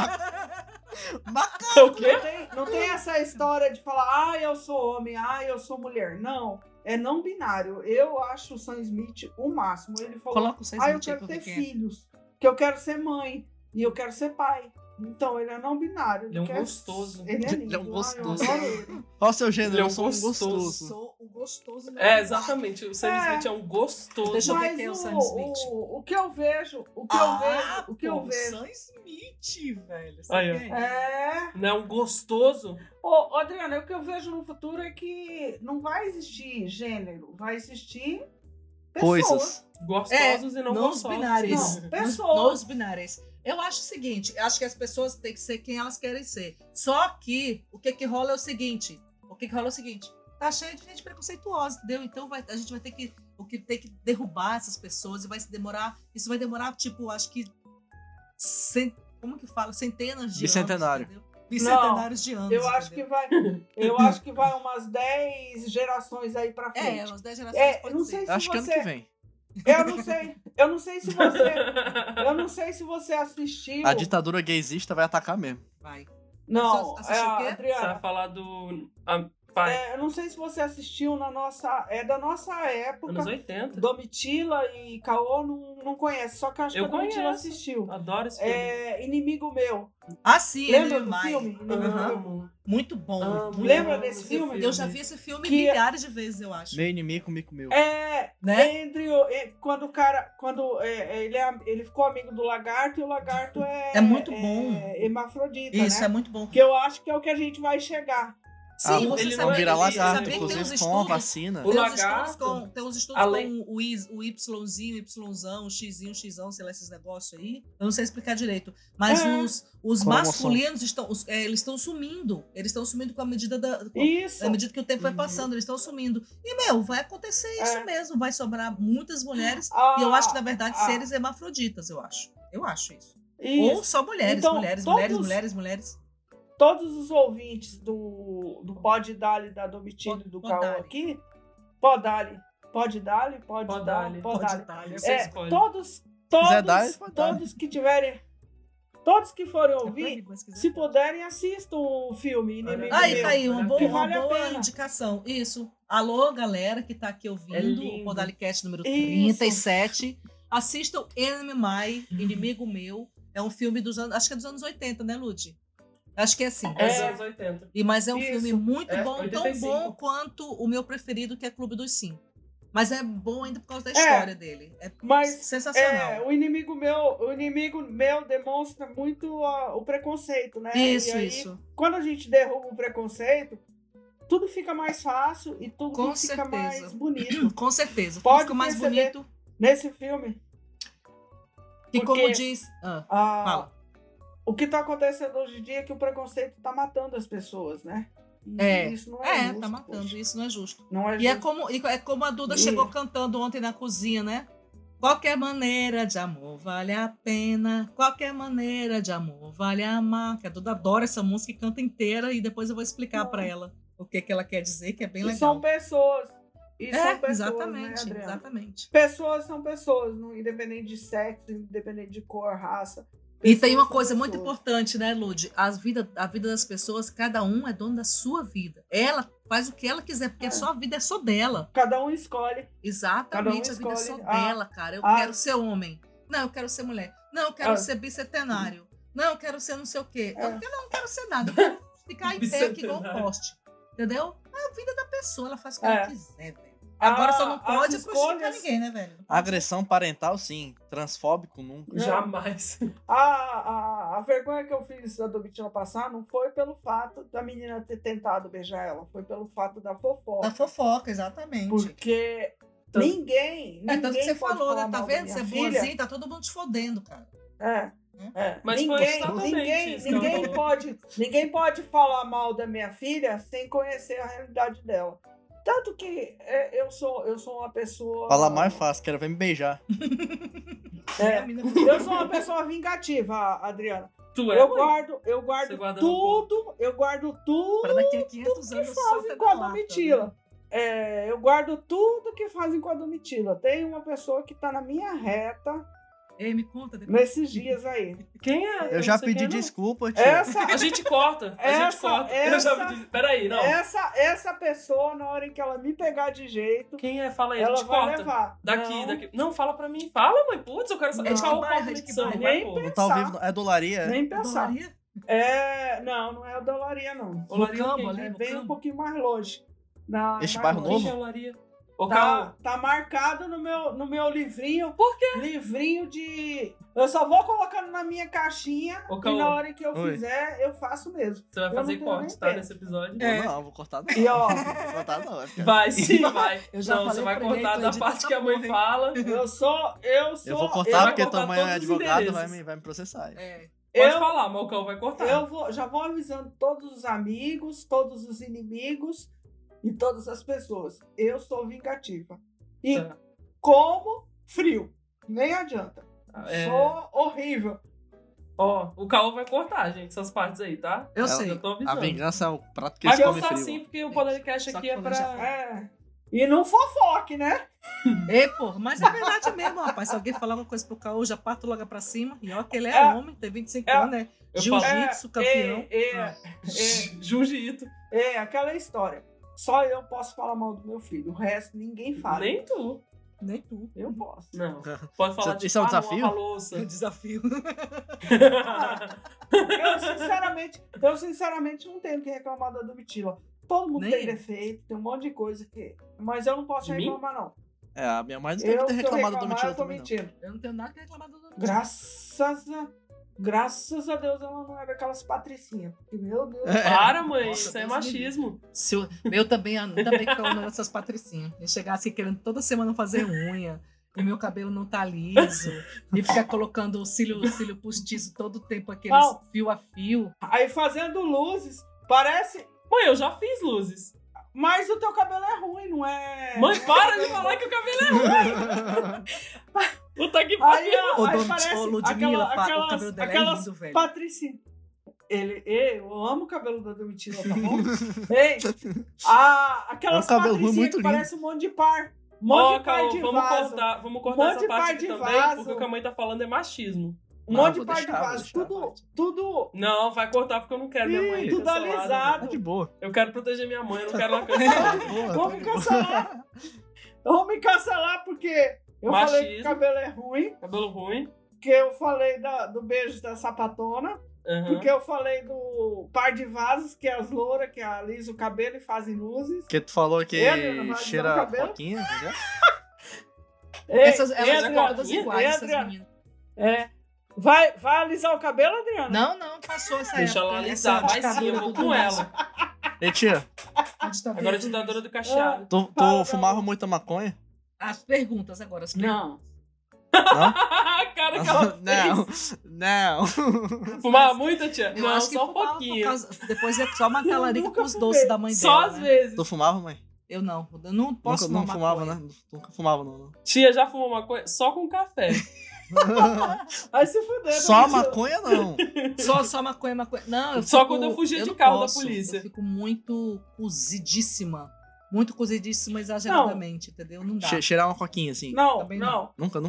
O quê? Não tem essa história de falar, eu sou homem, eu sou mulher. Não, é não binário. Eu acho o Sam Smith o máximo. Ele falou, Coloca o Sam eu Smith aí quero pra ter ver quem é. filhos, que eu quero ser mãe e eu quero ser pai. Então, ele é não binário. Ele é um quer- gostoso. Ele é lindo. Ele é um eu gostoso. adoro ele. Qual o seu gênero? Ele é um Eu sou um gostoso. gostoso. Sou o gostoso. É, exatamente. O Sam É. Smith é um gostoso. Deixa eu ver Mas quem é o Sam Smith. o que eu vejo, o que eu vejo. Sam Smith, velho. Aí, ó. Sabe quem? É. Não é um gostoso? Ô, Adriana, o que eu vejo no futuro é que não vai existir gênero, vai existir pessoas. Coisas. Gostosos e não Não os gostosos. binários. Não, pessoas. Nos binários. Eu acho o seguinte, acho que as pessoas têm que ser quem elas querem ser. Só que o que rola é o seguinte. Tá cheio de gente preconceituosa, entendeu? Então a gente vai ter que derrubar essas pessoas e vai se demorar. Isso vai demorar, tipo, acho que como que fala? Centenas de Bicentenário. anos. Entendeu? Bicentenários de anos. Eu acho que vai umas 10 gerações aí pra frente. umas 10 gerações pode não ser. sei se Acho que ano você- que vem. Eu não sei se você assistiu. A ditadura gaysista vai atacar mesmo. Vai. Não, Assistiu o quê? Você vai Adriana. falar do... Pai, Eu não sei se você assistiu da nossa época. anos 80. Domitila e Caô não conhece, só que eu acho Eu que a Domitila conheço. assistiu. Adoro esse filme. Inimigo Meu. Ah, sim, Lembra ele do mais. filme? Aham. Amo. Muito bom. Amo. muito Lembra bom. desse filme? Eu já vi esse filme Que- milhares de vezes, eu acho. Meu inimigo, mico meu. Né? Quando o cara, ele ficou amigo do lagarto e o lagarto É muito bom. Hermafrodita, Isso, né? é muito bom. Que eu acho que é o que a gente vai chegar. Sim, você ele sabia, não Vão virar ele- lagarto, sabia que tem uns inclusive com a estudos, vacina. O tem uns lagarto, estudos tem uns estudos além- com o Yzinho, Yzão, o Xzinho, Xzão, sei lá, esses negócios aí. Eu não sei explicar direito. Mas os Cromossoma. masculinos eles estão sumindo. Eles estão sumindo com a medida Isso. à medida que o tempo vai passando, eles estão sumindo. E, vai acontecer isso mesmo. Vai sobrar muitas mulheres. E eu acho que, na verdade, seres hermafroditas, eu acho. Eu acho isso. Ou Isso. só mulheres, Então, mulheres. Todos os ouvintes do Pod Dali da Domitila e do Caô Podali. aqui, Podali. Você escolhe. Todos quiser dar, pode dar. todos que tiverem, todos que forem É ouvir, proibido, mas quiser. se puderem, assistam o filme Inimigo Aí, Meu. tá aí, uma Que boa, vale a pena. indicação. Isso. Alô, galera que tá aqui É ouvindo lindo. o Podalicast número Isso. 37. Assistam Enemy My, Inimigo Meu. É um filme dos anos, acho que é dos anos 80, né, Lud? Acho que é assim. É dos anos 80. Mas é um Isso. filme muito É, bom, 85. tão bom quanto o meu preferido, que é Clube dos Cinco. Mas é bom ainda por causa da história dele. É Mas sensacional. o inimigo meu demonstra muito o preconceito, né? Isso, E aí, isso. quando a gente derruba o preconceito, tudo fica mais fácil e tudo Com fica certeza. mais bonito. Com certeza. Pode Fica mais perceber. bonito. Nesse filme, E como Porque- diz. a- Fala. o que tá acontecendo hoje em dia é que o preconceito tá matando as pessoas, né? E isso não é justo. Tá matando. poxa. Isso não é justo. Não é E é justo. como a Duda E- chegou cantando ontem na cozinha, né? Qualquer maneira de amor vale a pena. Qualquer maneira de amor vale amar. Que a Duda adora essa música e canta inteira. E depois eu vou explicar pra ela o que ela quer dizer, que é bem E legal. são pessoas. São pessoas, exatamente, né, Adriana? exatamente. Pessoas são pessoas, independente de sexo, independente de cor, raça. E tem uma Pessoas são coisa muito pessoas. importante, né, Lud? A vida das pessoas, cada um é dono da sua vida. Ela faz o que ela quiser, porque a sua vida é só dela. Cada um escolhe. Exatamente, Cada um a vida é só escolhe dela, cara. Eu a- quero ser homem. Não, eu quero ser mulher. Não, eu quero Ah. ser bicentenário. Não, eu quero ser não sei o quê. Eu não quero ser nada. Eu quero ficar em pé aqui igual um Bicentenário. poste. Entendeu? É a vida da pessoa, ela faz o que ela É. quiser, velho. Agora só não As pode prejudicar escolhas- ninguém, né, velho? Agressão parental, sim. Transfóbico, nunca. Jamais. A vergonha que eu fiz da Domitila passar não foi pelo fato da menina ter tentado beijar ela, foi pelo fato da fofoca. Da fofoca, exatamente. Porque Tanto- ninguém Tanto que você pode falou, falar né? Tá mal da vendo? minha Você é filha. boazinha, tá todo mundo te fodendo, cara. Mas foi exatamente isso que ela falou. ninguém pode falar mal da minha filha sem conhecer a realidade dela. Tanto que eu sou uma pessoa. Falar mais fácil, quero ver me beijar. É, A mina- eu sou uma pessoa vingativa, Adriana. Tu é, Eu mãe? guardo Você guarda tudo, eu guardo tudo Pra daqui a 500 que anos fazem solta com da a lata, Domitila. Eu guardo tudo que fazem com a Domitila. Tem uma pessoa que tá na minha reta né? Ei, me conta depois. nesses dias aí. Quem é? Eu já não sei pedi quem é, não. desculpa, tio. Essa, A gente corta. A gente Essa- corta. Eu já essa- pedi. Peraí, não. essa pessoa, na hora em que ela me pegar de jeito, Quem é? Fala aí, a ela gente vai corta. levar. Daqui, Não, daqui. Não, fala pra mim. Fala, mãe. Putz, eu quero saber. É de que Qual bairro? a É de que edição? bairro? Vai, Nem pô. Não tá ao vivo, é dolaria, é? nem pensar. Dolaria? Não é a Dolaria, não. Olaria Campo quem? ali. É no bem um campo. pouquinho mais longe. Não, é Este mais bairro longe. Quem novo? que é Olaria? Ô, Cal. Tá marcado no meu livrinho. Por quê? Livrinho de. Eu só vou colocando na minha caixinha Ô, e Caô. na hora que eu Oi. fizer, eu faço mesmo. Você vai Eu fazer não tenho corte, nem tá? tempo. Nesse episódio? Não, vou cortar não. E ó, Não vou cortar não. Vai ficar- Vai, sim, vai. Eu já Não, você falei vai pra ele, cortar tu da edita parte essa que a mãe porra, hein? fala. Eu vou cortar vai porque cortar tua mãe é todos os advogada, endereços. vai me processar. É. Pode Eu, falar, mas o Cão vai cortar. já vou avisando todos os amigos, todos os inimigos e todas as pessoas. Eu sou vingativa. E Tá. como frio. Nem adianta. É. Sou horrível. Ó, o Caô vai cortar, gente, essas partes aí, tá? Eu Ela- sei. Eu tô A avisando. vingança é o prato que Vai eles comem cortar frio. sim, porque o podcast Só aqui que é quando já pra... E não fofoque, né? Ei, porra, mas é verdade mesmo, rapaz. Se alguém falar alguma coisa pro Caô, já parto logo pra cima. E ó, que ele é É. homem, tem 25 É. anos, né? Eu falo- Jiu-jitsu, campeão. Jiu-jitsu. Aquela história. Só eu posso falar mal do meu filho. O resto ninguém fala. Nem tu. Nem tu. Eu posso. Não. Pode falar Isso é um não desafio? lava a louça. É desafio. Eu sinceramente não tenho o que reclamar da Domitila. Todo mundo Nem tem eu. defeito, tem um monte de coisa que. Mas eu não posso De mim? reclamar, não. É, a minha mãe não deve ter Se eu reclamado do reclamar, Domitila eu tô também, não. mentindo. Eu não tenho nada que reclamar do Domitila. Graças a Deus ela não é daquelas patricinhas. Porque, meu Deus. Para, mãe. Nossa, Isso é Deus me machismo. Se eu, meu também, ainda bem que eu não essas patricinhas. Eu chegar assim querendo toda semana fazer unha. E meu cabelo não tá liso. E ficar colocando o cílio postiço todo o tempo, aqueles Não. fio a fio. Aí fazendo luzes, parece. Mãe, eu já fiz luzes. Mas o teu cabelo é ruim, não é? Mãe, para de falar que o cabelo é ruim. Puta que Aí, pariu. Ô, aí parece ô Ludmilla, o aquelas cabelo dela é aquelas lindo, velho. patricinhas. Eu amo o cabelo da Domitila, tá bom? Ei, aquelas É um cabelo ruim patricinhas muito que lindo. parece um monte de par. Um Ó, monte de par Caô, de vamos vaso. vamos Um cortar monte essa de parte par aqui de também, vaso. porque o que a mãe tá falando é machismo. Um Não, monte de vou par deixar, de vou vaso. deixar, Tudo. Não, vai cortar porque eu não quero minha mãe Tudo cancelada. alisado. Tá de boa. Eu quero proteger minha mãe, eu não quero ela Tá cancelada. de boa. Vamos me cancelar. Vamos me cancelar porque eu falei que o Machismo. cabelo é ruim. Cabelo ruim. Porque eu falei do beijo da sapatona. Aham. Porque eu falei do par de vasos, que é as louras, que alisam o cabelo e fazem luzes. Porque tu falou que Adriana, vai cheira alisar o cabelo? foquinha, já? Ei, Essas, elas Adriana, são todas Adriana, iguais, essas Adriana. meninas. Vai alisar o cabelo, Adriana? Não, passou essa Deixa época. ela Essa alisar, vai sim, ditadura eu vou do com Luiz. ela. E tia, A ditadura Agora a do ditadura Luiz. do cacheado. tu Fala, fumava muita maconha? As perguntas agora, as perguntas. Não. Não? A cara que ela fez. Não. Fumava muito, tia? Eu Não, acho que só um fumava por pouquinho. causa- Depois é só uma talarica nunca com os fumei. doces da mãe Só dela. às né? vezes. Tu fumava, mãe? Eu não posso Nunca, não fumar fumava, maconha. né? Nunca fumava, não. Tia já fumou maconha? Só com café. Aí se fuder. Só Domitila. maconha, não. Só maconha. Não, eu Só fico- quando eu fugia de não carro da posso, polícia. Eu fico muito cozidíssima. Muito cozidíssima exageradamente, entendeu? Não dá. Cheirar uma coquinha, assim. Não, Também não. Nunca.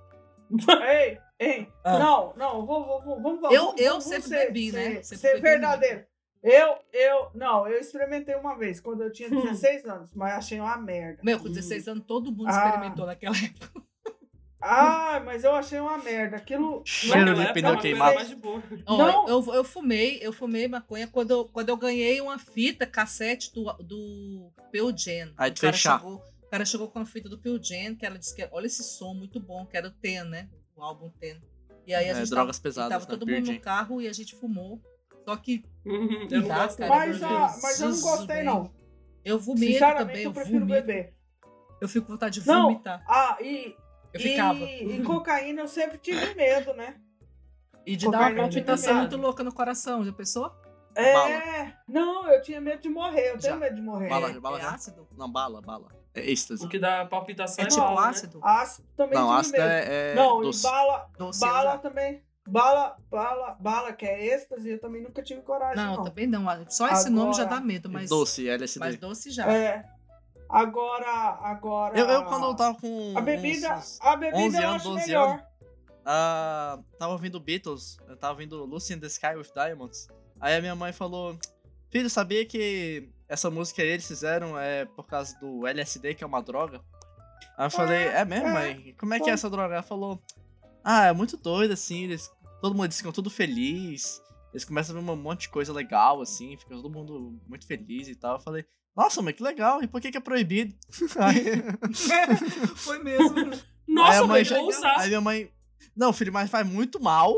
Ei. Ah. Não, vamos. Eu sempre bebi, né? Sempre Ser bebi verdadeiro. Eu experimentei uma vez, quando eu tinha 16 anos, mas achei uma merda. Meu, com 16 anos todo mundo Ah. experimentou naquela época. Ah, mas eu achei uma merda. Aquilo. Cheiro Naquela de época, pneu uma coisa queimado. mais de boa. Não. Ó, eu fumei maconha quando eu ganhei uma fita cassete do Pearl Jam. Aí O tu cara fez chá. O cara chegou com a fita do Pearl Jam, que ela disse que olha esse som muito bom, que era o Ten, né? O álbum Ten. E aí a gente Drogas tava, pesadas, tava né? todo Pearl mundo Jam. no carro e a gente fumou. Só que Eu não Dá, gosto cara, não. Mas eu não gostei, bem. não. eu vomito Sinceramente, também, eu eu prefiro vomito. beber. Eu fico com vontade de Não. vomitar. Ah, Eu ficava. E cocaína eu sempre tive medo, né? E de dar uma cocaína é palpitação pesado. muito louca no coração, já pensou? É. Não, eu tinha medo de morrer. Eu tenho Já. medo de morrer. Bala É já? ácido? Não, bala. É êxtase. O que dá palpitação É é tipo bala, né? ácido? Ácido também Não, tive ácido medo. é Não, doce. e bala Doce bala já. também. Bala, que é êxtase, eu também nunca tive coragem, Não, não. também não. Só esse nome já Agora- dá medo, mas Doce, LSD. mas doce já. É. Agora. Eu quando eu tava com A bebida, uns a bebida 11 eu anos, acho 12 melhor. tava ouvindo Beatles, eu tava ouvindo Lucy in the Sky with Diamonds. Aí a minha mãe falou: Filho, sabia que essa música aí eles fizeram por causa do LSD, que é uma droga? Aí eu falei: É mesmo, mãe? Como é que é essa droga? Ela falou: Ah, é muito doido, assim, todo mundo ficam tudo feliz, eles começam a ver um monte de coisa legal, assim, fica todo mundo muito feliz e tal. Eu falei: Nossa, mãe, que legal, e por que é proibido? Aí, Foi mesmo. aí Nossa, a mãe mãe, já- vou usar. Aí minha mãe: Não, filho, mas faz muito mal.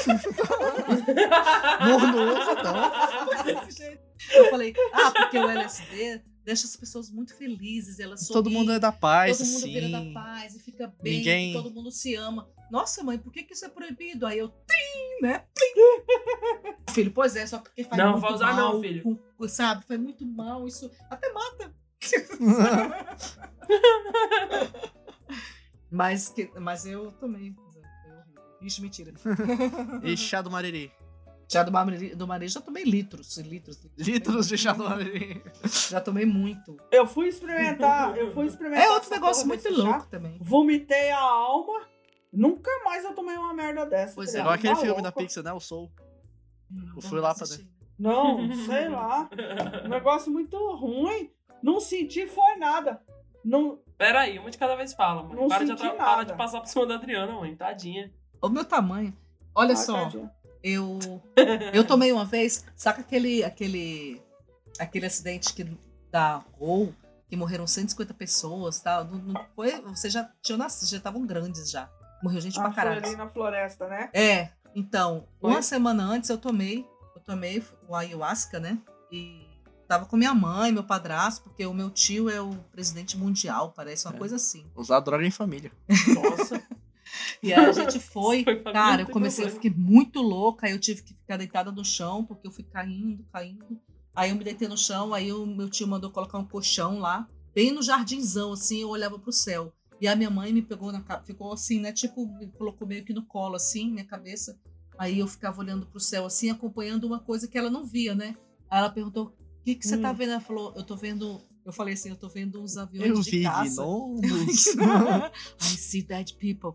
Não usa, não. Eu falei, porque o LSD deixa as pessoas muito felizes, elas Todo mundo é da paz, todo mundo assim. vira da paz e fica bem, Ninguém- todo mundo se ama. Nossa, mãe, por que isso é proibido? Aí eu, tim, né? Tim. Filho, pois é, só porque faz Não, muito vai usar mal, não, filho. sabe, faz muito mal, isso até mata. mas eu tomei. Foi horrível. Ixi, mentira. E chá do Mariri. Já do Mariri já tomei litros. Litros de chá do Mariri. Já tomei muito. Eu fui experimentar. É outro essa negócio porra muito desse chá. louco também. Vomitei a alma. Nunca mais eu tomei uma merda dessa. Pois É é, igual aquele Tá filme da louco. Pixar, né? O Soul. Eu fui Vamos lá pra assistir. Não, sei lá. Um negócio muito ruim. Não senti foi nada. Não, Pera aí, uma de cada vez fala, mãe. Não Para senti para nada. de passar por cima da Adriana, mãe. Tadinha. O meu tamanho. Olha Ah, só, tadinha. eu tomei uma vez, saca aquele acidente da Gol, que morreram 150 pessoas, tal. Não foi, vocês já tinham nascido, já estavam grandes já. Morreu gente pra Foi caralho. ali na floresta, né? É, então, Foi? uma semana antes eu tomei o ayahuasca, né? E tava com minha mãe, meu padrasto, porque o meu tio é o presidente mundial, parece uma É. coisa assim. Usar droga em família. Nossa. E aí a gente foi, Foi família, cara, não eu tem comecei, eu problema. fiquei muito louca, aí eu tive que ficar deitada no chão, porque eu fui caindo. Aí eu me deitei no chão, aí o meu tio mandou colocar um colchão lá, bem no jardinzão, assim, eu olhava pro céu. E a minha mãe me pegou ficou assim, né, tipo, me colocou meio que no colo, assim, minha cabeça. Aí eu ficava olhando pro céu, assim, acompanhando uma coisa que ela não via, né? Aí ela perguntou, o que você tá vendo? Ela falou, eu falei assim, eu tô vendo uns aviões Eu de vi caça. gnomos. I see dead people.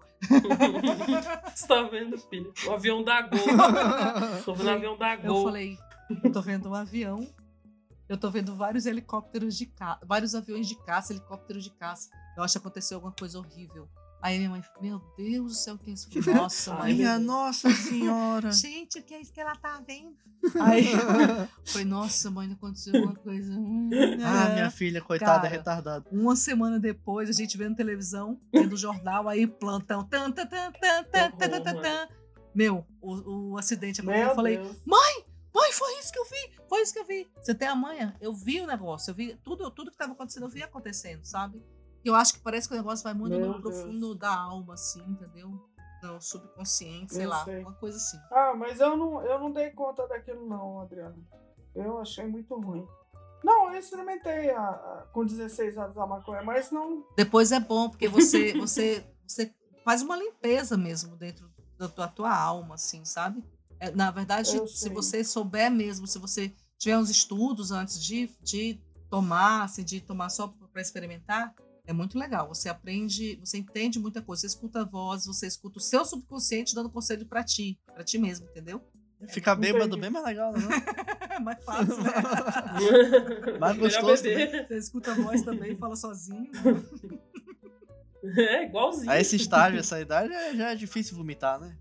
Você tá vendo, filho? O avião da Gol. Tô vendo o avião da Eu Gol. falei, eu tô vendo um avião, eu tô vendo vários helicópteros de caça, vários aviões de caça, helicópteros de caça. Eu acho que aconteceu alguma coisa horrível. Aí minha mãe, meu Deus do céu, que é isso? Eu falei, nossa, mãe. Minha Nossa Senhora. Gente, o que é isso que ela tá vendo? Aí eu falei, nossa, mãe, aconteceu alguma coisa. Minha filha, coitada, Cara. é retardada. Uma semana depois, a gente vendo televisão, vendo jornal, aí plantão. Tan, tan, tan, tan, tan, tan, tan, tan, tan. Meu, o acidente aconteceu. Eu falei, Deus. mãe, foi isso que eu vi. Você tem a manha? Eu vi o negócio, eu vi tudo que estava acontecendo, eu vi acontecendo, sabe? Eu acho que parece que o negócio vai muito Meu no profundo da alma, assim, entendeu? No subconsciente, sei Eu lá, sei. uma coisa assim. Ah, mas eu não dei conta daquilo não, Adriana. Eu achei muito ruim. Não, eu experimentei com 16 anos a maconha, mas não... Depois é bom, porque você faz uma limpeza mesmo dentro da tua alma, assim, sabe? Na verdade, Eu se sei. você souber mesmo, se você tiver uns estudos antes de tomar, assim, de tomar só para experimentar, é muito legal. Você aprende, você entende muita coisa. Você escuta a voz, você escuta o seu subconsciente dando conselho pra ti mesmo, entendeu? Ficar bêbado Entendi. bem mais legal, né? É mais fácil, né? Mais Melhor gostoso beber. Você escuta a voz também, fala sozinho. É, igualzinho. A esse estágio, essa idade, já é difícil vomitar, né?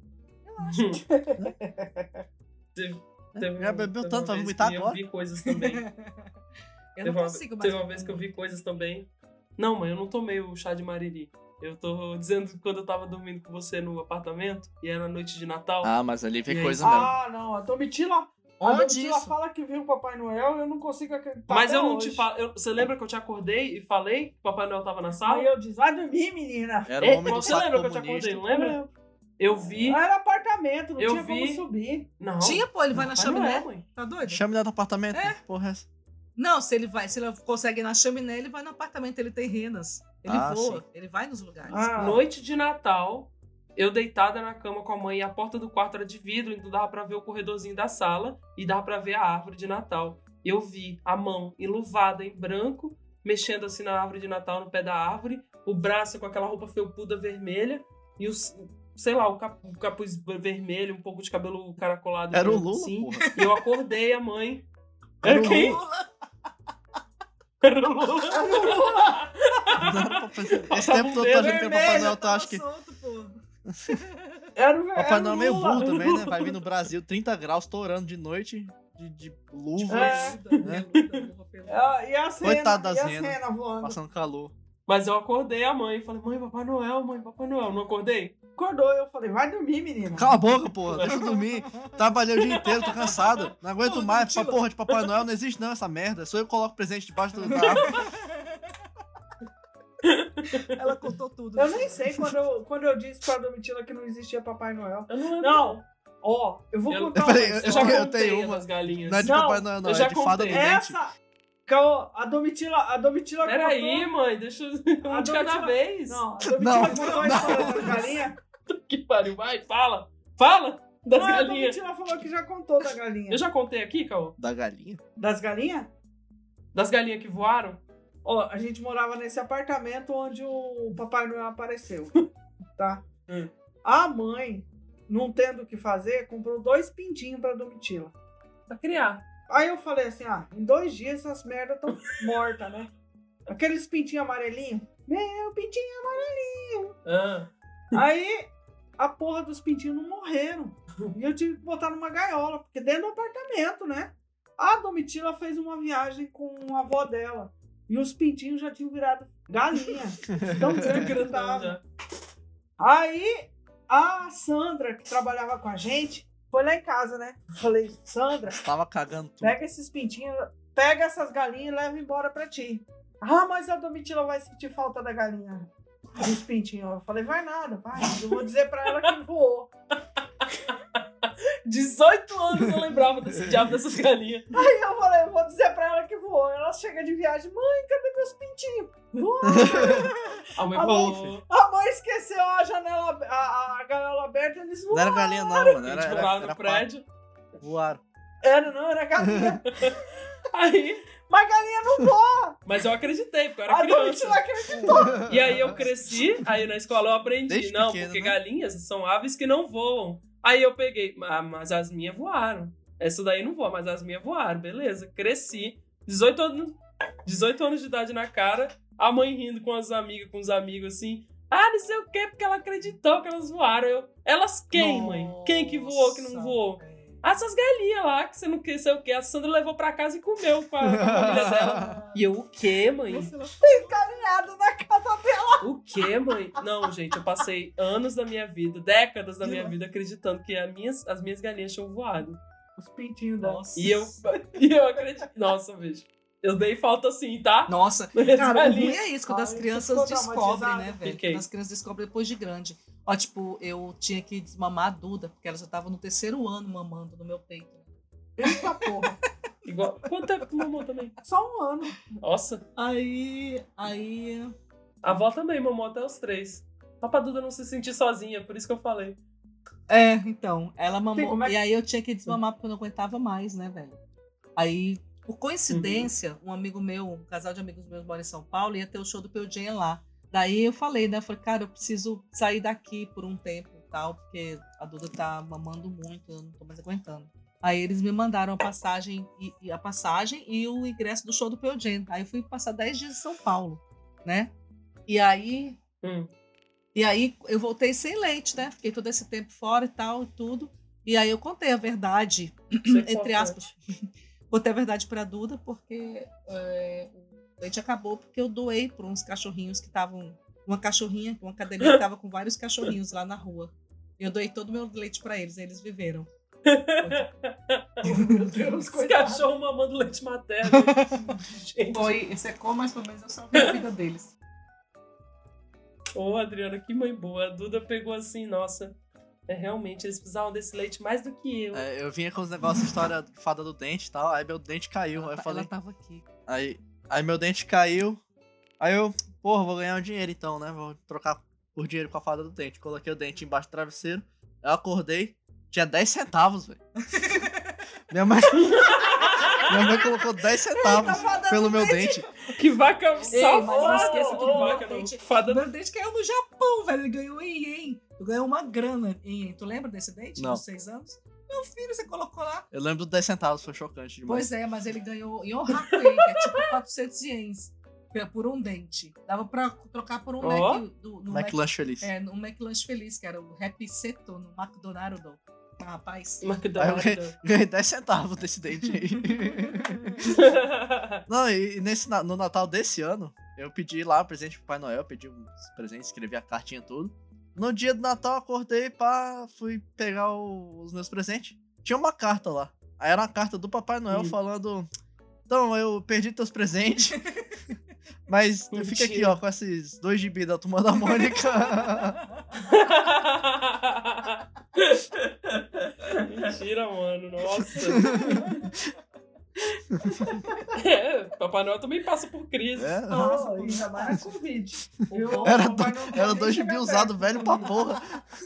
Já bebeu tanto pra vomitar agora? Eu vi coisas também. Eu não consigo mais. Teve uma vez que eu vi coisas também. Não, mãe, eu não tomei o chá de Mariri. Eu tô dizendo que quando eu tava dormindo com você no apartamento, e era noite de Natal. Ah, mas ali E vem aí? coisa mesmo. Ah, não, a Domitila Onde isso? fala que viu o Papai Noel e eu não consigo acreditar. Mas até eu não hoje. te falo. Você lembra que eu te acordei e falei que o Papai Noel tava na sala? Aí eu disse, vai dormir, menina. Era o homem do Você saco lembra que eu te comunista. acordei, não lembra? Eu vi. Era apartamento, não Eu tinha vi. como subir. Não. Tinha, pô, ele vai na Papai Noel, chaminé. mãe. Tá doido? Chame dentro do apartamento. Porra, é essa? Não, se ele consegue ir na chaminé, ele vai no apartamento, ele tem renas. Ele voa, sim. ele vai nos lugares. Ah, Noite de Natal, eu deitada na cama com a mãe, e a porta do quarto era de vidro, então dava pra ver o corredorzinho da sala e dava pra ver a árvore de Natal. Eu vi a mão enluvada em branco, mexendo assim na árvore de Natal, no pé da árvore, o braço com aquela roupa felpuda vermelha e sei lá, o capuz vermelho, um pouco de cabelo caracolado. Era o branco, Lula, assim. porra. E eu acordei a mãe. Era Era o quem? Lula. Era o Lula. Esse tempo todo eu tô achando que é Papai Noel, tu acha que... Solto, pô. Era o Papai Noel é meio Lula. burro também, né? Vai vir no Brasil, 30 graus, torando de noite, de luva, E as renas, Coitado das e as renas. renas voando. passando calor. Mas eu acordei a mãe. Falei, mãe, Papai Noel, mãe, Papai Noel. Não acordei? Acordou, eu falei, vai dormir, menina. Cala a boca, porra, deixa eu dormir. Trabalhei o dia inteiro, tô cansado. Não aguento Pô, mais, mentira. porra de Papai Noel, não existe não essa merda. Só eu coloco presente debaixo da árvore. Ela contou tudo. Eu nem sei quando eu disse pra Domitila que não existia Papai Noel. Eu não lembro. Não, ó, eu vou Eu- contar Peraí, uma Eu já história. eu tenho contei uma. das galinhas. Não é de Não, Papai Noel, não, eu é já de fada do contei. dente. Essa, que a Domitila Peraí, contou... mãe, deixa eu... Um de cada Domitila- vez. Não, a Domitila Não, contou a história das galinhas. Que pariu, vai, fala. Fala das Não, a galinhas. Domitila falou que já contou da galinha. Eu já contei aqui, Caô? Da galinha? Das galinhas? Das galinhas que voaram? Ó, a gente morava nesse apartamento onde o Papai Noel apareceu, tá? A mãe, não tendo o que fazer, comprou 2 pintinhos pra Domitila. Pra criar. Aí eu falei assim, em 2 dias essas merdas estão mortas, né? Aqueles pintinhos amarelinhos. Meu pintinho amarelinho. Ah, Aí a porra dos pintinhos não morreram. E eu tive que botar numa gaiola, porque dentro do apartamento, né? A Domitila fez uma viagem com a avó dela. E os pintinhos já tinham virado galinha. Tão grande que grandão tava. já. Aí a Sandra, que trabalhava com a gente, foi lá em casa, né? Falei, Sandra, Tava cagando tudo. pega esses pintinhos, pega essas galinhas e leva embora pra ti. Ah, mas a Domitila vai sentir falta da galinha. Dos pintinhos. Eu falei, vai nada, vai. Eu vou dizer pra ela que voou. 18 anos eu lembrava desse diabo dessas galinhas. Aí eu falei, eu vou dizer pra ela que voou. Ela chega de viagem, mãe, cadê meus pintinhos? Voou. A mãe Alô? falou. A mãe esqueceu a janela, a gaiola aberta, eles Não voaram. era galinha não, mano. A Era, gente era, morava era no prédio. pato. Voaram. Não, era galinha. Aí, Mas galinha não voa. mas eu acreditei, porque eu era A criança. Domitila acreditou. E aí eu cresci, aí na escola eu aprendi. Desde não, pequeno, porque né? galinhas são aves que não voam. Aí eu peguei, mas as minhas voaram. Essa daí não voa, mas as minhas voaram, beleza. Cresci, 18 anos de idade na cara, a mãe rindo com as amigas, com os amigos assim. Ah, não sei o quê, porque ela acreditou que elas voaram. Elas quem, mãe? Quem que voou, que não Nossa, voou? velho. Essas galinhas lá, que você não quer sei o quê. A Sandra levou pra casa e comeu com a família dela. E eu, o quê, mãe? Tem galinhada na casa dela. O quê, mãe? Não, gente, eu passei anos da minha vida, décadas da minha vida, acreditando que as minhas galinhas tinham voado. Os pintinhos dela. Nossa. E eu acredito. Nossa, bicho. Eu dei falta assim, tá? Nossa, As cara, o galinhas. ruim é isso, quando Ah, as você crianças ficou descobrem, né, traumatizada? velho? Fiquei. Quando as crianças descobrem depois de grande. Ó, tipo, eu tinha que desmamar a Duda, porque ela já tava no 3º ano mamando no meu peito. Eita porra. Igual... Quanto tempo tu mamou também? Só 1 ano. Nossa. Aí. A avó também mamou até os 3. Só pra Duda não se sentir sozinha, por isso que eu falei. É, então, ela mamou. Sim, como é que- E aí eu tinha que desmamar porque eu não aguentava mais, né, velho? Aí, por coincidência, um amigo meu, um casal de amigos meus mora em São Paulo, ia ter o show do Pearl Jam lá. Daí eu falei, né? Eu falei, cara, eu preciso sair daqui por um tempo e tal, porque a Duda tá mamando muito, eu não tô mais aguentando. Aí eles me mandaram a passagem e o ingresso do show do Pearl Jam. Aí eu fui passar 10 dias em São Paulo, né? E aí E aí eu voltei sem leite, né? Fiquei todo esse tempo fora e tal, e tudo. E aí eu contei a verdade, entre aspas. Contei a verdade pra Duda, porque o leite acabou, porque eu doei para uns cachorrinhos que estavam... Uma cadelinha que tava com vários cachorrinhos lá na rua. Eu doei todo o meu leite pra eles, e eles viveram. Meu Deus, Os coitado. cachorros mamando leite materno. Gente. Foi secou, mas pelo menos eu salvei a vida deles. Ô, Adriana, que mãe boa. A Duda pegou assim, nossa. Realmente, eles precisavam desse leite mais do que eu. Eu vinha com os negócios de história de fada do dente e tal, aí meu dente caiu. Aí eu falei. Ela tava aqui. Aí meu dente caiu. Aí eu, porra, vou ganhar um dinheiro então, né? Vou trocar por dinheiro com a fada do dente. Coloquei o dente embaixo do travesseiro. Eu acordei, tinha 10 centavos, velho. Minha mãe colocou 10 centavos pelo meu dente. Que vaca Ei, safada! mas não esqueça que Ô, meu vaca, dente, não. Fada meu dente caiu no Japão, velho. Ele ganhou em ien. Tu ganhou uma grana em ien. Tu lembra desse dente? Não. Dos 6 anos? Meu filho, você colocou lá. Eu lembro dos 10 centavos, foi chocante demais. Pois é, mas ele ganhou em Ohaku, que é tipo 400 ienes por um dente. Dava pra trocar por um Ó. Mac... no McLanche feliz. no McLanche Feliz, que era o Happy Seto no McDonald's. Ah, rapaz. Aí eu McDonald's. ganhei 10 centavos desse dente aí. Não, e no Natal desse ano, eu pedi lá presente pro Pai Noel, pedi uns presentes, escrevi a cartinha tudo. No dia do Natal, acordei, fui pegar os meus presentes. Tinha uma carta lá. Aí era uma carta do Papai Noel falando: então, eu perdi teus presentes, mas eu fico aqui, ó, com esses 2 GB da Turma da Mônica. Mentira, mano. Nossa. Papai Noel também passa por crise. É, Nossa, ainda mais na Covid. era 2 GB usado, velho pra porra.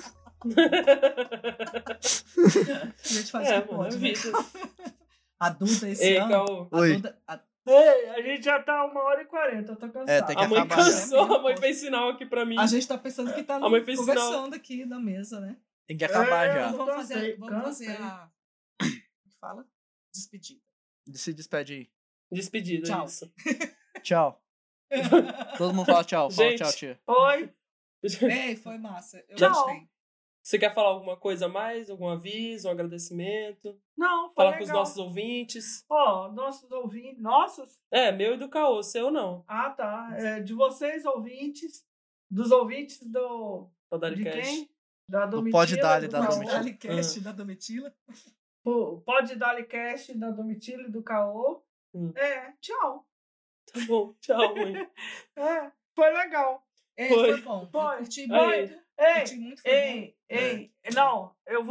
A gente faz o que Mano, pode, é né? vida. A Duda esse Ei, ano... Caô. A Oi. Duda, Ei, a gente já tá 1h40, eu tô cansado. tem que A mãe acabar, cansou, né? a mãe fez sinal aqui pra mim. a gente tá pensando que tá A mãe fez conversando aqui na mesa, né? Tem que acabar É, já. eu Vamos fazer cansei. a... Fala? Despedida. Se despede aí. Despedida, Tchau. isso. Tchau. Todo mundo fala tchau. Fala Gente. tchau, tia. Oi. Ei, foi massa. Eu Tchau. gostei. Você quer falar alguma coisa a mais? Algum aviso, um agradecimento? Não, foi Falar legal. com os nossos ouvintes? Ó, nossos ouvintes... Nossos? Meu e do Caô, seu não. Ah, tá. De vocês, ouvintes. Dos ouvintes do... Pra dar De cash. quem? Da Domitila. Pode Dali, do da Caô. Domitila. Dalicast da Domitila. Pode Dali Cast da Domitila e do Caô. Tchau. Tá bom, tchau, mãe. Foi legal. Ei, Foi. foi bom. Foi. Eu curti Aí. muito. Ei, Curti muito, foi ei. Não, eu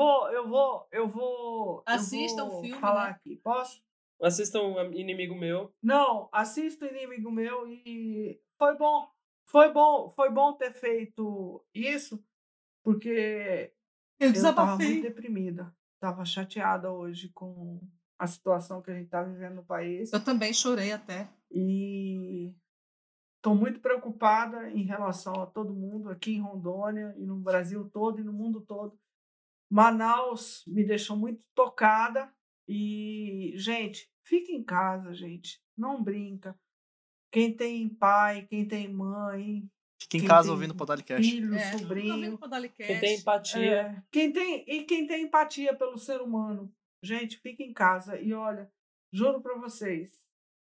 vou Assista o filme, falar né? aqui. Posso? Assistam Inimigo Meu. Não, assista o Inimigo Meu e foi bom. Foi bom ter feito isso, porque bom. eu tava muito deprimida. Tava chateada hoje com a situação que a gente tá vivendo no país. Eu também chorei até. E estou muito preocupada em relação a todo mundo aqui em Rondônia e no Brasil todo e no mundo todo. Manaus me deixou muito tocada e, gente, fique em casa, gente. Não brinca. Quem tem pai, quem tem mãe, Fica em Quem casa tem ouvindo o Podalicast. filho, Tô sobrinho. ouvindo pro Dalicast. Quem tem empatia. Quem tem empatia pelo ser humano, gente, fica em casa. E olha, juro para vocês,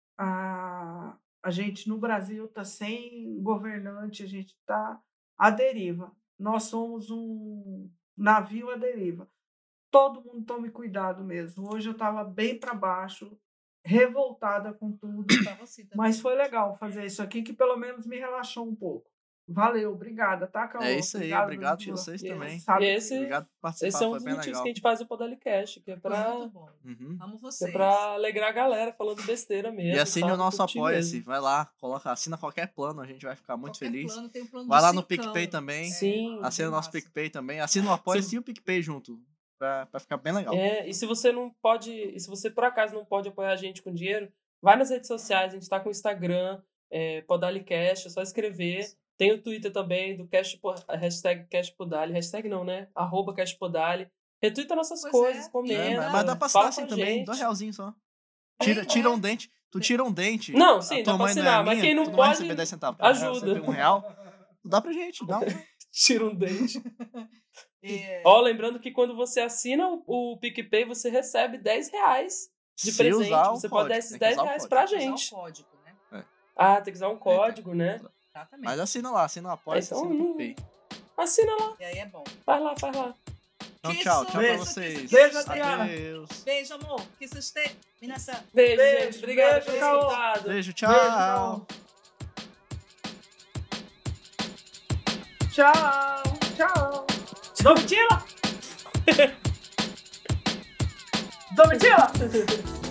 a gente no Brasil tá sem governante, a gente tá à deriva. Nós somos um navio à deriva. Todo mundo tome cuidado mesmo. Hoje eu estava bem para baixo, revoltada com tudo. Tava assim também. Mas foi legal fazer isso aqui, que pelo menos me relaxou um pouco. Valeu, obrigada, tá, Caô? É isso aí, obrigado a vocês E também. Sabe? E esse, Obrigado por participar, esse é um foi dos bem motivos legal. que a gente faz o Podalicast, que é Foi pra, muito bom. Uhum. Amo é vocês. pra alegrar a galera falando besteira mesmo. E assine sabe? o nosso Curtir Apoia-se, mesmo. vai lá, assina qualquer plano, a gente vai ficar muito Qualquer feliz. plano, tem um plano Vai de lá no cincão. PicPay também, Sim. assina o nosso massa. PicPay também, assina o Apoia-se e o PicPay junto, pra ficar bem legal. E se você não pode, e se você por acaso não pode apoiar a gente com dinheiro, vai nas redes sociais, a gente tá com o Instagram, Podalicast, é só escrever. Tem o Twitter também, do hashtag CashPodali, hashtag não, né? @CashPodali. Retweeta nossas Pois coisas, é. comenta. Mas dá pra fala assinar assim com a também, gente. R$2 só. É, Tira é. um dente, tu tira um dente. Não, sim, a tua dá pra mãe não é assinar, a mas minha, quem não tu não vai pode, receber 10 centavos. ajuda. Você tem R$1, Dá pra gente, dá um... Tira um dente. É, Ó, lembrando que quando você assina o PicPay, você recebe R$10 de Se presente. usar o Você código, pode dar esses tem que usar o R$10 código. pra usar gente. o código, né? Ah, tem que usar um código, tem. né? Exatamente. Mas assina lá, assina o apoia, Então, assina o PicPay. Assina lá. E aí é bom. Faz lá, faz lá. Então Que tchau, isso, tchau beijo, pra vocês. beijo, Adriana. Adeus. Beijo, amor. Que sustê. Minação. Beijo, Beijo, gente. Obrigado beijo, por ter Caô. escutado. Beijo, Beijo, tchau. Tchau, tchau. Domitila! Domitila!